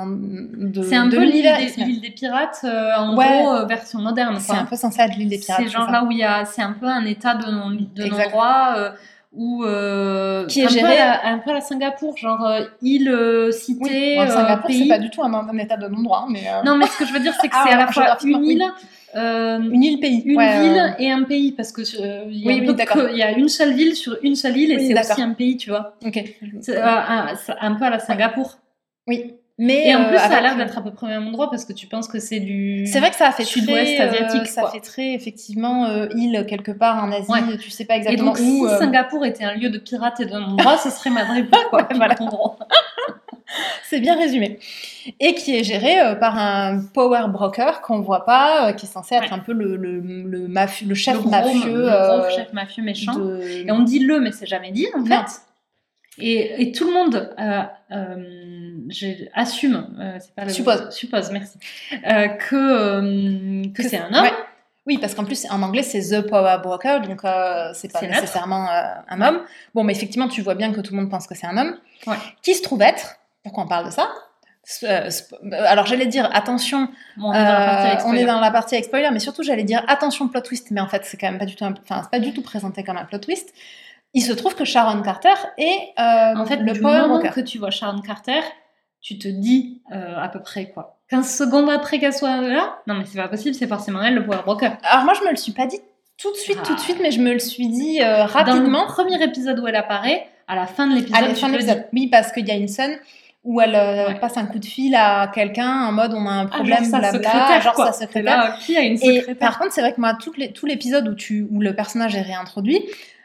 S2: peu l'île des pirates en gros version moderne.
S1: C'est un peu censé être l'île des pirates.
S2: C'est genre là où c'est un peu un état de non-droit où qui est géré un peu à la Singapour, genre île, cité,
S1: Singapour,
S2: pays.
S1: C'est pas du tout un état de non-droit, mais
S2: non, mais ce que je veux dire, c'est que c'est à la fois une île,
S1: pays,
S2: une ville et un pays, parce que il y a une seule ville sur une seule île, et c'est aussi un pays, tu vois. Un peu à la Singapour.
S1: Oui.
S2: Et en plus, ça a l'air d'être à peu près au même endroit, parce que tu penses que c'est du...
S1: C'est vrai que ça a fait
S2: sud-ouest asiatique.
S1: Ça fait très, effectivement, île quelque part en Asie, tu sais pas exactement
S2: où. Et donc, si Singapour était un lieu de pirates et de non-droit, ce serait Madripoor, quoi.
S1: Voilà. C'est bien résumé. Et qui est géré par un power broker qu'on voit pas, qui est censé être un peu le chef mafieux.
S2: Le gros chef mafieux méchant. Et on dit mais c'est jamais dit, en fait. Et tout le monde assume, c'est pas suppose, merci, que c'est un homme.
S1: Ouais. Oui, parce qu'en plus, en anglais, c'est The Power Broker, donc c'est pas nécessairement un homme. Bon, mais effectivement, tu vois bien que tout le monde pense que c'est un homme. Qui se trouve être, pourquoi on parle de ça, alors j'allais dire attention,
S2: on est
S1: dans la partie avec spoiler, mais surtout j'allais dire attention plot twist, mais en fait c'est quand même c'est pas du tout présenté comme un plot twist. Il se trouve que Sharon Carter est
S2: en fait,
S1: le
S2: du
S1: power
S2: moment
S1: broker.
S2: que tu vois Sharon Carter, tu te dis à peu près quoi 15 secondes après qu'elle soit là, non mais c'est pas possible, c'est forcément elle le power broker.
S1: Alors moi je me le suis pas dit tout de suite, mais je me le suis dit rapidement.
S2: Dans le premier épisode où elle apparaît, à la fin de l'épisode,
S1: oui, parce qu'il y a une scène où elle passe un coup de fil à quelqu'un en mode on a un problème,
S2: blabla,
S1: genre sa secrétaire.
S2: Là, qui a une secrétaire?
S1: Et par contre, c'est vrai que moi, tout l'épisode où le personnage est réintroduit,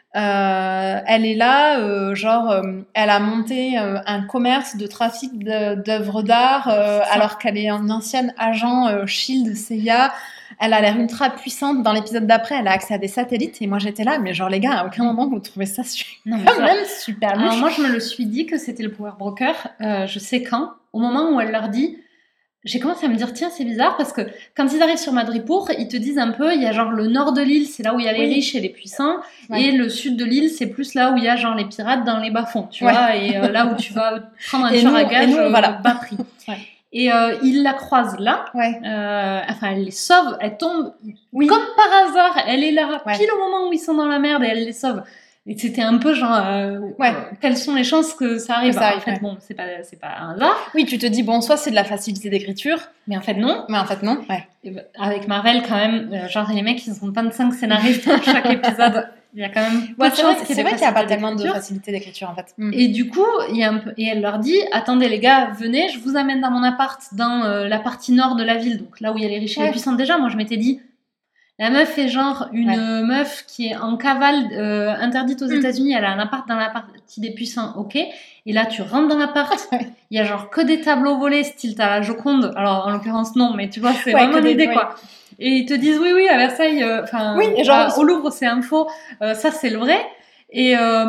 S1: elle est là, elle a monté un commerce de trafic d'œuvres d'art, alors qu'elle est une ancienne agent Shield CIA. Elle a l'air ultra puissante. Dans l'épisode d'après, elle a accès à des satellites. Et moi, j'étais là, mais genre, les gars, à aucun moment, vous trouvez ça super louche.
S2: Alors, moi, je me le suis dit que c'était le power broker. Je sais quand. Au moment où elle leur dit... J'ai commencé à me dire, tiens, c'est bizarre, parce que quand ils arrivent sur Madripoor, ils te disent un peu, il y a genre le nord de l'île, c'est là où il y a les riches et les puissants, et le sud de l'île, c'est plus là où il y a genre les pirates dans les bas-fonds, tu vois, et là où tu vas prendre un tueur à gage bas prix. Et ils la croisent là, enfin, elle les sauve, elle tombe comme par hasard, elle est là, pile au moment où ils sont dans la merde, et elle les sauve. Et c'était un peu genre, quelles sont les chances que ça arrive? En fait, bon, c'est pas un hasard.
S1: Oui, tu te dis, bon, soit c'est de la facilité d'écriture,
S2: mais en fait, non.
S1: Et
S2: avec Marvel, quand même, genre, les mecs, ils ont 25 scénaristes dans chaque épisode. Il y a quand même pas de chance
S1: c'est vrai qu'il n'y a pas tellement de facilité d'écriture, en fait.
S2: Et du coup, et elle leur dit, attendez, les gars, venez, je vous amène dans mon appart, dans la partie nord de la ville, donc là où il y a les riches et les puissants. Déjà, moi, je m'étais dit, la meuf est genre une meuf qui est en cavale, interdite aux États-Unis. Elle a un appart dans la partie des puissants, ok. Et là, tu rentres dans l'appart. Il y a genre que des tableaux volés, style t'as la Joconde. Alors, en l'occurrence, non, mais tu vois, c'est vraiment l'idée, quoi. Et ils te disent, oui, à Versailles, au Louvre, c'est un faux. Ça, c'est le vrai. Et là,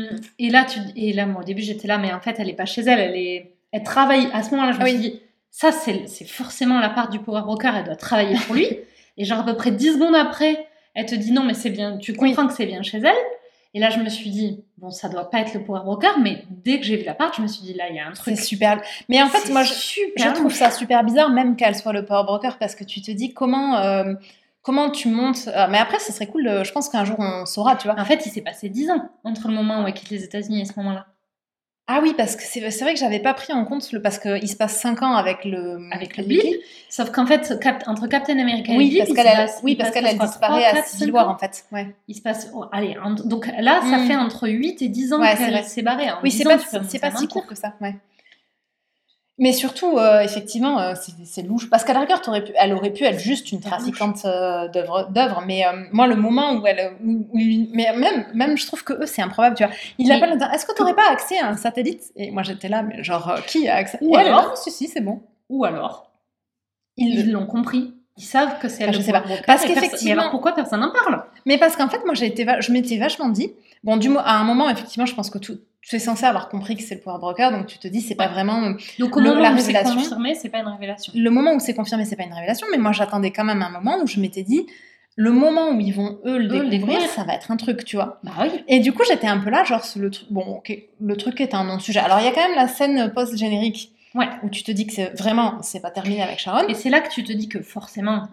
S2: moi, au début, j'étais là, mais en fait, elle est pas chez elle. Elle travaille. À ce moment-là, je me suis dit, ça, c'est forcément l'appart du power broker. Elle doit travailler pour lui. Et genre à peu près 10 secondes après, elle te dit non, mais c'est bien, tu comprends que c'est bien chez elle. Et là, je me suis dit, bon, ça doit pas être le power broker, mais dès que j'ai vu l'appart, je me suis dit, là, il y a un truc.
S1: C'est super. Mais en fait, moi, je trouve ça super bizarre, même qu'elle soit le power broker, parce que tu te dis comment tu montes. Mais après, ce serait cool, je pense qu'un jour, on saura, tu vois.
S2: En fait, il s'est passé 10 ans entre le moment où elle quitte les États-Unis et ce moment-là.
S1: Ah oui, parce que c'est vrai que j'avais pas pris en compte parce qu'il se passe 5 ans avec le
S2: blip. Sauf qu'en fait, entre Captain America et
S1: Blip, parce qu'elle disparaît à Civil War, en fait. Ouais.
S2: Il se passe, donc là, ça fait entre 8 et 10 ans qu'elle s'est barrée.
S1: Oui, c'est pas si court que ça, ouais. Mais surtout, effectivement, c'est louche. Parce qu'à la rigueur, elle aurait pu être juste une trafiquante d'œuvres. Mais moi, le moment où mais même, je trouve que eux, c'est improbable, tu vois. Il l'appelle en disant, est-ce que tu n'aurais pas accès à un satellite? Et moi, j'étais là, mais genre, qui a accès?
S2: Ou alors,
S1: si, c'est bon.
S2: Ou alors, ils l'ont compris. Ils savent que c'est elle.
S1: Je sais pas. Parce qu'effectivement.
S2: Alors pourquoi personne n'en parle?
S1: Mais parce qu'en fait, moi, je m'étais vachement dit. Bon, à un moment, effectivement, je pense que tu es censé avoir compris que c'est le power broker, donc tu te dis, c'est pas vraiment.
S2: Donc au moment où c'est confirmé, c'est pas une révélation.
S1: Le moment où c'est confirmé, c'est pas une révélation, mais moi, j'attendais quand même un moment où je m'étais dit, le moment où ils vont le découvrir, ça va être un truc, tu vois.
S2: Bah oui.
S1: Et du coup, j'étais un peu là, genre, le truc est un non-sujet. Alors, il y a quand même la scène post-générique.
S2: Ouais.
S1: Où tu te dis que c'est pas terminé avec Sharon.
S2: Et c'est là que tu te dis que forcément,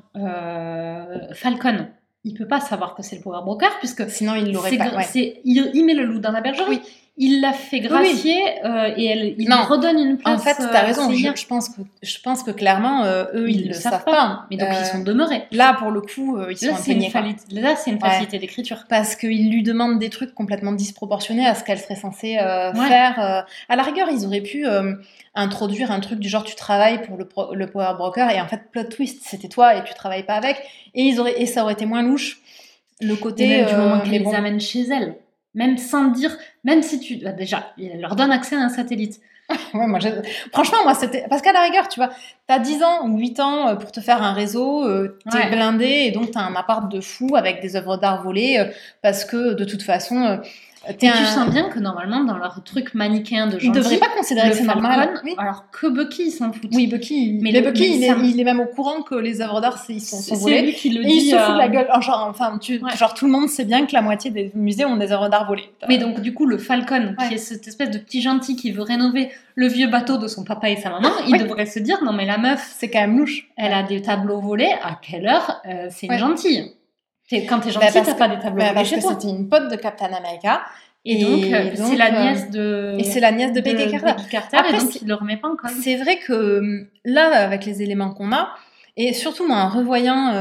S2: Falcon, il peut pas savoir que c'est le power broker, puisque
S1: sinon il l'aurait pas.
S2: Il met le loup dans la bergerie. Oui. Il l'a fait gracier et il lui redonne une place.
S1: En fait, t'as raison. Je pense que clairement, eux, ils le savent pas.
S2: Mais donc ils sont demeurés.
S1: Là, pour le coup, ils sont impeignés.
S2: Là, c'est une facilité d'écriture.
S1: Parce qu'ils lui demandent des trucs complètement disproportionnés à ce qu'elle serait censée faire. À la rigueur, ils auraient pu introduire un truc du genre tu travailles pour le power broker et en fait plot twist, c'était toi et tu travailles pas avec. Et ça aurait été moins louche. Le côté
S2: même du moment qu'elle les amène chez elle. Même sans dire, même si déjà, il leur donne accès à un satellite.
S1: Ouais, franchement, moi, c'était. Parce qu'à la rigueur, tu vois, t'as 10 ans ou 8 ans pour te faire un réseau, t'es blindé et donc t'as un appart de fou avec des œuvres d'art volées parce que de toute façon.
S2: Tu sens bien que normalement, dans leur truc manichéen de genre.
S1: Ils ne devraient pas considérer que c'est normal.
S2: Oui. Alors que Bucky, il s'en fout.
S1: Oui, Bucky. Mais Bucky, il est même au courant que les œuvres d'art, ils sont volées.
S2: C'est lui qui le dit.
S1: Et il se fout de la gueule. Genre, tout le monde sait bien que la moitié des musées ont des œuvres d'art volées.
S2: Mais donc, du coup, le Falcon, qui est cette espèce de petit gentil qui veut rénover le vieux bateau de son papa et sa maman, il devrait se dire, non mais la meuf,
S1: c'est quand même louche.
S2: Elle a des tableaux volés, à quelle heure c'est une gentille? Quand t'es gentil, t'as pas des tableaux volés chez toi.
S1: Parce que c'était une pote de Captain America
S2: Et donc, c'est la nièce de...
S1: Et c'est la nièce de Peggy Carter.
S2: Après, et donc il le remet pas en cause.
S1: C'est vrai que là, avec les éléments qu'on a, et surtout moi, en revoyant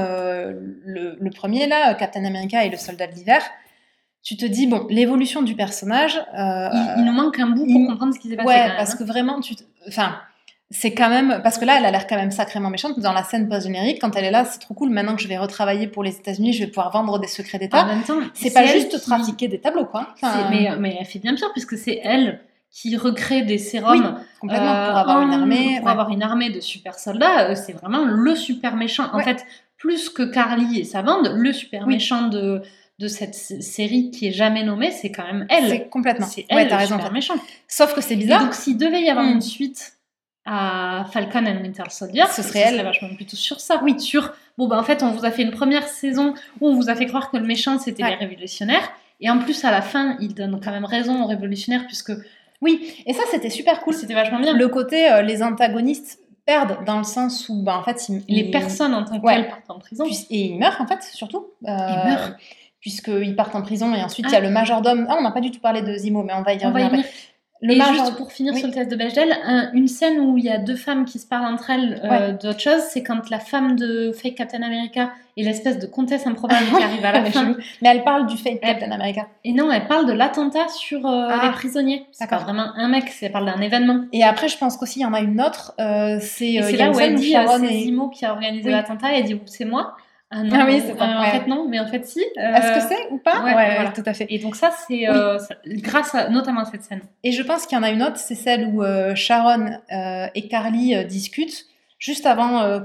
S1: le premier, là, Captain America et le soldat de l'hiver, tu te dis, bon, l'évolution du personnage...
S2: il nous manque un bout pour comprendre ce qui s'est passé.
S1: Ouais, parce que vraiment, c'est quand même... Parce que là, elle a l'air quand même sacrément méchante. Dans la scène post-générique, quand elle est là, c'est trop cool. Maintenant que je vais retravailler pour les États-Unis, je vais pouvoir vendre des secrets d'État.
S2: En même temps,
S1: c'est pas juste trafiquer des tableaux, quoi.
S2: Mais elle fait bien pire, puisque c'est elle qui recrée des sérums
S1: complètement, pour avoir une armée.
S2: Pour avoir une armée de super soldats. C'est vraiment le super méchant. En fait, plus que Carly et sa bande, le super méchant de cette série qui est jamais nommée, c'est quand même elle.
S1: C'est complètement.
S2: C'est elle,
S1: t'as raison,
S2: super méchant.
S1: Sauf que c'est bizarre.
S2: Et donc, s'il devait y avoir une suite à Falcon and Winter Soldier,
S1: ce serait
S2: vachement plutôt sur ça. Oui, sur... Bon, en fait, on vous a fait une première saison où on vous a fait croire que le méchant, c'était les révolutionnaires. Et en plus, à la fin, il donne quand même raison aux révolutionnaires, puisque...
S1: Oui, et ça, c'était super cool.
S2: C'était vachement bien.
S1: Le côté, les antagonistes perdent dans le sens où, en fait...
S2: les personnes en tant que telles partent en prison.
S1: Et ils meurent, en fait, surtout.
S2: Ils meurent.
S1: Puisqu'ils partent en prison, et ensuite, il y a le majordome... on n'a pas du tout parlé de Zemo, mais on va y revenir après.
S2: Juste pour finir sur le test de Bechdel, une scène où il y a deux femmes qui se parlent entre elles d'autre chose, c'est quand la femme de fake Captain America et l'espèce de comtesse improbable qui arrive à la fin.
S1: Mais elle parle du fake Captain America.
S2: Et non, elle parle de l'attentat sur les prisonniers. C'est pas vraiment un mec, elle parle d'un événement.
S1: Et après, je pense qu'aussi, il y en a une autre. C'est
S2: là où elle dit c'est Zemo qui a organisé l'attentat, et elle dit c'est moi. Ah non,
S1: c'est pas
S2: en fait non, mais en fait si.
S1: Est-ce que c'est ou pas?
S2: Voilà.
S1: Tout à fait.
S2: Et donc ça, c'est grâce notamment à cette scène.
S1: Et je pense qu'il y en a une autre, c'est celle où Sharon et Carly discutent juste avant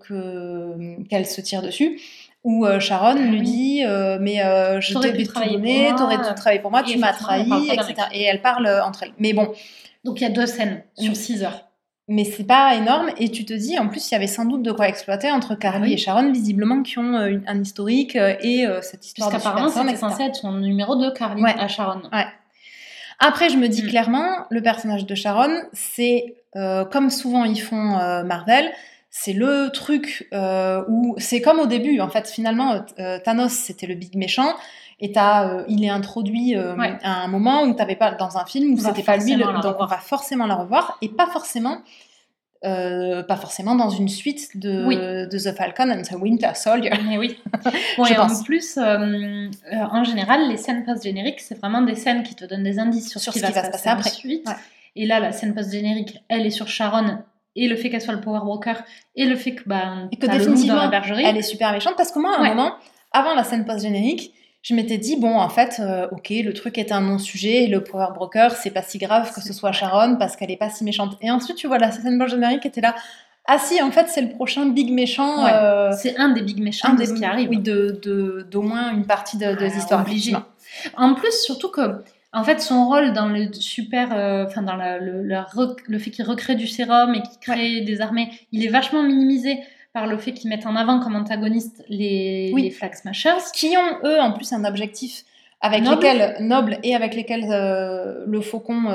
S1: qu'elle se tire dessus, où Sharon lui dit mais je t'avais tout donné, t'aurais tout travaillé pour moi, tu m'as trahi, etc. Et elles parlent entre elles. Mais bon.
S2: Donc il y a 2 scènes sur 6 heures.
S1: Mais c'est pas énorme, et tu te dis, en plus, il y avait sans doute de quoi exploiter entre Carly et Sharon, visiblement, qui ont un historique et cette histoire de super personne,
S2: puisqu'apparemment, c'était censé être son numéro 2, Carly, à Sharon.
S1: Ouais. Après, je me dis clairement, le personnage de Sharon, c'est, comme souvent ils font Marvel, c'est le truc où... C'est comme au début, en fait, finalement, Thanos, c'était le big méchant, et il est introduit à un moment où t'avais pas, dans un film où c'était pas lui, donc on va forcément la revoir, et pas forcément dans une suite de The Falcon and the Winter Soldier.
S2: Mais oui. Bon, et en plus, en général, les scènes post-génériques, c'est vraiment des scènes qui te donnent des indices sur ce qui va se passer après. Ensuite. Ouais. Et là, la scène post-générique, elle est sur Sharon, et le fait qu'elle soit le Power Broker, et le fait que
S1: définitivement,
S2: dans la bergerie,
S1: elle est super méchante, parce que moi, à un moment, avant la scène post-générique, je m'étais dit, bon, en fait, ok, le truc est un non-sujet, le Power Broker, c'est pas si grave que ce soit Sharon, parce qu'elle est pas si méchante. Et ensuite, tu vois, la scène post-générique qui était là, ah si, en fait, c'est le prochain big méchant.
S2: C'est un des big méchants de ce qui arrive.
S1: Oui, d'au moins une partie des histoires.
S2: Obligé. En plus, surtout que, en fait, son rôle dans le super... dans le fait qu'il recrée du sérum et qu'il crée des armées, il est vachement minimisé par le fait qu'ils mettent en avant comme antagonistes les Flag Smashers.
S1: Qui ont, eux, en plus, un objectif noble et avec lesquels le Faucon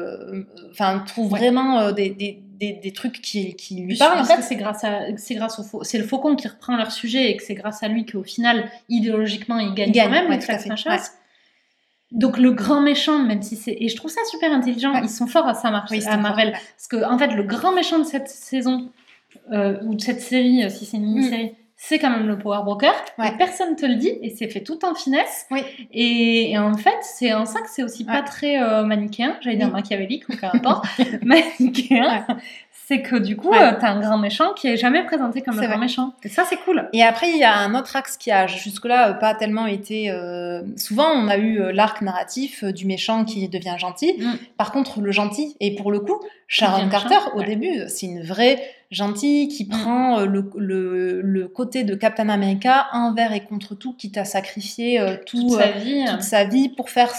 S1: trouve vraiment des trucs qui lui parlent. En fait,
S2: c'est le Faucon qui reprend leur sujet, et que c'est grâce à lui qu'au final, idéologiquement, ils gagnent quand même, les Flag Smashers. Ouais. Donc le grand méchant, même si c'est... Et je trouve ça super intelligent, ils sont forts à ça à Marvel. Parce que, en fait, le grand méchant de cette saison... ou de cette série, si c'est une mini-série, c'est quand même le Power Broker. Et personne te le dit, et c'est fait tout en finesse. Et en fait, c'est en ça que c'est aussi pas très manichéen, j'allais dire machiavélique, ou peu importe, manichéen. C'est que du coup, t'as un grand méchant qui est jamais présenté comme un grand méchant. Et ça, c'est cool.
S1: Et après, il y a un autre axe qui a jusque-là pas tellement été... Souvent, on a eu l'arc narratif du méchant qui devient gentil. Par contre, le gentil, et pour le coup, Sharon Carter, au début, c'est une vraie gentille qui prend le côté de Captain America envers et contre tout, quitte à sacrifier toute sa vie pour faire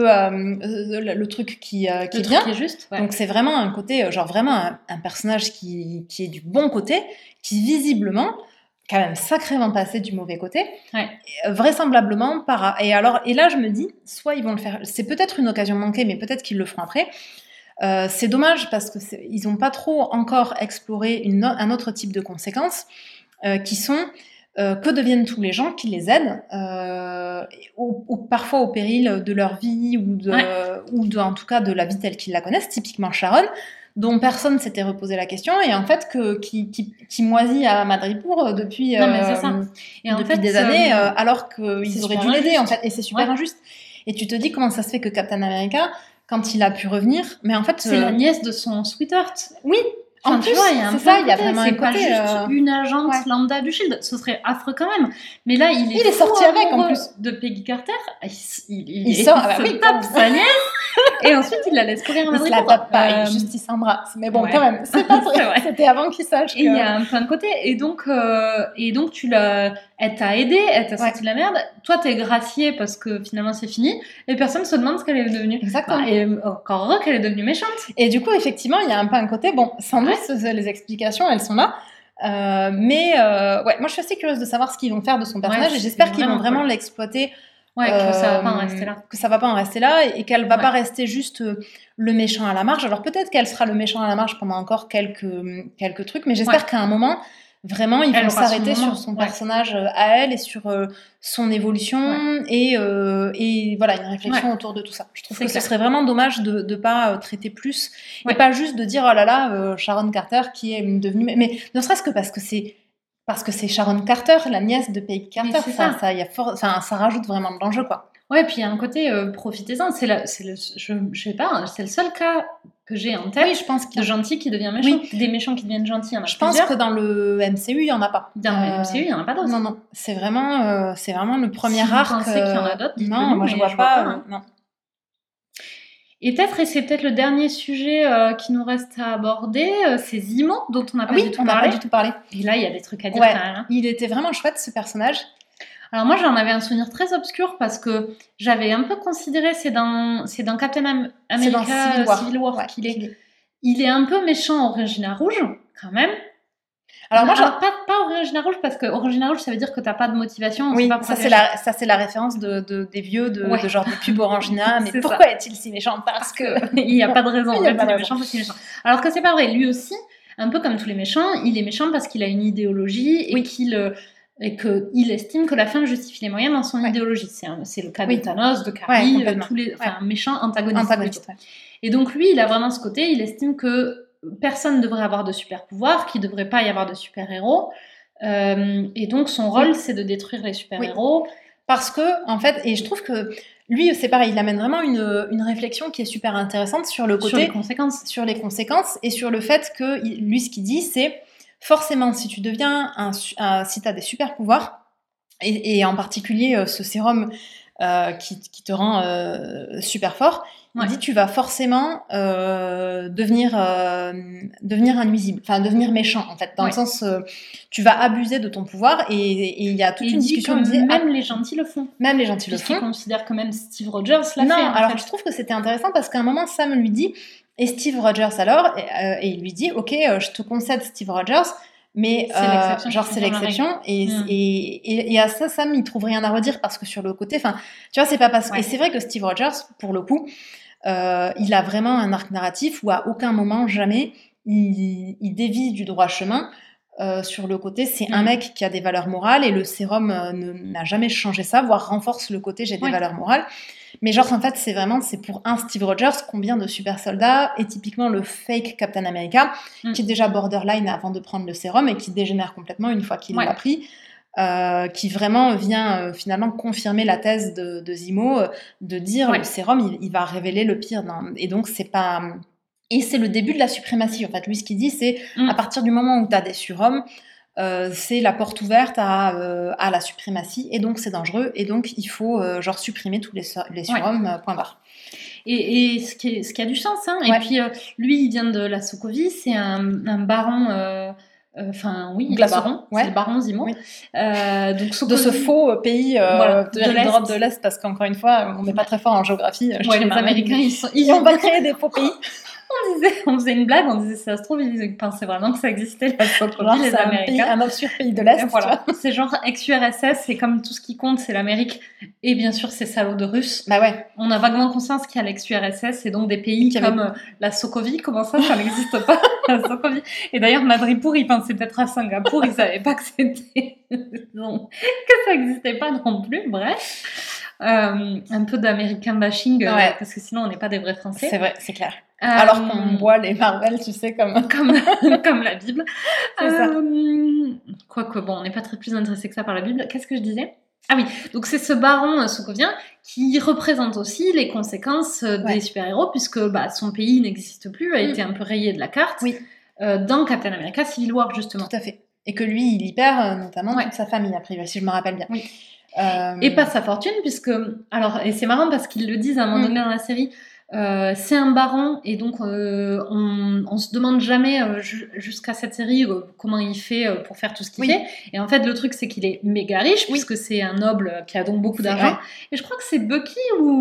S1: le truc qui est bien.
S2: Qui est juste.
S1: Donc c'est vraiment un côté, genre vraiment un personnage qui est du bon côté, qui visiblement quand même sacrément passé du mauvais côté, vraisemblablement et là je me dis, soit ils vont le faire, c'est peut-être une occasion manquée, mais peut-être qu'ils le feront après. C'est dommage parce que ils n'ont pas trop encore exploré un autre type de conséquences qui sont que deviennent tous les gens qui les aident, parfois au péril de leur vie ou en tout cas de la vie telle qu'ils la connaissent, typiquement Sharon, dont personne s'était reposé la question et en fait qui moisit à Madripour depuis, depuis des années alors qu'ils auraient dû l'aider en fait, et c'est super injuste. Et tu te dis comment ça se fait que Captain America, quand il a pu revenir, mais en fait
S2: c'est la nièce de son sweetheart.
S1: Oui.
S2: En plus, tu vois, il y a vraiment
S1: un
S2: côté, pas juste une agente lambda du Shield, ce serait affreux quand même. Mais là, il est
S1: sorti avec en plus
S2: de Peggy Carter.
S1: Il sort,
S2: tape sa nièce et ensuite il la laisse courir à Madrid.
S1: Il se la tape pas, juste il s'embrasse. Mais bon, quand même, c'est pas vrai. C'était avant qu'il sache.
S2: Et il y a un plein de côtés. Et donc elle t'a aidé, elle t'a sorti de la merde. Toi, t'es gracié parce que finalement c'est fini. Et personne se demande ce qu'elle est devenue.
S1: Exactement.
S2: Et encore heureux qu'elle est devenue méchante.
S1: Et du coup, effectivement, il y a un peu un côté, bon, sans doute, les explications, elles sont là. Moi, je suis assez curieuse de savoir ce qu'ils vont faire de son personnage et j'espère qu'ils vont vraiment l'exploiter.
S2: Ouais, que ça va pas en rester là.
S1: Que ça va pas en rester là et qu'elle va pas rester juste le méchant à la marge. Alors peut-être qu'elle sera le méchant à la marge pendant encore quelques trucs, mais j'espère qu'à un moment, vraiment, ils vont s'arrêter sur son personnage à elle et sur son évolution et voilà, une réflexion autour de tout ça. Je trouve que ce serait vraiment dommage de pas traiter plus et pas juste de dire oh là là, Sharon Carter qui est devenue... Mais ne serait-ce que parce que c'est Sharon Carter, la nièce de Peggy Carter. Ça rajoute vraiment de l'enjeu, quoi.
S2: Ouais, puis il y a un côté profitez-en. C'est le seul cas que j'ai en tête.
S1: Oui, je pense
S2: de gentil qui devient méchant. Oui. Des méchants qui deviennent gentils, il y en a plusieurs.
S1: Je pense que dans le MCU, il y en a pas.
S2: Dans le MCU, il y en a pas d'autres.
S1: Non, c'est vraiment le premier arc.
S2: Vous pensez qu'il y en a d'autres?
S1: Non, moi je vois pas. Non.
S2: Et c'est peut-être le dernier sujet qui nous reste à aborder, c'est Zemo, dont on n'a pas du tout parlé.
S1: Pas du tout parlé.
S2: Et là, il y a des trucs à dire quand même. Hein.
S1: Il était vraiment chouette, ce personnage.
S2: Alors moi, j'en avais un souvenir très obscur parce que j'avais un peu considéré, c'est dans Captain America Civil War qu'il est. Il est un peu méchant au Origina Rouge, quand même. Alors pas Origina Rouge parce que Origina Rouge ça veut dire que t'as pas de motivation.
S1: Oui, ça c'est la référence des vieux de genre de pub Orangina. Mais pourquoi est-il si méchant? Parce que
S2: il n'y a pas de raison. Il est méchant parce qu'il est méchant. Alors que c'est pas vrai. Lui aussi, un peu comme tous les méchants, il est méchant parce qu'il a une idéologie et qu'il estime que la fin justifie les moyens dans son idéologie. C'est le cas de Thanos, de Carrie, tous les méchants antagonistes. Et donc lui, il a vraiment ce côté. Il estime que personne ne devrait avoir de super pouvoirs, qu'il ne devrait pas y avoir de super héros. Et donc son rôle, c'est de détruire les super héros.
S1: Parce que, en fait, et je trouve que lui, c'est pareil, il amène vraiment une réflexion qui est super intéressante sur le côté. Sur les conséquences et sur le fait que lui, ce qu'il dit, c'est forcément, si tu deviens si tu as des super pouvoirs, et en particulier ce sérum qui te rend super fort, il dit tu vas forcément devenir un nuisible, enfin devenir méchant en fait, dans le sens tu vas abuser de ton pouvoir et il y a toute une discussion.
S2: Même les gentils le font.
S1: Même les gentils le font.
S2: Ils considèrent que même Steve Rogers l'a fait.
S1: Non, alors je trouve que c'était intéressant parce qu'à un moment Sam lui dit et Steve Rogers alors et il lui dit ok je te concède Steve Rogers. Mais c'est l'exception et à ça Sam il trouve rien à redire parce que sur le côté tu vois c'est pas parce et c'est vrai que Steve Rogers pour le coup il a vraiment un arc narratif où à aucun moment jamais il dévie du droit chemin. Sur le côté c'est un mec qui a des valeurs morales et le sérum n'a jamais changé ça, voire renforce le côté j'ai des valeurs morales. Mais genre en fait c'est pour un Steve Rogers combien de super soldats et typiquement le fake Captain America qui est déjà borderline avant de prendre le sérum et qui dégénère complètement une fois qu'il l'a pris, qui vraiment vient finalement confirmer la thèse de Zemo de dire le sérum il va révéler le pire et donc c'est pas... Et c'est le début de la suprématie en fait. Lui ce qu'il dit c'est à partir du moment où tu as des surhommes c'est la porte ouverte à la suprématie et donc c'est dangereux et donc il faut supprimer tous les surhommes point barre.
S2: Et ce qui a du sens hein. Et puis lui il vient de la Sokovie, c'est un baron baron, c'est le baron Zemo. Donc Sokovie, de
S1: ce faux pays d'Europe de l'Est parce qu'encore une fois on n'est pas très fort en géographie.
S2: Les Américains ils
S1: ont pas créé des faux pays.
S2: on faisait une blague, on disait ça se trouve, ils pensaient vraiment que ça existait, la Sokovie, les Américains.
S1: Un obscur pays de l'Est.
S2: Voilà. C'est genre ex-URSS, c'est comme tout ce qui compte, c'est l'Amérique. Et bien sûr, ces salauds de Russes.
S1: Bah ouais.
S2: On a vaguement conscience qu'il y a l'ex-URSS et donc des pays comme la Sokovie. Comment ça n'existe pas, la Sokovie. Et d'ailleurs, Madripour, il pensait peut-être à Singapour, il savait pas que c'était... que ça n'existait pas non plus, bref. Un peu d'américain bashing, parce que sinon on n'est pas des vrais Français.
S1: C'est vrai, c'est clair. Alors qu'on boit les Marvel, tu sais, comme
S2: la Bible.
S1: C'est ça.
S2: Quoique, bon, on n'est pas très plus intéressé que ça par la Bible. Qu'est-ce que je disais ? Ah oui, donc c'est ce baron sokovien qui représente aussi les conséquences des super-héros, puisque son pays n'existe plus, a été un peu rayé de la carte, dans Captain America Civil War, justement.
S1: Tout à fait. Et que lui, il y perd notamment toute sa famille, après, si je me rappelle bien.
S2: Oui. Et pas sa fortune, puisque... Alors, et c'est marrant parce qu'ils le disent à un moment donné dans la série, c'est un baron, et donc on se demande jamais jusqu'à cette série comment il fait pour faire tout ce qu'il fait. Et en fait, le truc, c'est qu'il est méga riche, puisque c'est un noble qui a donc beaucoup d'argent. Et je crois que c'est Bucky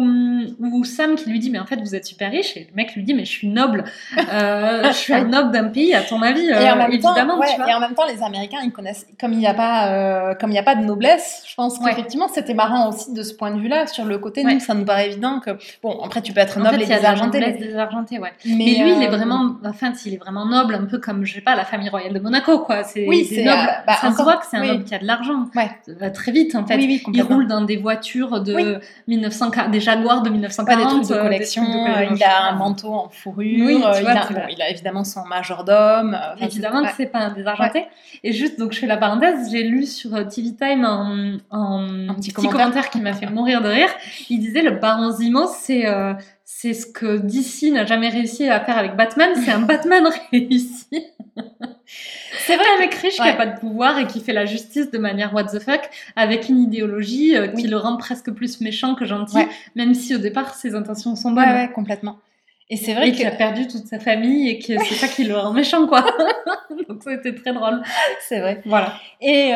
S2: ou Sam qui lui dit, mais en fait, vous êtes super riche. Et le mec lui dit, mais je suis noble. Je suis un noble d'un pays, à ton avis, évidemment. Tu vois.
S1: Et en même temps, les Américains, ils connaissent, comme il n'y a pas de noblesse, je pense qu'effectivement, c'était marrant aussi de ce point de vue-là, sur le côté, nous, ça nous paraît évident que, bon, après, tu peux être noble et désargenté.
S2: Désargenté, ouais. Mais lui, il est vraiment, il est vraiment noble, un peu comme, je sais pas, la famille royale de Monaco, quoi. C'est noble. Ça se voit que c'est un homme qui a de l'argent. Ça va très vite, en fait. Il roule dans des voitures de 1940, des Jaguars de 1940.
S1: Pas des trucs de collection. Il a un manteau en fourrure. Il a évidemment son majordome.
S2: Évidemment que c'est pas un désargenté. Et juste, donc je fais la parenthèse, j'ai lu sur TV Time un petit commentaire qui m'a fait mourir de rire. Il disait, le baron Zemo, c'est ce que DC n'a jamais réussi à faire avec Batman, c'est un Batman réussi. C'est vrai, un mec riche qui a pas de pouvoir et qui fait la justice de manière what the fuck, avec une idéologie qui le rend presque plus méchant que gentil, même si au départ ses intentions sont bonnes.
S1: Ouais, complètement. Et c'est vrai
S2: qu'il a perdu toute sa famille et que c'est ça qui le rend méchant, quoi. Donc ça a été très drôle.
S1: C'est vrai.
S2: Voilà.
S1: Et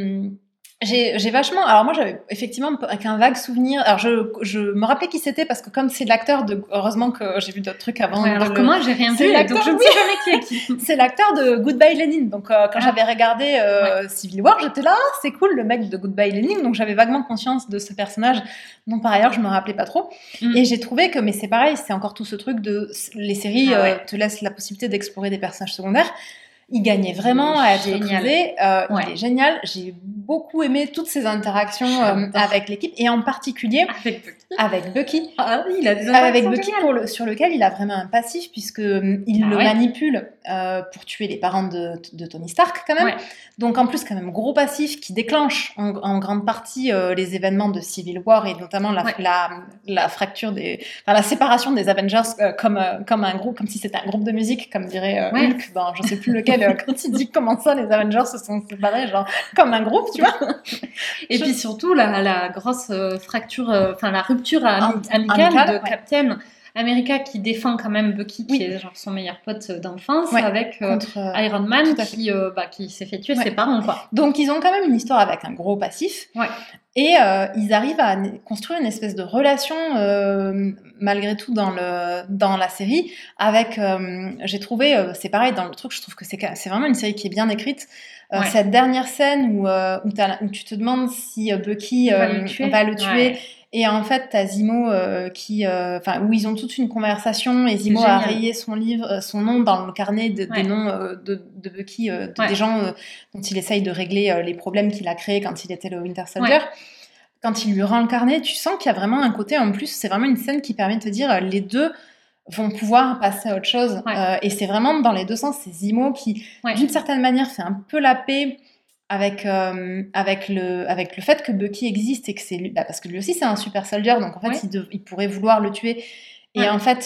S1: j'ai vachement... Alors moi, j'avais effectivement qu'un vague souvenir. Alors je me rappelais qui c'était parce que comme c'est l'acteur de... Heureusement que j'ai vu d'autres trucs avant.
S2: Alors que moi, j'ai rien vu, donc je ne sais jamais qui est qui.
S1: C'est l'acteur de Goodbye Lenin. Donc quand j'avais regardé Civil War, j'étais là, c'est cool, le mec de Goodbye Lenin. Donc j'avais vaguement conscience de ce personnage dont par ailleurs je me rappelais pas trop. Et j'ai trouvé que, mais c'est pareil, c'est encore tout ce truc de... Les séries te laissent la possibilité d'explorer des personnages secondaires. Il gagnait vraiment à être creusé. Il est génial. J'ai beaucoup aimé toutes ces interactions avec l'équipe et en particulier avec Bucky.
S2: Ah oui, il a des
S1: avec Bucky sur lequel il a vraiment un passif puisque il le manipule pour tuer les parents de Tony Stark quand même. Donc en plus quand même gros passif qui déclenche en grande partie les événements de Civil War et notamment la fracture la séparation des Avengers comme un groupe, comme si c'était un groupe de musique, comme dirait Hulk dans je sais plus lequel. Quand il dit comment ça les Avengers se sont séparés, genre comme un groupe, tu vois.
S2: Et puis surtout la grosse fracture, la rupture amicale de Captain America qui défend quand même Bucky, qui est genre son meilleur pote d'enfance, avec Iron Man qui s'est fait tuer ses parents, quoi.
S1: Donc ils ont quand même une histoire avec un gros passif. Et ils arrivent à construire une espèce de relation malgré tout dans la série avec j'ai trouvé c'est pareil dans le truc, je trouve que c'est vraiment une série qui est bien écrite. Cette dernière scène où tu te demandes si Bucky va le tuer. Et en fait, t'as Zemo où ils ont toute une conversation et Zemo a rayé son nom dans le carnet des noms de Bucky, des gens dont il essaye de régler les problèmes qu'il a créés quand il était le Winter Soldier. Quand il lui rend le carnet, tu sens qu'il y a vraiment un côté, en plus, c'est vraiment une scène qui permet de te dire les deux vont pouvoir passer à autre chose. Et c'est vraiment dans les deux sens, c'est Zemo qui, d'une certaine manière, fait un peu la paix avec le fait que Bucky existe et que c'est lui, parce que lui aussi c'est un super soldier, donc en fait il pourrait vouloir le tuer et en fait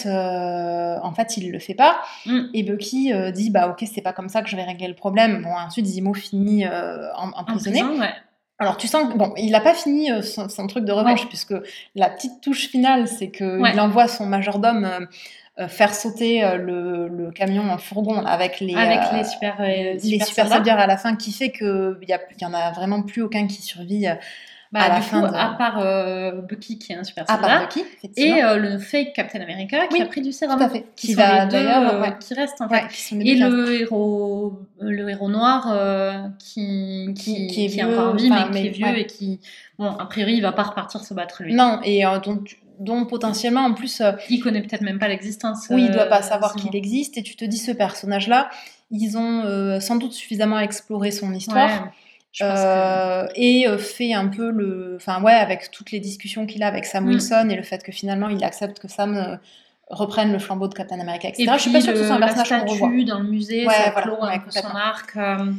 S1: il le fait pas. Et Bucky dit ok, c'est pas comme ça que je vais régler le problème. Bon, ensuite Zemo finit emprisonné. Alors tu sens il a pas fini son truc de revanche puisque la petite touche finale c'est que il envoie son majordome faire sauter le camion en fourgon avec les super soldiers à la fin, qui fait que il y en a vraiment plus aucun qui survit à la
S2: du
S1: fin
S2: coup,
S1: de...
S2: à part Bucky qui est un super
S1: À part
S2: soldat,
S1: Bucky,
S2: et
S1: effectivement.
S2: le fake Captain America qui
S1: Oui,
S2: a pris du sérum.
S1: tout à fait.
S2: Qui
S1: Qui
S2: sont
S1: va
S2: les deux
S1: d'ailleurs, ouais.
S2: qui restent en fait.
S1: Ouais, qui sont les
S2: Et
S1: deux
S2: le héros noir qui est
S1: vieux,
S2: encore en vie,
S1: enfin,
S2: mais qui est vieux
S1: ouais.
S2: et qui, bon, a priori, il va pas repartir se battre lui.
S1: Non, et dont potentiellement, en plus...
S2: il connaît peut-être même pas l'existence.
S1: Oui, il doit pas savoir
S2: Zemo.
S1: qu'il existe, et tu te dis, ce personnage-là, ils ont sans doute suffisamment exploré son histoire.
S2: Ouais, je pense
S1: et fait un peu avec toutes les discussions qu'il a avec Sam Wilson et le fait que finalement il accepte que Sam reprenne le flambeau de Captain America, etc.
S2: Et puis,
S1: je suis pas sûre que ce soit un personnage qu'on
S2: la
S1: revoit.
S2: statue dans le musée, ça clôt un peu son arc.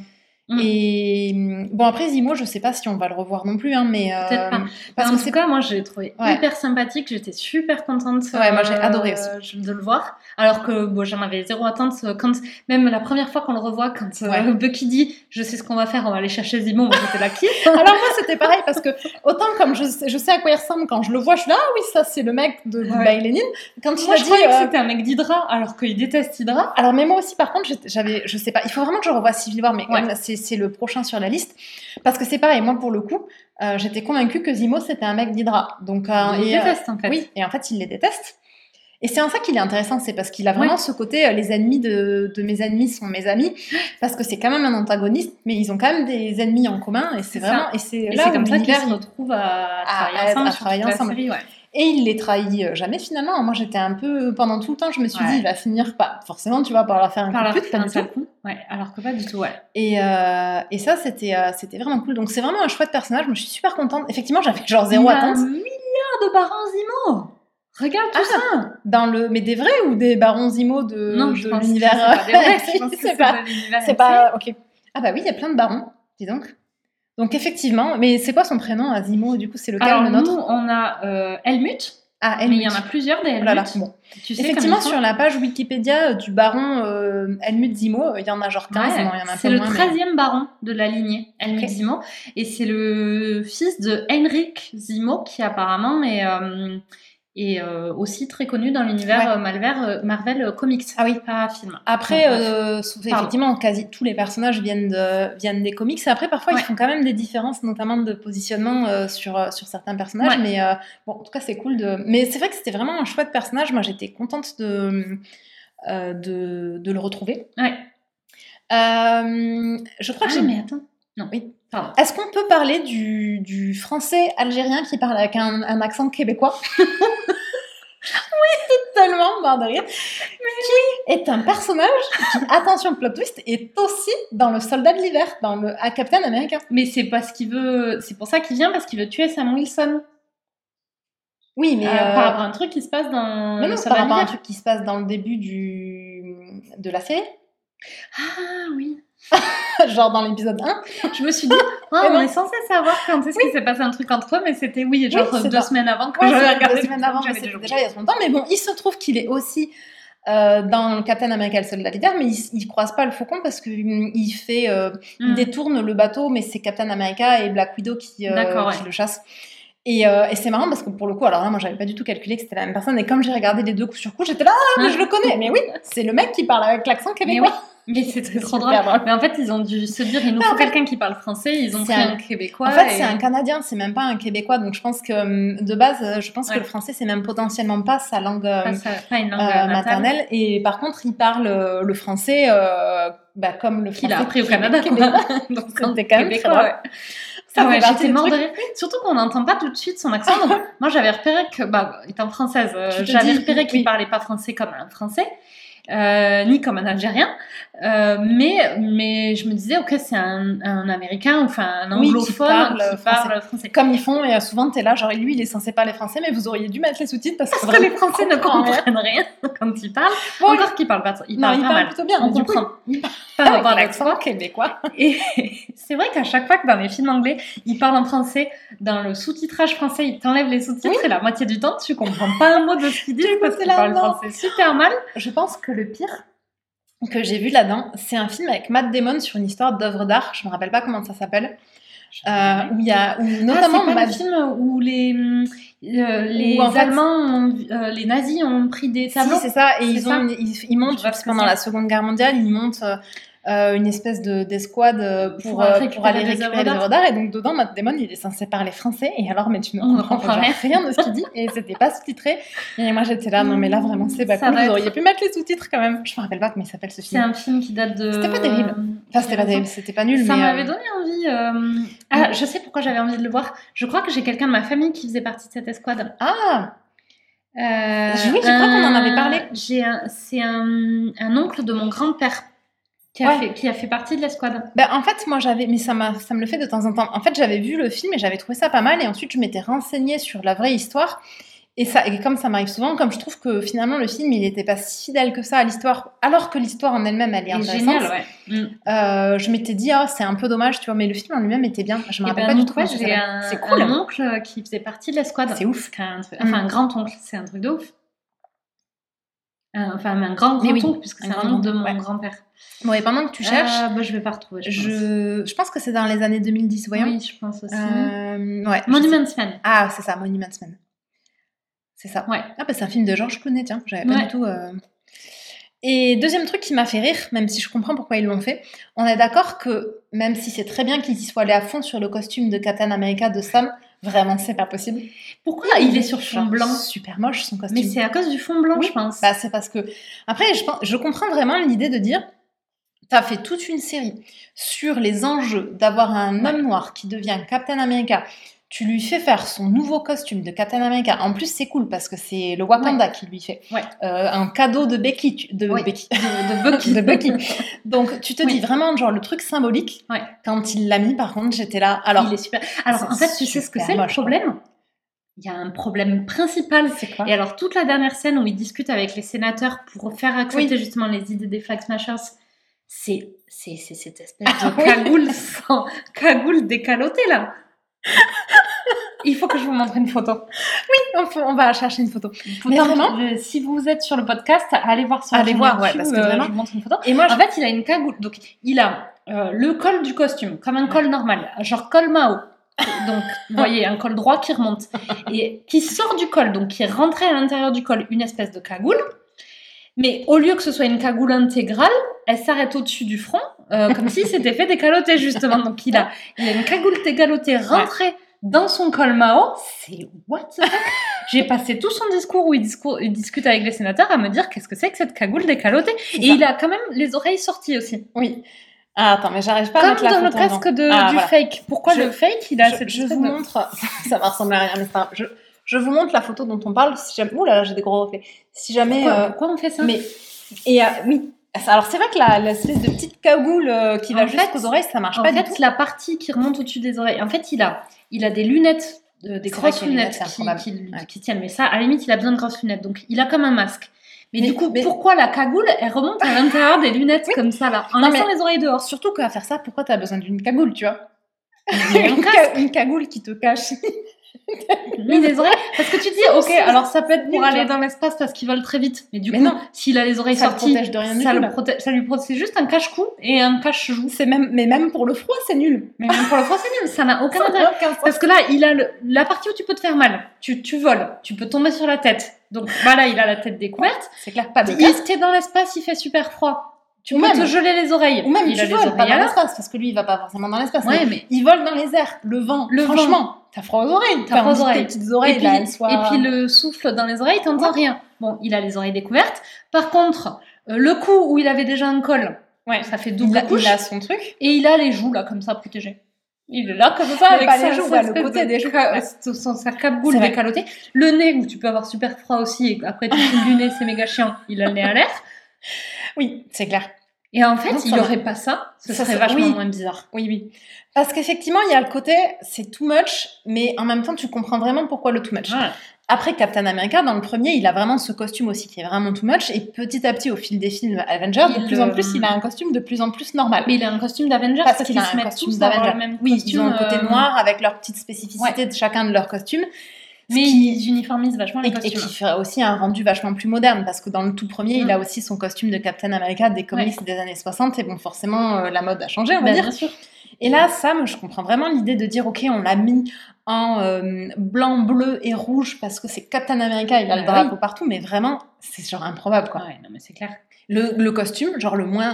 S1: Et bon, après Zemo, je sais pas si on va le revoir non plus, hein, mais
S2: peut-être pas.
S1: Parce
S2: en
S1: que
S2: tout cas, moi, je l'ai trouvé hyper sympathique. J'étais super contente.
S1: Moi, j'ai adoré aussi
S2: de le voir. Alors que bon, j'en avais zéro attente. Même la première fois qu'on le revoit, quand Bucky dit, je sais ce qu'on va faire, on va aller chercher Zemo. Moi, j'étais là qui
S1: Alors moi, c'était pareil parce que autant comme je sais à quoi il ressemble quand je le vois, je suis là, ah oui, ça c'est le mec de Goodbye Lenin. Quand il a
S2: je croyais que c'était un mec d'Hydra, alors qu'il déteste Hydra.
S1: Alors mais moi aussi, par contre, je sais pas. Il faut vraiment que je revoie Civil War, mais quand même, c'est le prochain sur la liste parce que c'est pareil. Moi, pour le coup, j'étais convaincue que Zemo c'était un mec d'Hydra. Donc
S2: il les déteste en fait.
S1: Oui, et en fait, il les déteste. Et c'est en ça qu'il est intéressant, c'est parce qu'il a vraiment ce côté, les ennemis de mes ennemis sont mes amis, parce que c'est quand même un antagoniste, mais ils ont quand même des ennemis en commun, et c'est vraiment, et c'est là où
S2: comme ça qu'ils
S1: l'univers
S2: se retrouvent à travailler ensemble.
S1: Série, Et il les trahit jamais finalement. Moi j'étais un peu, pendant tout le temps, je me suis dit, il va finir pas, forcément tu vois, par leur faire un coup de pute, pas du tout.
S2: Ouais, alors que pas du tout,
S1: Et ça c'était vraiment cool. Donc c'est vraiment un chouette personnage, moi je suis super contente. Effectivement, j'avais genre zéro attente.
S2: 1 milliard de barons Zemo. Regarde tout ça.
S1: Mais des vrais ou des barons Zemo de l'univers?
S2: C'est pas
S1: ok. Ah bah oui, il y a plein de barons, dis donc. Donc effectivement, mais c'est quoi son prénom à Zemo? Du coup, c'est lequel le nôtre?
S2: Nous, on a Helmut.
S1: Helmut.
S2: Mais il y en a plusieurs des Helmut.
S1: Bon. Effectivement, sur la page Wikipédia du baron Helmut Zemo, il y en a genre 15. Non, il y en a un peu
S2: c'est le 13e baron de la lignée Helmut Zemo. Et c'est le fils de Henrik Zemo qui apparemment est aussi très connu dans l'univers Marvel Comics.
S1: Ah oui,
S2: pas film.
S1: Après, effectivement, quasi tous les personnages viennent des comics. Après, parfois, ils font quand même des différences, notamment de positionnement sur certains personnages. Mais bon, en tout cas, c'est cool Mais c'est vrai que c'était vraiment un chouette personnage. Moi, j'étais contente de le retrouver.
S2: Ouais.
S1: Je crois que
S2: mais attends. Non.
S1: Oui. Pardon. Est-ce qu'on peut parler du français algérien qui parle avec un accent québécois? Oui, tellement marre de rire. Qui est un personnage qui, attention plot twist, est aussi dans le Soldat de l'hiver, dans le Captain America.
S2: Mais c'est parce qu'il veut, c'est pour ça qu'il vient, parce qu'il veut tuer Sam Wilson.
S1: Oui, mais
S2: par rapport à un truc qui se passe dans
S1: le Soldat de l'hiver. Par rapport à un truc qui se passe dans le début de la série.
S2: Ah oui.
S1: Genre dans l'épisode 1.
S2: Je me suis dit, on est censé savoir quand est-ce qu'il s'est passé un truc entre eux, mais c'était, genre 2 semaines avant que j'avais regardé.
S1: 2 semaines avant, c'était déjà il y a longtemps. Mais bon, il se trouve qu'il est aussi dans Captain America, le Soldat d'hiver, mais il croise pas le Faucon parce qu'il il détourne le bateau, mais c'est Captain America et Black Widow qui le chassent. Et c'est marrant parce que pour le coup, alors là, moi, j'avais pas du tout calculé que c'était la même personne. Et comme j'ai regardé les deux coup sur coup, j'étais là, mais je le connais. Mais oui, c'est le mec qui parle avec l'accent québécois.
S2: Mais c'était trop drôle. Mais en fait, ils ont dû se dire, il nous faut quelqu'un qui parle français. Ils ont pris un Québécois.
S1: En fait, c'est un Canadien, c'est même pas un Québécois. Donc, je pense que de base, je pense que le français, c'est même potentiellement pas sa langue,
S2: pas une langue
S1: maternelle. Et par contre, il parle le français comme le français
S2: qu'il a appris au Canada.
S1: Donc, c'était quand même Québécois.
S2: J'étais tellement de rire. Surtout qu'on n'entend pas tout de suite son accent. Donc, moi, j'avais repéré que, étant française, j'avais repéré qu'il parlait pas français comme un français. Ni comme un Algérien, mais je me disais, ok, c'est un Américain, enfin un anglophone qui parle français.
S1: Comme ils font, et souvent t'es là, genre lui il est censé parler français, mais vous auriez dû mettre les sous-titres parce que
S2: les Français ne comprennent rien quand ils parlent. Encore qu'ils parlent pas, ils parlent pas mal.
S1: Plutôt bien,
S2: on comprend.
S1: Par rapport à l'accent québécois.
S2: Et c'est vrai qu'à chaque fois que dans les films anglais, ils parlent en français, dans le sous-titrage français, ils t'enlèvent les sous-titres et la moitié du temps, tu comprends pas un mot de ce qu'ils disent parce qu'ils parlent français super mal.
S1: Je pense que le pire que j'ai vu là-dedans, c'est un film avec Matt Damon sur une histoire d'œuvre d'art. Je me rappelle pas comment ça s'appelle. Où il y a notamment
S2: c'est pas le film où les Allemands, les nazis ont pris des tableaux.
S1: Si, c'est ça. Et ils montent pendant la Seconde Guerre mondiale, ils montent une espèce d'escouade pour aller récupérer les œuvres d'art. Et donc dedans, Matt Damon, il est censé parler français. Et alors, mais tu ne comprends rien de ce qu'il dit. Et c'était pas sous-titré. Et moi, j'étais là, non mais là vraiment, c'est pas cool. Vous auriez pu mettre les sous-titres quand même. Je me rappelle pas comment il s'appelle ce film.
S2: C'est un film qui date de...
S1: C'était pas terrible. Enfin, c'était pas terrible, c'était pas nul.
S2: Ça m'avait donné envie. Ah, je sais pourquoi j'avais envie de le voir. Je crois que j'ai quelqu'un de ma famille qui faisait partie de cette escouade.
S1: Ah oui, je crois qu'on en avait parlé.
S2: C'est un oncle de mon grand-père qui a fait partie de l'escouade.
S1: Ben, en fait, moi j'avais, mais ça me le fait de temps en temps. En fait, j'avais vu le film et j'avais trouvé ça pas mal. Et ensuite, je m'étais renseignée sur la vraie histoire. Et comme ça m'arrive souvent, comme je trouve que finalement le film il n'était pas si fidèle que ça à l'histoire, alors que l'histoire en elle-même elle est intéressante.
S2: Génial, ouais.
S1: Je m'étais dit c'est un peu dommage, tu vois, mais le film en lui-même était bien. Je me rappelle pas du tout.
S2: C'est cool. Un oncle qui faisait partie de l'escouade.
S1: C'est ouf.
S2: Un grand oncle, c'est un truc de ouf. Un grand-oncle, puisque c'est un oncle de mon grand-père.
S1: Bon, et pendant que tu cherches...
S2: je vais pas retrouver,
S1: je pense que c'est dans les années 2010, voyons.
S2: Oui, je pense aussi.
S1: Monuments Men. Ah, c'est ça, Monuments Men. C'est ça.
S2: Ouais.
S1: Ah, bah c'est un film de Georges Clooney, tiens. J'avais pas du tout... Et deuxième truc qui m'a fait rire, même si je comprends pourquoi ils l'ont fait, on est d'accord que, même si c'est très bien qu'ils y soient allés à fond sur le costume de Captain America de Sam, vraiment, c'est pas possible.
S2: Pourquoi il est sur fond blanc?
S1: Super moche, son costume.
S2: Mais c'est à cause du fond blanc, je pense.
S1: Bah, c'est parce que... Après, je comprends vraiment l'idée de dire, t'as fait toute une série sur les enjeux d'avoir un homme noir qui devient Captain America. Tu lui fais faire son nouveau costume de Captain America. En plus, c'est cool parce que c'est le Wakanda qui lui fait. Un cadeau de Becky. De Bucky. De Bucky. Donc, tu te dis vraiment, genre, le truc symbolique. Quand il l'a mis, par contre, j'étais là. Alors,
S2: il est super. Alors, en fait, tu sais ce que c'est le problème? Il y a un problème principal.
S1: C'est quoi?
S2: Et alors, toute la dernière scène où il discute avec les sénateurs pour faire accepter justement les idées des Flag Smashers, c'est cette espèce de cagoule décalotée, là. Il faut que je vous montre une photo.
S1: Oui, on va chercher une photo.
S2: Mais vraiment, si vous êtes sur le podcast, allez voir sur YouTube,
S1: parce que vraiment,
S2: je vous montre une photo. Et moi, en fait, il a une cagoule. Donc, il a le col du costume, comme un col normal, genre col Mao. Donc, vous voyez, un col droit qui remonte et qui sort du col, donc qui est rentré à l'intérieur du col, une espèce de cagoule. Mais au lieu que ce soit une cagoule intégrale, elle s'arrête au-dessus du front, comme si c'était fait décaloter, justement. Donc, il a une cagoule décalotée rentrée dans son col Mao. C'est what the fuck? J'ai passé tout son discours où il discute avec les sénateurs à me dire qu'est-ce que c'est que cette cagoule décalotée. Et il a quand même les oreilles sorties aussi.
S1: Oui. Ah, attends, mais j'arrive pas à mettre la photo.
S2: Comme dans le casque du fake. Pourquoi le fake, il a cette
S1: Je vous montre... Ça va ressembler à rien, mais c'est pas... Je vous montre la photo dont on parle. Si jamais... Ouh là là, j'ai des gros reflets. Si jamais...
S2: Pourquoi on fait ça?
S1: Oui. Alors, c'est vrai que l'espèce de petite cagoule qui va jusqu'aux oreilles, ça marche pas du tout.
S2: En fait, la partie qui remonte au-dessus des oreilles, en fait, il a des lunettes, des grosses lunettes qui tiennent. Mais ça, à la limite, il a besoin de grosses lunettes. Donc, il a comme un masque. Mais du coup, pourquoi la cagoule, elle remonte à l'intérieur des lunettes comme ça, là, en laissant les oreilles dehors?
S1: Surtout qu'à faire ça, pourquoi t'as besoin d'une cagoule, tu vois? Une cagoule qui te cache.
S2: Mais les oreilles, parce que tu dis ok, alors ça peut être pour aller dans l'espace parce qu'ils volent très vite, mais du coup s'il a les oreilles sorties, ça lui protège, c'est juste un cache-cou et un cache-joue.
S1: Mais même pour le froid c'est nul.
S2: Mais même pour le froid c'est nul, ça n'a aucun intérêt. Parce que là il a la partie où tu peux te faire mal, tu voles, tu peux tomber sur la tête, donc voilà, il a la tête découverte.
S1: C'est clair, pas de
S2: casque. T'es dans l'espace, il fait super froid. Tu peux te geler les oreilles.
S1: Ou même tu voles pas dans l'espace, parce que lui, il va pas forcément dans l'espace. Mais il vole dans les airs. Le vent, franchement, t'as froid aux oreilles.
S2: T'as froid aux oreilles.
S1: Tes petites oreilles,
S2: et puis le souffle dans les oreilles, t'entends rien. Bon, il a les oreilles découvertes. Par contre, le cou où il avait déjà un col, ça fait double couche.
S1: Il a son truc.
S2: Et il a les joues, là, comme ça, protégées. Il est là, comme ça, avec
S1: les joues, le côté des joues.
S2: Sa cagoule décalotée. Le nez, où tu peux avoir super froid aussi, et après tu fous du nez, c'est méga chiant. Il a le nez à l'air.
S1: Oui, c'est clair.
S2: Et en fait, il n'y aurait pas ça, ce serait vachement moins bizarre.
S1: Oui. Parce qu'effectivement, il y a le côté, c'est too much, mais en même temps, tu comprends vraiment pourquoi le too much. Ouais. Après, Captain America, dans le premier, il a vraiment ce costume aussi qui est vraiment too much, et petit à petit, au fil des films Avengers, de plus en plus, il a un costume de plus en plus normal.
S2: Mais il a un costume d'Avengers parce qu'il a un costume d'Avengers.
S1: Oui, ils ont un côté noir avec leurs petites spécificités de chacun de leurs costumes.
S2: Mais ils uniformisent vachement les costumes.
S1: Et qui ferait aussi un rendu vachement plus moderne, parce que dans le tout premier, il a aussi son costume de Captain America des comics des années 60, et bon, forcément, la mode a changé, on va dire.
S2: Bien sûr.
S1: Et là, Sam, je comprends vraiment l'idée de dire, ok, on l'a mis en blanc, bleu et rouge, parce que c'est Captain America, il a le drapeau partout, mais vraiment, c'est genre improbable, quoi.
S2: Ouais, non, mais c'est clair.
S1: Le costume, genre le moins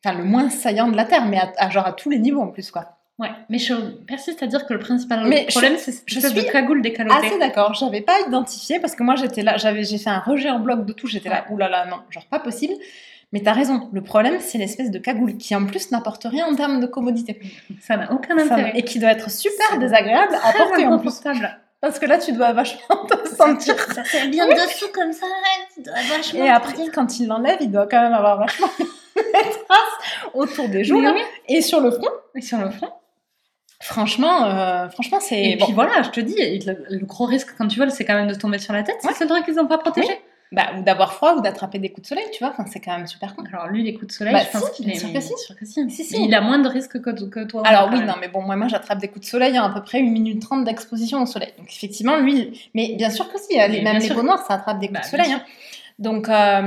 S1: enfin, le moins saillant de la Terre, mais genre à tous les niveaux en plus, quoi.
S2: Ouais, mais je persiste à dire que le principal
S1: Mais
S2: problème, c'est cette espèce de cagoule décalotée.
S1: Assez d'accord, j'avais pas identifié parce que moi j'étais là, j'ai fait un rejet en bloc de tout, j'étais là, oulala, non, genre pas possible. Mais t'as raison, le problème c'est l'espèce de cagoule qui en plus n'apporte rien en termes de commodité.
S2: Ça n'a aucun intérêt.
S1: Et qui doit être super désagréable à porter en plus. Parce que là tu dois vachement te sentir.
S3: Ça fait bien dessous comme ça, tu dois vachement.
S1: Et après, quand il l'enlève, il doit quand même avoir vachement des traces autour des joues là, et sur le front.
S2: Et sur le front.
S1: Franchement, c'est.
S2: Et puis voilà, je te dis, le gros risque quand tu voles, c'est quand même de tomber sur la tête. C'est le truc qu'ils n'ont pas protégé.
S1: Oui. Bah, ou d'avoir froid ou d'attraper des coups de soleil, tu vois. Enfin, c'est quand même super con.
S2: Alors lui, les coups de soleil, je pense qu'il est sûr que si. Si. Il a moins de risques que toi.
S1: Alors oui, non, mais bon, moi j'attrape des coups de soleil à peu près 1 minute 30 d'exposition au soleil. Donc effectivement, lui, mais bien sûr que si, même les peaux noires, ça attrape des coups de soleil. Hein. Donc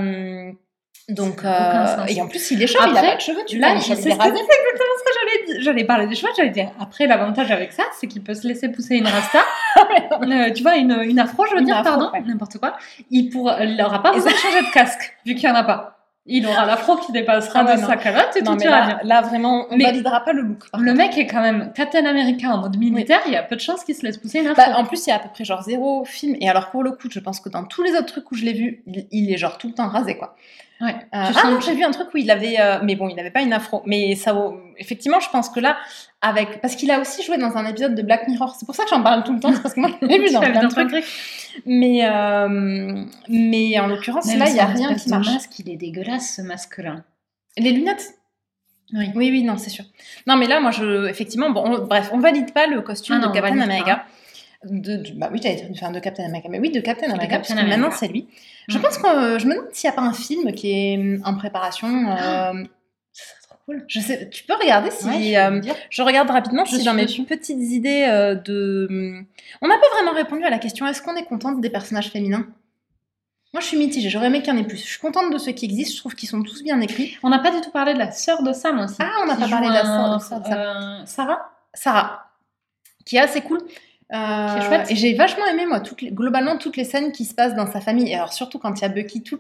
S1: et en plus, il est chauve, il a pas de cheveux, tu vois.
S2: C'est exactement ce que j'allais dire. J'allais parler des cheveux, j'allais dire. Après, l'avantage avec ça, c'est qu'il peut se laisser pousser une rasta. Tu vois, une afro, je veux dire, pardon, n'importe quoi. Il n'aura pas besoin de changer de casque, vu qu'il n'y en a pas. Il aura l'afro qui dépassera de sa calotte et tout ira bien.
S1: Là, vraiment, on ne validera pas le look.
S2: Le mec est quand même Captain America en mode militaire, il y a peu de chances qu'il se laisse pousser une afro.
S1: En plus, il y a à peu près genre 0 film. Et alors, pour le coup, je pense que dans tous les autres trucs où je l'ai vu, il est genre tout le temps rasé, quoi.
S2: Ouais.
S1: Non, j'ai vu un truc où il avait, mais bon, il n'avait pas une afro. Mais ça, effectivement, je pense que là, parce qu'il a aussi joué dans un épisode de Black Mirror. C'est pour ça que j'en parle tout le temps, c'est parce que moi, je l'ai vu dans plein de trucs. Mais en l'occurrence, là, il n'y a rien qui marche.
S2: Masque, il est dégueulasse, ce masque-là.
S1: Les lunettes. Oui, non, c'est sûr. Non, mais là, moi, effectivement, bref, on valide pas le costume de Captain America. Bah oui, j'allais dire de Captain America, mais oui, de Captain America, parce que maintenant c'est lui. Je pense que je me demande s'il n'y a pas un film qui est en préparation.
S2: C'est trop cool.
S1: Je sais, tu peux regarder si. Je regarde rapidement si dans mes petites idées on n'a pas vraiment répondu à la question est-ce qu'on est contente des personnages féminins? Moi, je suis mitigée. J'aurais aimé qu'il y en ait plus. Je suis contente de ceux qui existent. Je trouve qu'ils sont tous bien écrits.
S2: On n'a pas du tout parlé de la sœur de Sam aussi.
S1: Ah, on n'a pas parlé de la sœur de Sam. Sarah, qui est assez cool.
S2: Qui est chouette.
S1: Et j'ai vachement aimé moi globalement toutes les scènes qui se passent dans sa famille. Et alors surtout quand il y a Bucky, tout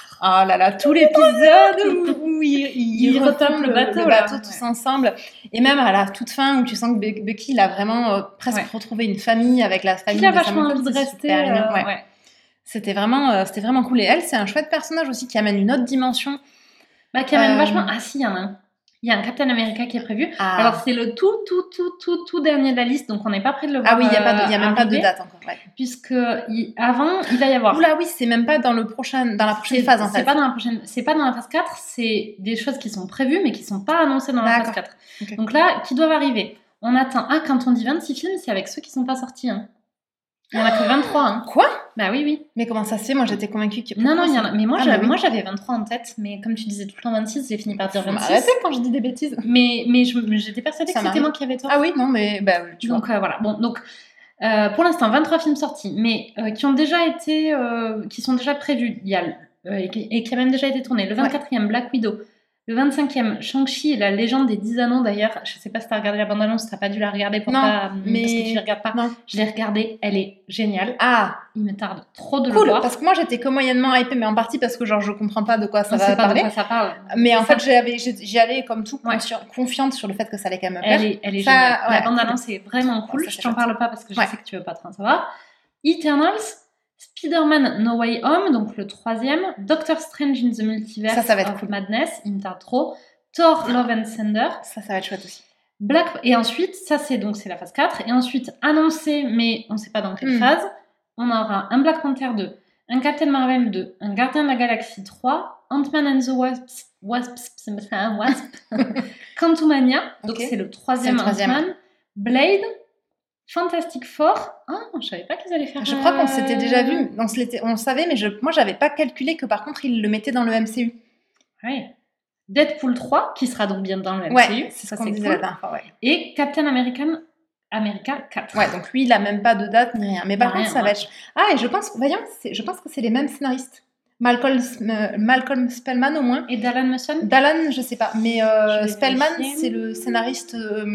S1: l'épisode où ils retapent le bateau tous ensemble. Et même à la toute fin où tu sens que Bucky il a vraiment presque retrouvé une famille avec la famille.
S2: Il a vachement envie de rester.
S1: C'était vraiment cool. Et elle, c'est un chouette personnage aussi qui amène une autre dimension.
S2: Qui amène vachement. Ah si, il y en a un. Il y a un Captain America qui est prévu. Alors, c'est le tout dernier de la liste, donc on n'est pas prêt de le voir.
S1: Ah oui, il n'y a même pas de date encore. Ouais.
S2: Puisque avant, il va y avoir.
S1: Oula, oui, c'est même pas dans la prochaine phase en fait.
S2: C'est pas dans la phase 4, c'est des choses qui sont prévues, mais qui ne sont pas annoncées dans la phase 4. Okay. Donc là, qui doivent arriver. On attend. Quand on dit 26 films, c'est avec ceux qui ne sont pas sortis. Hein. Il n'y en a que 23. Hein.
S1: Quoi?
S2: Bah oui.
S1: Mais comment ça se fait? Moi, j'étais convaincue qu'il y
S2: a... Non, il y en a. Mais moi, j'avais 23 en tête. Mais comme tu disais tout le temps 26, j'ai fini par dire 26.
S1: Arrêtez quand je dis des bêtises.
S2: Mais j'étais persuadée que c'était moi qui avais tort.
S1: Ah oui, non, mais...
S2: donc, voilà. Bon, donc, pour l'instant, 23 films sortis, mais qui ont déjà été... qui sont déjà prévus. Il y a... et qui a même déjà été tourné. Le 24e, Black Widow. Le 25e, Shang-Chi et la légende des 10 anneaux, d'ailleurs. Je sais pas si t'as regardé la bande-annonce, t'as pas dû la regarder parce que tu la regardes pas. Non. Je l'ai regardée, elle est géniale. Il me tarde trop de le voir.
S1: Parce que moi j'étais que moyennement hypée, mais en partie parce que genre je comprends pas de quoi ça va parler.
S2: De quoi ça parle.
S1: Mais en fait j'y allais comme tout, confiante sur le fait que ça allait quand même me plaire.
S2: Elle est géniale. La bande-annonce est vraiment cool. Je t'en parle pas parce que je sais que tu veux pas trop en savoir. Eternals. Spider-Man No Way Home, donc le 3e, Doctor Strange in the Multiverse
S1: ça va être cool.
S2: Madness, il me tarde trop, Thor Love and Thunder,
S1: ça va être chouette aussi.
S2: Et ensuite, c'est la phase 4, et ensuite annoncé, mais on ne sait pas dans quelle phase, on aura un Black Panther 2, un Captain Marvel 2, un Gardien de la Galaxie 3, Ant-Man and the Wasp, Quantumania, donc c'est le 3e Ant-Man, Blade, Fantastic Four. Je savais pas qu'ils allaient faire.
S1: Je crois qu'on s'était déjà vu. On savait, mais moi j'avais pas calculé que par contre ils le mettaient dans le MCU.
S2: Ouais. Deadpool 3, qui sera donc bien dans le MCU.
S1: Ouais, c'est ce qu'on disait la dernière fois. Ouais.
S2: Et Captain America 4.
S1: Ouais, donc lui il a même pas de date ni rien. Mais par contre ça va être. Et je pense que c'est les mêmes scénaristes. Malcolm Spellman au moins.
S2: Et Dallan Musson.
S1: Dallan, je sais pas, mais Spellman c'est le scénariste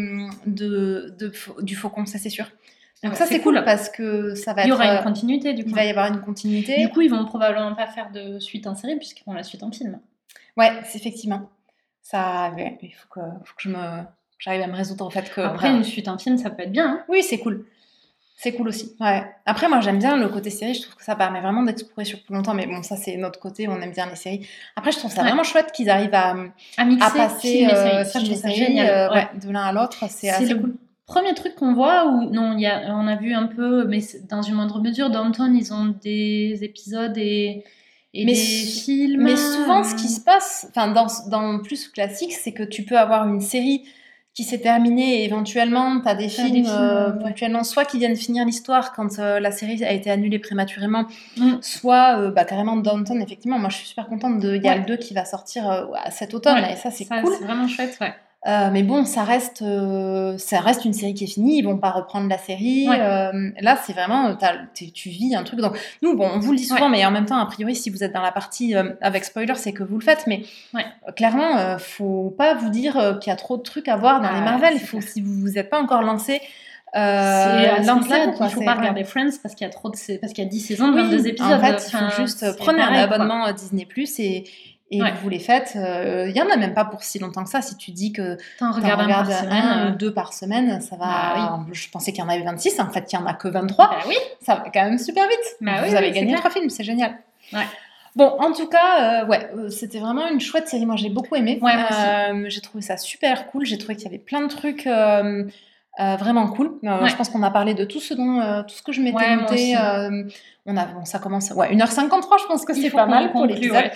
S1: du Faucon, ça c'est sûr. Donc ça c'est cool parce que ça va être.
S2: Il y aura une continuité du coup.
S1: Il va y avoir une continuité.
S2: Du coup ils vont probablement pas faire de suite en série puisqu'ils font la suite en film.
S1: Ouais, effectivement. Ça, ouais, il faut que j'arrive à me résoudre au fait que...
S2: Après, une suite, un film, ça peut être bien. Hein.
S1: Oui, c'est cool. C'est cool aussi. Ouais. Après, moi, j'aime bien le côté série. Je trouve que ça permet vraiment d'explorer sur plus longtemps. Mais bon, ça, c'est notre côté. On aime bien les séries. Après, je trouve ça vraiment chouette qu'ils arrivent à
S2: mixer
S1: passer
S2: film et série. Ça,
S1: film
S2: je
S1: et
S2: trouve ça
S1: série,
S2: génial.
S1: de l'un à l'autre. C'est assez
S2: le
S1: cool.
S2: Premier truc qu'on voit, où non, on a vu un peu, mais dans une moindre mesure, Downton, ils ont des épisodes et des films.
S1: Mais souvent, ce qui se passe, enfin, dans plus classique, c'est que tu peux avoir une série qui s'est terminée et éventuellement, tu as des films ponctuellement, soit qui viennent finir l'histoire quand la série a été annulée prématurément, soit carrément Downton, effectivement. Moi, je suis super contente il y a le 2 qui va sortir cet automne, et ça, c'est cool.
S2: C'est vraiment chouette, ouais.
S1: Mais bon, ça reste une série qui est finie. Ils vont pas reprendre la série. Là, c'est vraiment, tu vis un truc. Donc, nous, bon, on vous le dit souvent, mais en même temps, a priori, si vous êtes dans la partie avec spoiler, c'est que vous le faites. Mais clairement, faut pas vous dire qu'il y a trop de trucs à voir dans les Marvel. Si vous vous êtes pas encore lancé.
S2: Lancez-vous, il faut pas regarder Friends parce qu'il y a parce qu'il y a 10 saisons de 22 épisodes.
S1: En fait, il faut juste prendre un abonnement Disney+, et vous les faites. Il y en a même pas pour si longtemps que ça. Si tu dis que
S2: t'en regardes
S1: un ou deux par semaine, ça va. Je pensais qu'il y en avait 26. En fait, il y en a que 23. Ça va quand même super vite. Vous avez gagné 3 films, c'est génial. Bon, en tout cas, c'était vraiment une chouette série. Moi, j'ai beaucoup aimé. J'ai trouvé ça super cool. J'ai trouvé qu'il y avait plein de trucs vraiment cool. Je pense qu'on a parlé de tout ce que je m'étais noté. Ça commence 1h53, je pense que c'est pas mal pour l'épisode.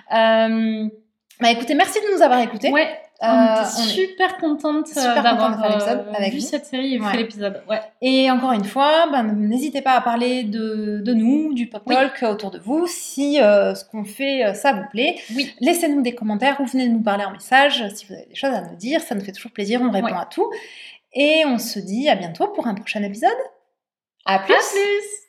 S1: Écoutez, merci de nous avoir écoutés.
S2: On est super contente d'avoir vu cette série et fait l'épisode.
S1: Et encore une fois, n'hésitez pas à parler de nous, du Pop Talk autour de vous, si ce qu'on fait, ça vous plaît. Laissez-nous des commentaires ou venez nous parler en message si vous avez des choses à nous dire. Ça nous fait toujours plaisir, on répond à tout. Et on se dit à bientôt pour un prochain épisode. À plus.